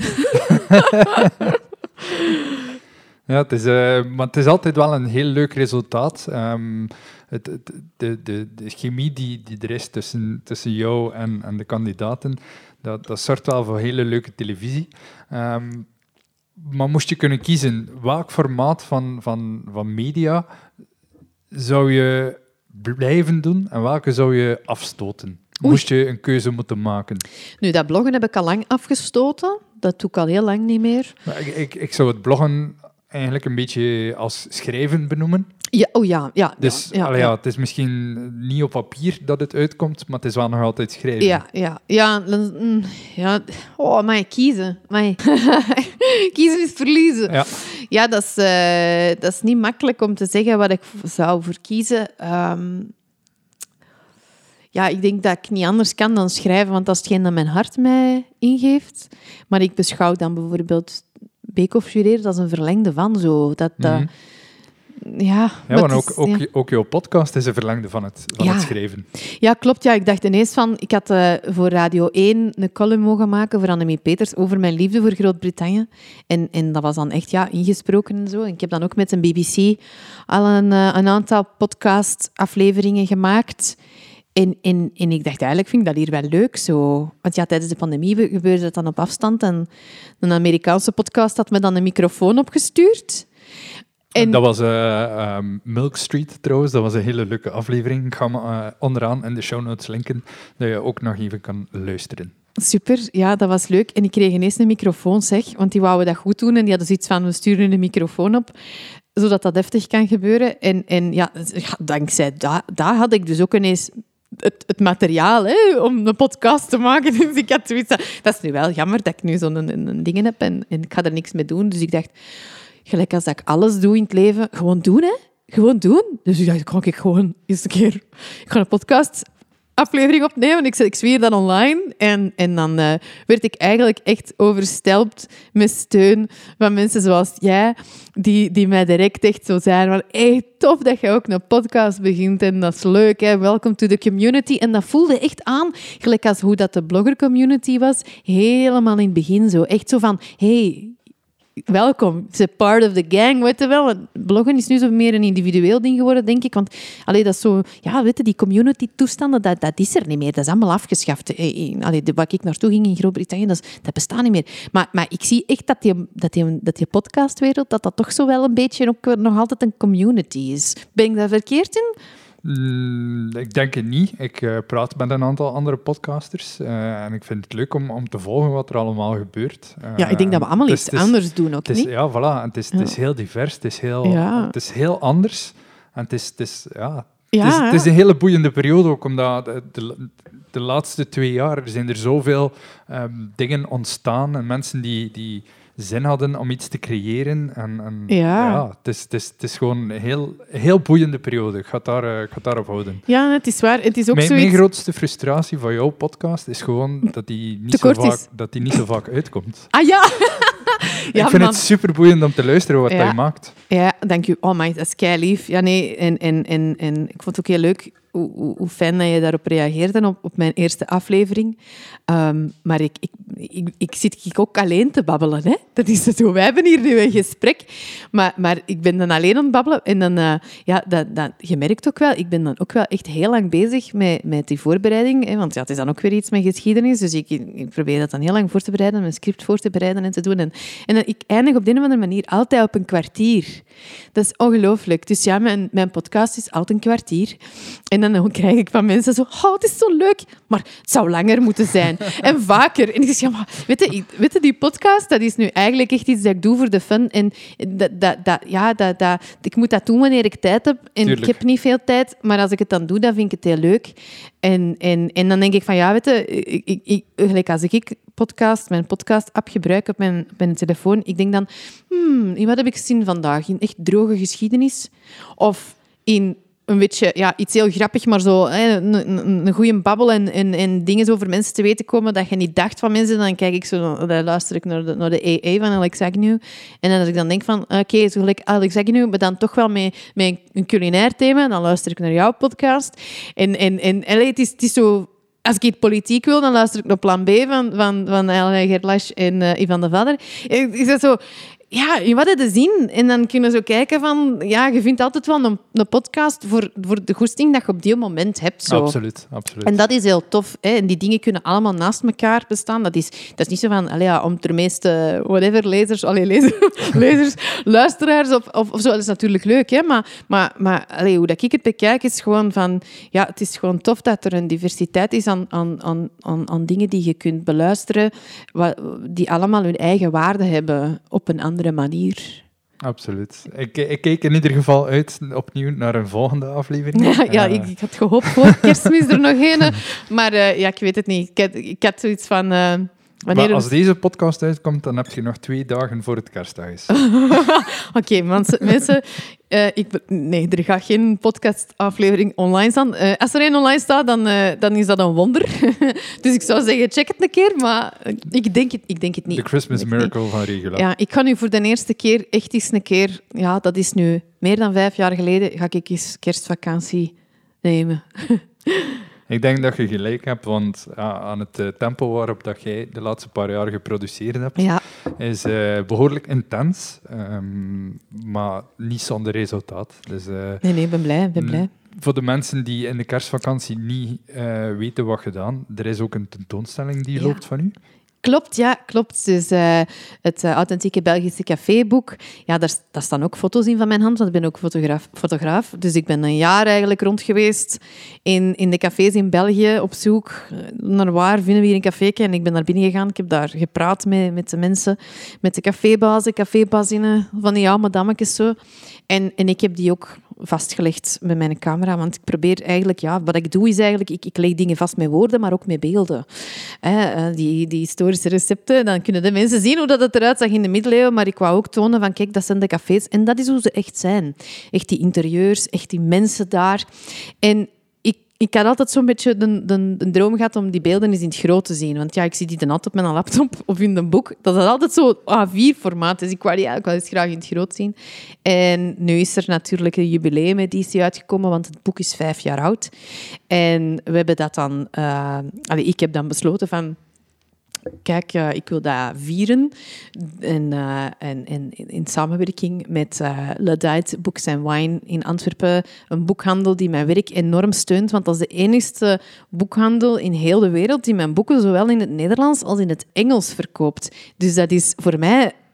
Speaker 2: Ja, het is, uh, maar het is altijd wel een heel leuk resultaat. Um, het, het, de, de, de chemie die, die er is tussen, tussen jou en, en de kandidaten, dat, dat zorgt wel voor hele leuke televisie. Um, maar moest je kunnen kiezen, welk formaat van, van, van media zou je blijven doen en welke zou je afstoten? Moest je een keuze moeten maken?
Speaker 3: Nu, dat bloggen heb ik al lang afgestoten. Dat doe ik al heel lang niet meer.
Speaker 2: Ik, ik, ik zou het bloggen eigenlijk een beetje als schrijven benoemen.
Speaker 3: Ja, oh ja. ja
Speaker 2: dus
Speaker 3: ja, ja,
Speaker 2: allee, ja,
Speaker 3: ja.
Speaker 2: het is misschien niet op papier dat het uitkomt, maar het is wel nog altijd schrijven.
Speaker 3: Ja, ja, ja. ja. Oh, maar kiezen. Maar kiezen is verliezen.
Speaker 2: Ja,
Speaker 3: ja dat, is, uh, dat is niet makkelijk om te zeggen wat ik zou voor kiezen. Um, Ja, ik denk dat ik niet anders kan dan schrijven, want dat is hetgeen dat mijn hart mij ingeeft. Maar ik beschouw dan bijvoorbeeld Bake-Off jureren als een verlengde van zo. Dat, dat,
Speaker 2: mm-hmm.
Speaker 3: Ja,
Speaker 2: ja want
Speaker 3: ook,
Speaker 2: is, ook, ja. ook jouw podcast is een verlengde van het, van
Speaker 3: ja.
Speaker 2: het schrijven.
Speaker 3: Ja, klopt. Ja. Ik dacht ineens van... Ik had uh, voor Radio één een column mogen maken voor Annemie Peters over mijn liefde voor Groot-Brittannië. En, en dat was dan echt ja, ingesproken en zo. En ik heb dan ook met een B B C al een, uh, een aantal podcast-afleveringen gemaakt. En, en, en ik dacht, eigenlijk vind ik dat hier wel leuk. Zo. Want ja, tijdens de pandemie gebeurde het dan op afstand. En een Amerikaanse podcast had me dan een microfoon opgestuurd.
Speaker 2: En... Dat was uh, um, Milk Street trouwens. Dat was een hele leuke aflevering. Ik ga me uh, onderaan in de show notes linken, dat je ook nog even kan luisteren.
Speaker 3: Super, ja, dat was leuk. En ik kreeg ineens een microfoon, zeg. Want die wouden dat goed doen. En die hadden zoiets van, we sturen een microfoon op, zodat dat deftig kan gebeuren. En, en ja, dankzij dat, dat had ik dus ook ineens... Het, het materiaal hè, om een podcast te maken. Dus ik had zoiets van, dat is nu wel jammer dat ik nu zo'n een, een dingen heb en, en ik ga er niks mee doen. Dus ik dacht, gelijk als dat ik alles doe in het leven, gewoon doen, hè. Gewoon doen. Dus ik dacht, kan ik gewoon eens een keer... Ik ga een podcast... aflevering opnemen. Ik, ik zweer dan online. En, en dan uh, werd ik eigenlijk echt overstelpt met steun van mensen zoals jij, die, die mij direct echt zo zeiden van hey, tof dat je ook een podcast begint en dat is leuk, hè? Welcome to the community. En dat voelde echt aan, gelijk als hoe dat de blogger-community was, helemaal in het begin zo. Echt zo van, hey, welkom, ze part of the gang, weet je wel. Bloggen is nu zo meer een individueel ding geworden, denk ik. Want allee, dat is zo, ja, weet je, die community-toestanden, dat, dat is er niet meer. Dat is allemaal afgeschaft. Allee, de, waar ik naartoe ging in Groot-Brittannië, dat, is, dat bestaat niet meer. Maar, maar ik zie echt dat die, dat, die, dat die podcastwereld, dat dat toch zo wel een beetje ook nog altijd een community is. Ben ik daar verkeerd in?
Speaker 2: Mm, ik denk het niet. Ik uh, praat met een aantal andere podcasters uh, en ik vind het leuk om, om te volgen wat er allemaal gebeurt. Uh,
Speaker 3: ja, ik denk dat we allemaal iets anders doen ook,
Speaker 2: het is,
Speaker 3: niet?
Speaker 2: Ja, voilà. Het is, ja. het is heel divers, het is heel, ja. het is heel anders. En het is, het is, ja,
Speaker 3: ja,
Speaker 2: het is, het is een hele boeiende periode ook, omdat de, de, de laatste twee jaar zijn er zoveel um, dingen ontstaan en mensen die... die zin hadden om iets te creëren. En, en ja. ja, het is, het is, het is gewoon een heel, heel boeiende periode. Ik ga het daar, uh, ik ga het daarop houden.
Speaker 3: Ja, het is waar. Het is ook
Speaker 2: mijn,
Speaker 3: zoiets...
Speaker 2: mijn grootste frustratie van jouw podcast is gewoon dat die niet, zo vaak, dat die niet zo vaak uitkomt.
Speaker 3: Ah ja! ja
Speaker 2: ik vind man. het superboeiend om te luisteren wat ja. je maakt.
Speaker 3: Ja, dank u. Oh my, dat is kei lief. Ja, nee, en, en, en, en ik vond het ook heel leuk hoe, hoe, hoe fijn dat je daarop reageerde op, op mijn eerste aflevering. Um, maar ik, ik, ik, ik zit ook alleen te babbelen. Hè? Dat is het zo. Wij hebben hier nu een gesprek. Maar, maar ik ben dan alleen aan het babbelen. En dan, uh, ja, dat, dat, je merkt ook wel, ik ben dan ook wel echt heel lang bezig met, met die voorbereiding. Hè? Want ja, het is dan ook weer iets met geschiedenis. Dus ik, ik probeer dat dan heel lang voor te bereiden, mijn script voor te bereiden en te doen. En, en dan, ik eindig op de een of andere manier altijd op een kwartier. Dat is ongelooflijk. Dus ja, mijn, mijn podcast is altijd een kwartier. En dan krijg ik van mensen zo, oh, het is zo leuk, maar het zou langer moeten zijn. En vaker. En ik zeg, ja, maar weet je, weet je, die podcast, dat is nu eigenlijk echt iets dat ik doe voor de fun. En dat, dat, dat, ja, dat, dat, ik moet dat doen wanneer ik tijd heb. En Tuurlijk. Ik heb niet veel tijd, maar als ik het dan doe, dan vind ik het heel leuk. En, en, en dan denk ik van, ja, weet je, ik, ik, ik, gelijk als ik podcast, mijn podcast-app gebruik op mijn, op mijn telefoon, ik denk dan, hmm, wat heb ik gezien vandaag? In echt droge geschiedenis? Of in... een beetje, ja, iets heel grappig, maar zo hè, een, een, een goede babbel en, en, en dingen over mensen te weten komen dat je niet dacht van mensen. Dan kijk ik zo, dan luister ik naar de, naar de A A van Alex Agnew. En dan als ik dan denk van, oké, okay, zo gelijk Alex Agnew, maar dan toch wel met, met een culinair thema, dan luister ik naar jouw podcast. En, en, en, en het, is, het is zo... Als ik iets politiek wil, dan luister ik naar Plan B van, van, van Alain Gerlache en uh, Ivan de Vader. Is dat zo... Ja, je wat heb je zien? En dan kunnen we zo kijken van... Ja, je vindt altijd wel een, een podcast voor, voor de goesting dat je op die moment hebt. Zo.
Speaker 2: Absoluut, absoluut.
Speaker 3: En dat is heel tof. Hè? En die dingen kunnen allemaal naast elkaar bestaan. Dat is, dat is niet zo van... Allee, ja, om de meeste whatever, lezers... Allee, lezers, lezers luisteraars of, of, of zo. Dat is natuurlijk leuk, hè. Maar, maar, maar allee, hoe dat ik het bekijk, is gewoon van... Ja, het is gewoon tof dat er een diversiteit is aan, aan, aan, aan, aan dingen die je kunt beluisteren, wat, die allemaal hun eigen waarde hebben op een andere manier.
Speaker 2: Absoluut. Ik, ik keek in ieder geval uit opnieuw naar een volgende aflevering.
Speaker 3: Ja, ja uh. ik, ik had gehoopt voor kerstmis er nog een. Maar uh, ja, ik weet het niet. Ik had, ik had zoiets van... Uh,
Speaker 2: maar als deze podcast uitkomt, dan heb je nog twee dagen voor het kersthuis.
Speaker 3: Oké, okay, mensen... mensen uh, ik, nee, er gaat geen podcastaflevering online staan. Uh, als er één online staat, dan, uh, dan is dat een wonder. Dus ik zou zeggen, check het een keer, maar ik denk het, ik denk het niet.
Speaker 2: The Christmas Miracle niet. Van Regula.
Speaker 3: Ja, ik ga nu voor de eerste keer echt eens een keer... Ja, dat is nu meer dan vijf jaar geleden, ga ik eens kerstvakantie nemen.
Speaker 2: Ik denk dat je gelijk hebt, want ja, aan het uh, tempo waarop dat jij de laatste paar jaar geproduceerd hebt,
Speaker 3: ja.
Speaker 2: is uh, behoorlijk intens, um, maar niet zonder resultaat. Dus, uh,
Speaker 3: nee, nee, ik ben blij, ben blij.
Speaker 2: Voor de mensen die in de kerstvakantie niet uh, weten wat gedaan, er is ook een tentoonstelling die ja. loopt van u.
Speaker 3: Klopt, ja, klopt. Dus uh, het uh, Authentieke Belgische Caféboek, ja, daar, daar staan ook foto's in van mijn hand, want ik ben ook fotograaf. fotograaf. Dus ik ben een jaar eigenlijk rond geweest in, in de cafés in België op zoek naar waar vinden we hier een caféke. En ik ben naar binnen gegaan, ik heb daar gepraat met, met de mensen, met de cafébazen, cafébazinnen, van die oude dametjes zo. En, en ik heb die ook vastgelegd met mijn camera, want ik probeer eigenlijk, ja, wat ik doe is eigenlijk, ik, ik leg dingen vast met woorden, maar ook met beelden. Eh, die, die historische recepten, dan kunnen de mensen zien hoe dat het eruit zag in de middeleeuwen, maar ik wou ook tonen van, kijk, dat zijn de cafés, en dat is hoe ze echt zijn. Echt die interieurs, echt die mensen daar. En ik had altijd zo'n beetje de, de, de droom gehad om die beelden eens in het groot te zien. Want ja, ik zie die dan altijd op mijn laptop of in een boek. Dat is altijd zo A vier formaat. Dus ik wou die eigenlijk wel eens graag in het groot zien. En nu is er natuurlijk een jubileumeditie uitgekomen, want het boek is vijf jaar oud. En we hebben dat dan... Uh, allee, ik heb dan besloten van... Kijk, uh, ik wil dat vieren. En, uh, en, en in samenwerking met uh, Le Dite Books and Wine in Antwerpen. Een boekhandel die mijn werk enorm steunt. Want dat is de enigste boekhandel in heel de wereld die mijn boeken zowel in het Nederlands als in het Engels verkoopt. Dus dat is voor mij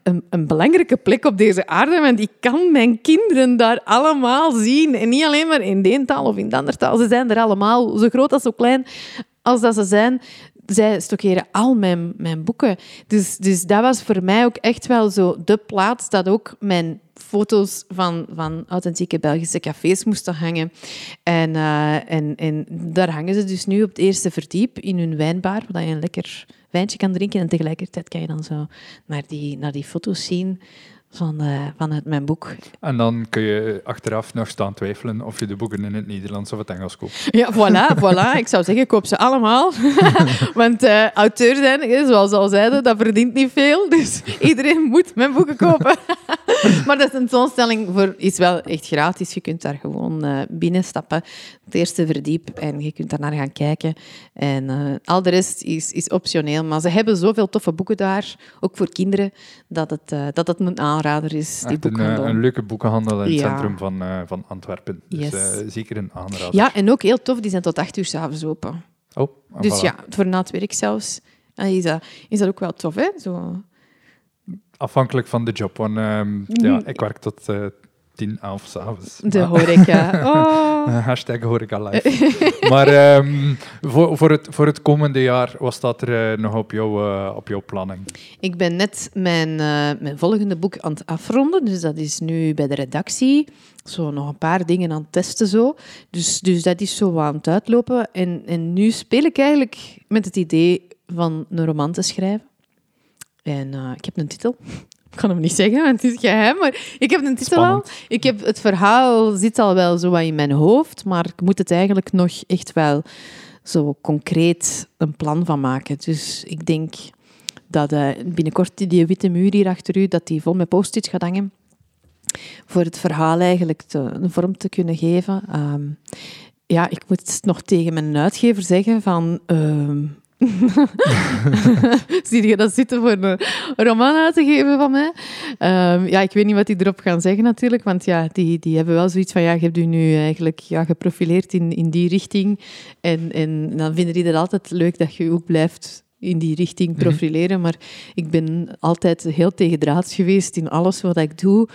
Speaker 3: een, een belangrijke plek op deze aarde, want ik kan mijn kinderen daar allemaal zien. En niet alleen maar in de een taal of in de andere taal. Ze zijn er allemaal, zo groot als zo klein als dat ze zijn. Zij stockeren al mijn, mijn boeken. Dus, dus dat was voor mij ook echt wel zo de plaats dat ook mijn foto's van, van authentieke Belgische cafés moesten hangen. En, uh, en, en daar hangen ze dus nu op het eerste verdiep in hun wijnbar, waar je een lekker wijntje kan drinken. En tegelijkertijd kan je dan zo naar die, naar die foto's zien van, uh, vanuit mijn boek.
Speaker 2: En dan kun je achteraf nog staan twijfelen of je de boeken in het Nederlands of het Engels koopt.
Speaker 3: Ja, voilà, voilà. Ik zou zeggen, koop ze allemaal. Want uh, auteur zijn, zoals al zeiden, dat verdient niet veel. Dus iedereen moet mijn boeken kopen. Maar de tentoonstelling voor, is wel echt gratis. Je kunt daar gewoon uh, binnenstappen, het eerste verdiep, en je kunt daar naar gaan kijken. En uh, al de rest is, is optioneel. Maar ze hebben zoveel toffe boeken daar, ook voor kinderen, dat het, uh, dat het een aanrader is, die
Speaker 2: Echt een,
Speaker 3: boekhandel.
Speaker 2: een leuke boekhandel in het
Speaker 3: Ja.
Speaker 2: centrum van, uh, van Antwerpen. Dus
Speaker 3: Yes.
Speaker 2: uh, zeker een aanrader.
Speaker 3: Ja, en ook heel tof, die zijn tot acht uur 's avonds open.
Speaker 2: Oh, en
Speaker 3: Dus
Speaker 2: voilà.
Speaker 3: ja, voor na het werk zelfs. Uh, is, dat, is dat ook wel tof, hè? Zo.
Speaker 2: Afhankelijk van de job. Want, um, ja, ik werk tot uh, tien, elf 's avonds.
Speaker 3: De
Speaker 2: Maar-
Speaker 3: horeca. Oh.
Speaker 2: Hashtag horeca live. Maar um, voor, voor, het, voor het komende jaar, wat staat er uh, nog op, jou, uh, op jouw planning?
Speaker 3: Ik ben net mijn, uh, mijn volgende boek aan het afronden. Dus dat is nu bij de redactie. Zo nog een paar dingen aan het testen. Zo. Dus, dus dat is zo wat aan het uitlopen. En, en nu speel ik eigenlijk met het idee van een roman te schrijven. En uh, ik heb een titel. Ik kan hem niet zeggen, want het is geheim. Maar ik heb een titel al.
Speaker 2: Spannend.
Speaker 3: Ik heb, het verhaal zit al wel zo wat in mijn hoofd. Maar ik moet het eigenlijk nog echt wel zo concreet een plan van maken. Dus ik denk dat uh, binnenkort die witte muur hier achter u, dat die vol met post-its gaat hangen. Voor het verhaal eigenlijk te, een vorm te kunnen geven. Um, ja, ik moet nog tegen mijn uitgever zeggen van... Um, zie je dat zitten voor een roman uit te geven van mij? Um, ja, ik weet niet wat die erop gaan zeggen natuurlijk, want ja, die, die hebben wel zoiets van, ja, je hebt u nu eigenlijk ja, geprofileerd in, in die richting. En, en dan vinden die het altijd leuk dat je ook blijft in die richting profileren. Mm-hmm. Maar ik ben altijd heel tegendraads geweest in alles wat ik doe.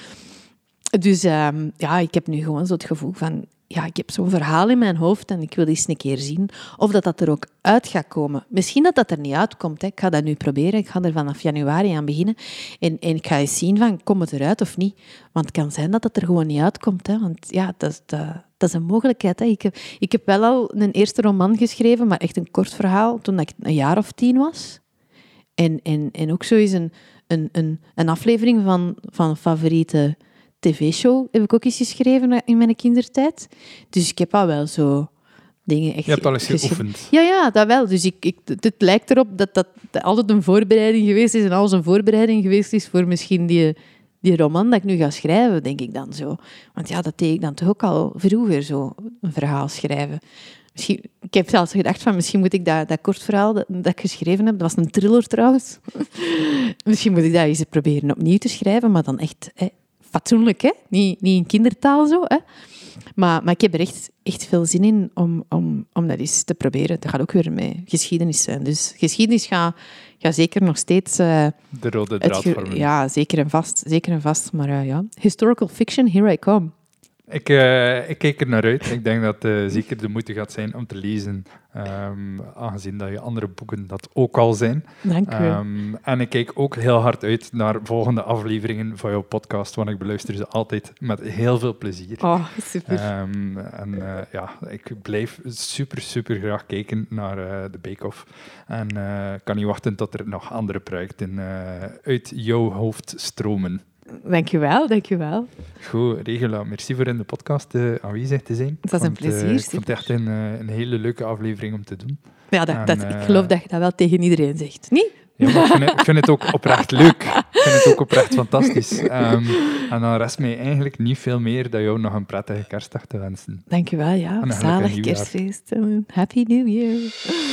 Speaker 3: Dus um, ja, ik heb nu gewoon zo het gevoel van... Ja, ik heb zo'n verhaal in mijn hoofd en ik wil eens een keer zien of dat, dat er ook uit gaat komen. Misschien dat dat er niet uitkomt. Hè. Ik ga dat nu proberen. Ik ga er vanaf januari aan beginnen. En, en ik ga eens zien van, komt het eruit of niet? Want het kan zijn dat het er gewoon niet uitkomt. Hè. Want ja, dat, dat, dat is een mogelijkheid. Hè. Ik, heb, ik heb wel al een eerste roman geschreven, maar echt een kort verhaal, toen ik een jaar of tien was. En, en, en ook zo is een, een, een, een aflevering van, van favoriete... tv-show heb ik ook eens geschreven in mijn kindertijd. Dus ik heb al wel zo dingen echt...
Speaker 2: Je hebt al eens
Speaker 3: geschreven.
Speaker 2: geoefend.
Speaker 3: Ja, ja, dat wel. Dus ik, ik, het lijkt erop dat dat altijd een voorbereiding geweest is en alles een voorbereiding geweest is voor misschien die, die roman dat ik nu ga schrijven, denk ik dan zo. Want ja, dat deed ik dan toch ook al vroeger, zo een verhaal schrijven. Misschien, ik heb zelfs gedacht van, misschien moet ik dat, dat kort verhaal dat, dat ik geschreven heb, dat was een thriller trouwens, misschien moet ik dat eens proberen opnieuw te schrijven, maar dan echt... Hè, fatsoenlijk, hè? Niet, niet in kindertaal zo. Hè? Maar, maar ik heb er echt, echt veel zin in om, om, om dat eens te proberen. Dat gaat ook weer met geschiedenis zijn. Dus geschiedenis gaat, gaat zeker nog steeds... Uh,
Speaker 2: De rode
Speaker 3: het
Speaker 2: draad
Speaker 3: ge-
Speaker 2: vormen.
Speaker 3: Ja, zeker en vast. Zeker en vast. Maar uh, ja, historical fiction, here I come.
Speaker 2: Ik, uh, ik kijk er naar uit. Ik denk dat het uh, zeker de moeite gaat zijn om te lezen, um, aangezien dat je andere boeken dat ook al zijn.
Speaker 3: Dank u.
Speaker 2: Um, en ik kijk ook heel hard uit naar volgende afleveringen van jouw podcast, want ik beluister ze altijd met heel veel plezier.
Speaker 3: Oh, super.
Speaker 2: Um, en uh, ja, ik blijf super, super graag kijken naar uh, de Bake Off. En uh, kan niet wachten tot er nog andere projecten uh, uit jouw hoofd stromen.
Speaker 3: Dank je wel, dank je wel.
Speaker 2: Goed, Regula, merci voor in de podcast uh, aanwezig te zijn.
Speaker 3: Het was een
Speaker 2: Want, uh,
Speaker 3: plezier,
Speaker 2: ik vond het echt een, uh, een hele leuke aflevering om te doen.
Speaker 3: Ja, dat,
Speaker 2: En,
Speaker 3: dat,
Speaker 2: uh,
Speaker 3: ik geloof dat je dat wel tegen iedereen zegt. Niet?
Speaker 2: Ja, maar ik vind, het, ik vind het ook oprecht leuk. Ik vind het ook oprecht fantastisch. Um, en dan rest mij eigenlijk niet veel meer dan jou nog een prettige kerstdag te wensen.
Speaker 3: Dank je wel, ja.
Speaker 2: En een
Speaker 3: Zalig
Speaker 2: gelukkig nieuwjaar.
Speaker 3: kerstfeest. en Happy New Year.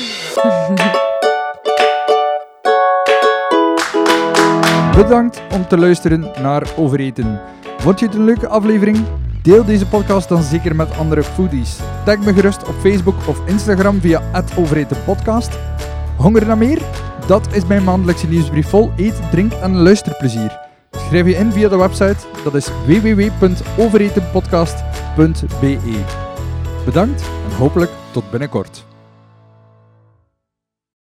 Speaker 1: Bedankt om te luisteren naar Overeten. Vond je het een leuke aflevering? Deel deze podcast dan zeker met andere foodies. Tag me gerust op Facebook of Instagram via at overetenpodcast. Honger naar meer? Dat is mijn maandelijkse nieuwsbrief vol eet, drink en luisterplezier.
Speaker 2: Schrijf je in via de website, dat is w w w punt overetenpodcast punt b e. Bedankt en hopelijk tot binnenkort.